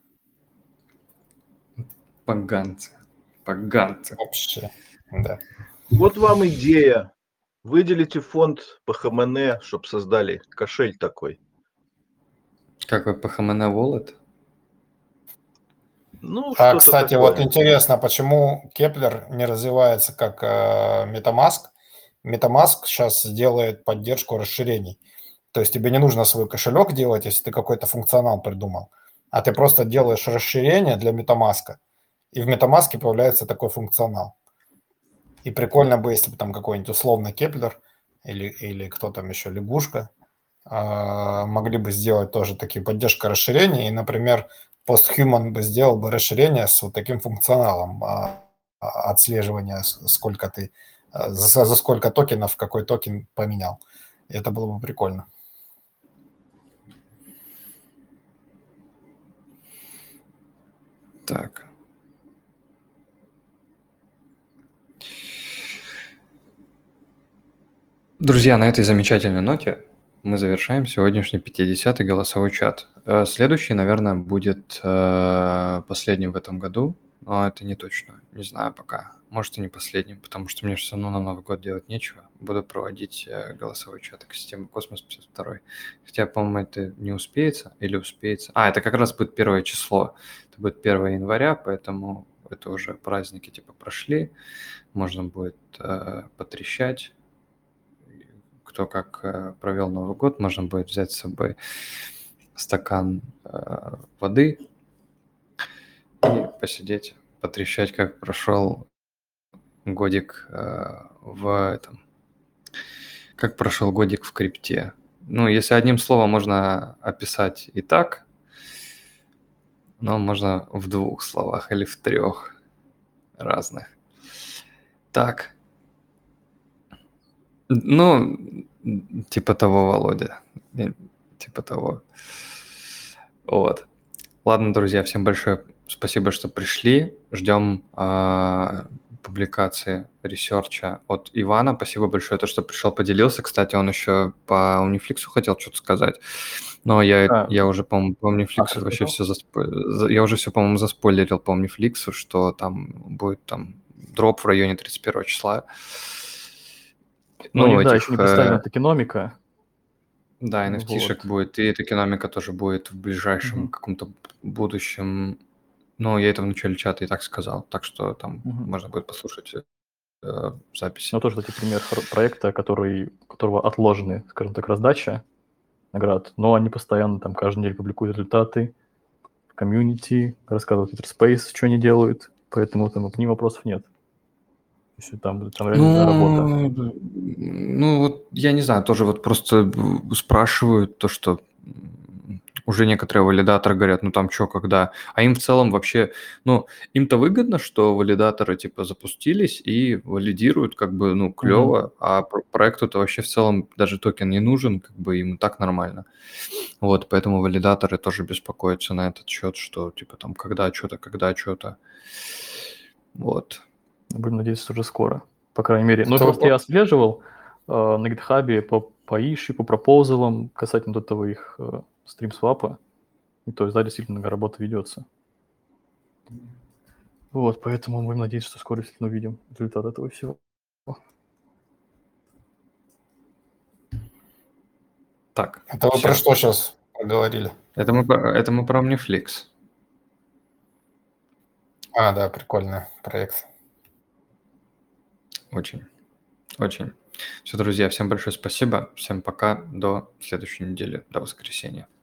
Поганцы. Вообще, да. Вот вам идея. Выделите фонд PHMN, чтобы создали кошель такой. Какой PHMN Wallet? Ну, кстати, такое. вот интересно, почему Кеплер не развивается как MetaMask? MetaMask сейчас делает поддержку расширений. То есть тебе не нужно свой кошелек делать, если ты какой-то функционал придумал, а ты просто делаешь расширение для MetaMask, и в MetaMask появляется такой функционал. И прикольно бы, если бы там какой-нибудь условно Кеплер или кто там еще, Лягушка, могли бы сделать тоже такие поддержка расширений. И, например, Posthuman бы сделал бы расширение с вот таким функционалом отслеживания, сколько ты, за сколько токенов какой токен поменял. И это было бы прикольно. Так. Друзья, на этой замечательной ноте мы завершаем сегодняшний 50-й голосовой чат. Следующий, наверное, будет последним в этом году, но это не точно, не знаю пока. Может и не последним, потому что мне все равно на Новый год делать нечего. Буду проводить голосовой чат к системе Космос 52. Хотя, по-моему, это не успеется или успеется. Это как раз будет 1 число. Это будет 1 января, поэтому это уже праздники типа прошли. Можно будет потрещать. Кто как провел Новый год, можно будет взять с собой стакан воды и посидеть, потрещать, как прошел годик как прошел годик в крипте. Ну, если одним словом можно описать и так, Но можно в 2 словах или в 3 разных. Так. Ну, типа того, Володя. Типа того. Вот. Ладно, друзья, всем большое спасибо, что пришли. Ждем публикации ресерча от Ивана. Спасибо большое, то, что пришел, поделился. Кстати, он еще по Omniflix хотел что-то сказать. Но я уже, по-моему, по Omniflix вообще все я уже все, по-моему, заспойлерил по Omniflix, что там будет там дроп в районе 31 числа. Ну, да, еще не представлена токеномика. Да, NFT-шек будет, и токеномика тоже будет в ближайшем каком-то будущем. Ну, я это в начале чата и так сказал, так что там можно будет послушать записи. Ну, тоже, кстати, пример проекта, у которого отложены, скажем так, раздача наград, но они постоянно там каждую неделю публикуют результаты в комьюнити, рассказывают Twitter что они делают, поэтому там к ним вопросов нет. Если там реально работа. Ну, вот я не знаю, тоже вот просто спрашивают то, что уже некоторые валидаторы говорят, ну там что, когда... А им в целом вообще... Ну, им-то выгодно, что валидаторы типа запустились и валидируют, как бы, ну, клево, а проекту-то вообще в целом даже токен не нужен, как бы им и так нормально. Вот, поэтому валидаторы тоже беспокоятся на этот счет, что типа там когда что-то. Вот. Будем надеяться, уже скоро, по крайней мере. Ну, просто я отслеживал на GitHub по issue, по пропозалам касательно вот этого их стримсвапа. И то есть, да, действительно работа ведется. Вот, поэтому будем надеяться, что скоро действительно увидим результат этого всего. Так. Это вы про что сейчас поговорили? Это мы про Omniflix. А, да, прикольный проект. Очень. Все, друзья, всем большое спасибо. Всем пока. До следующей недели. До воскресенья.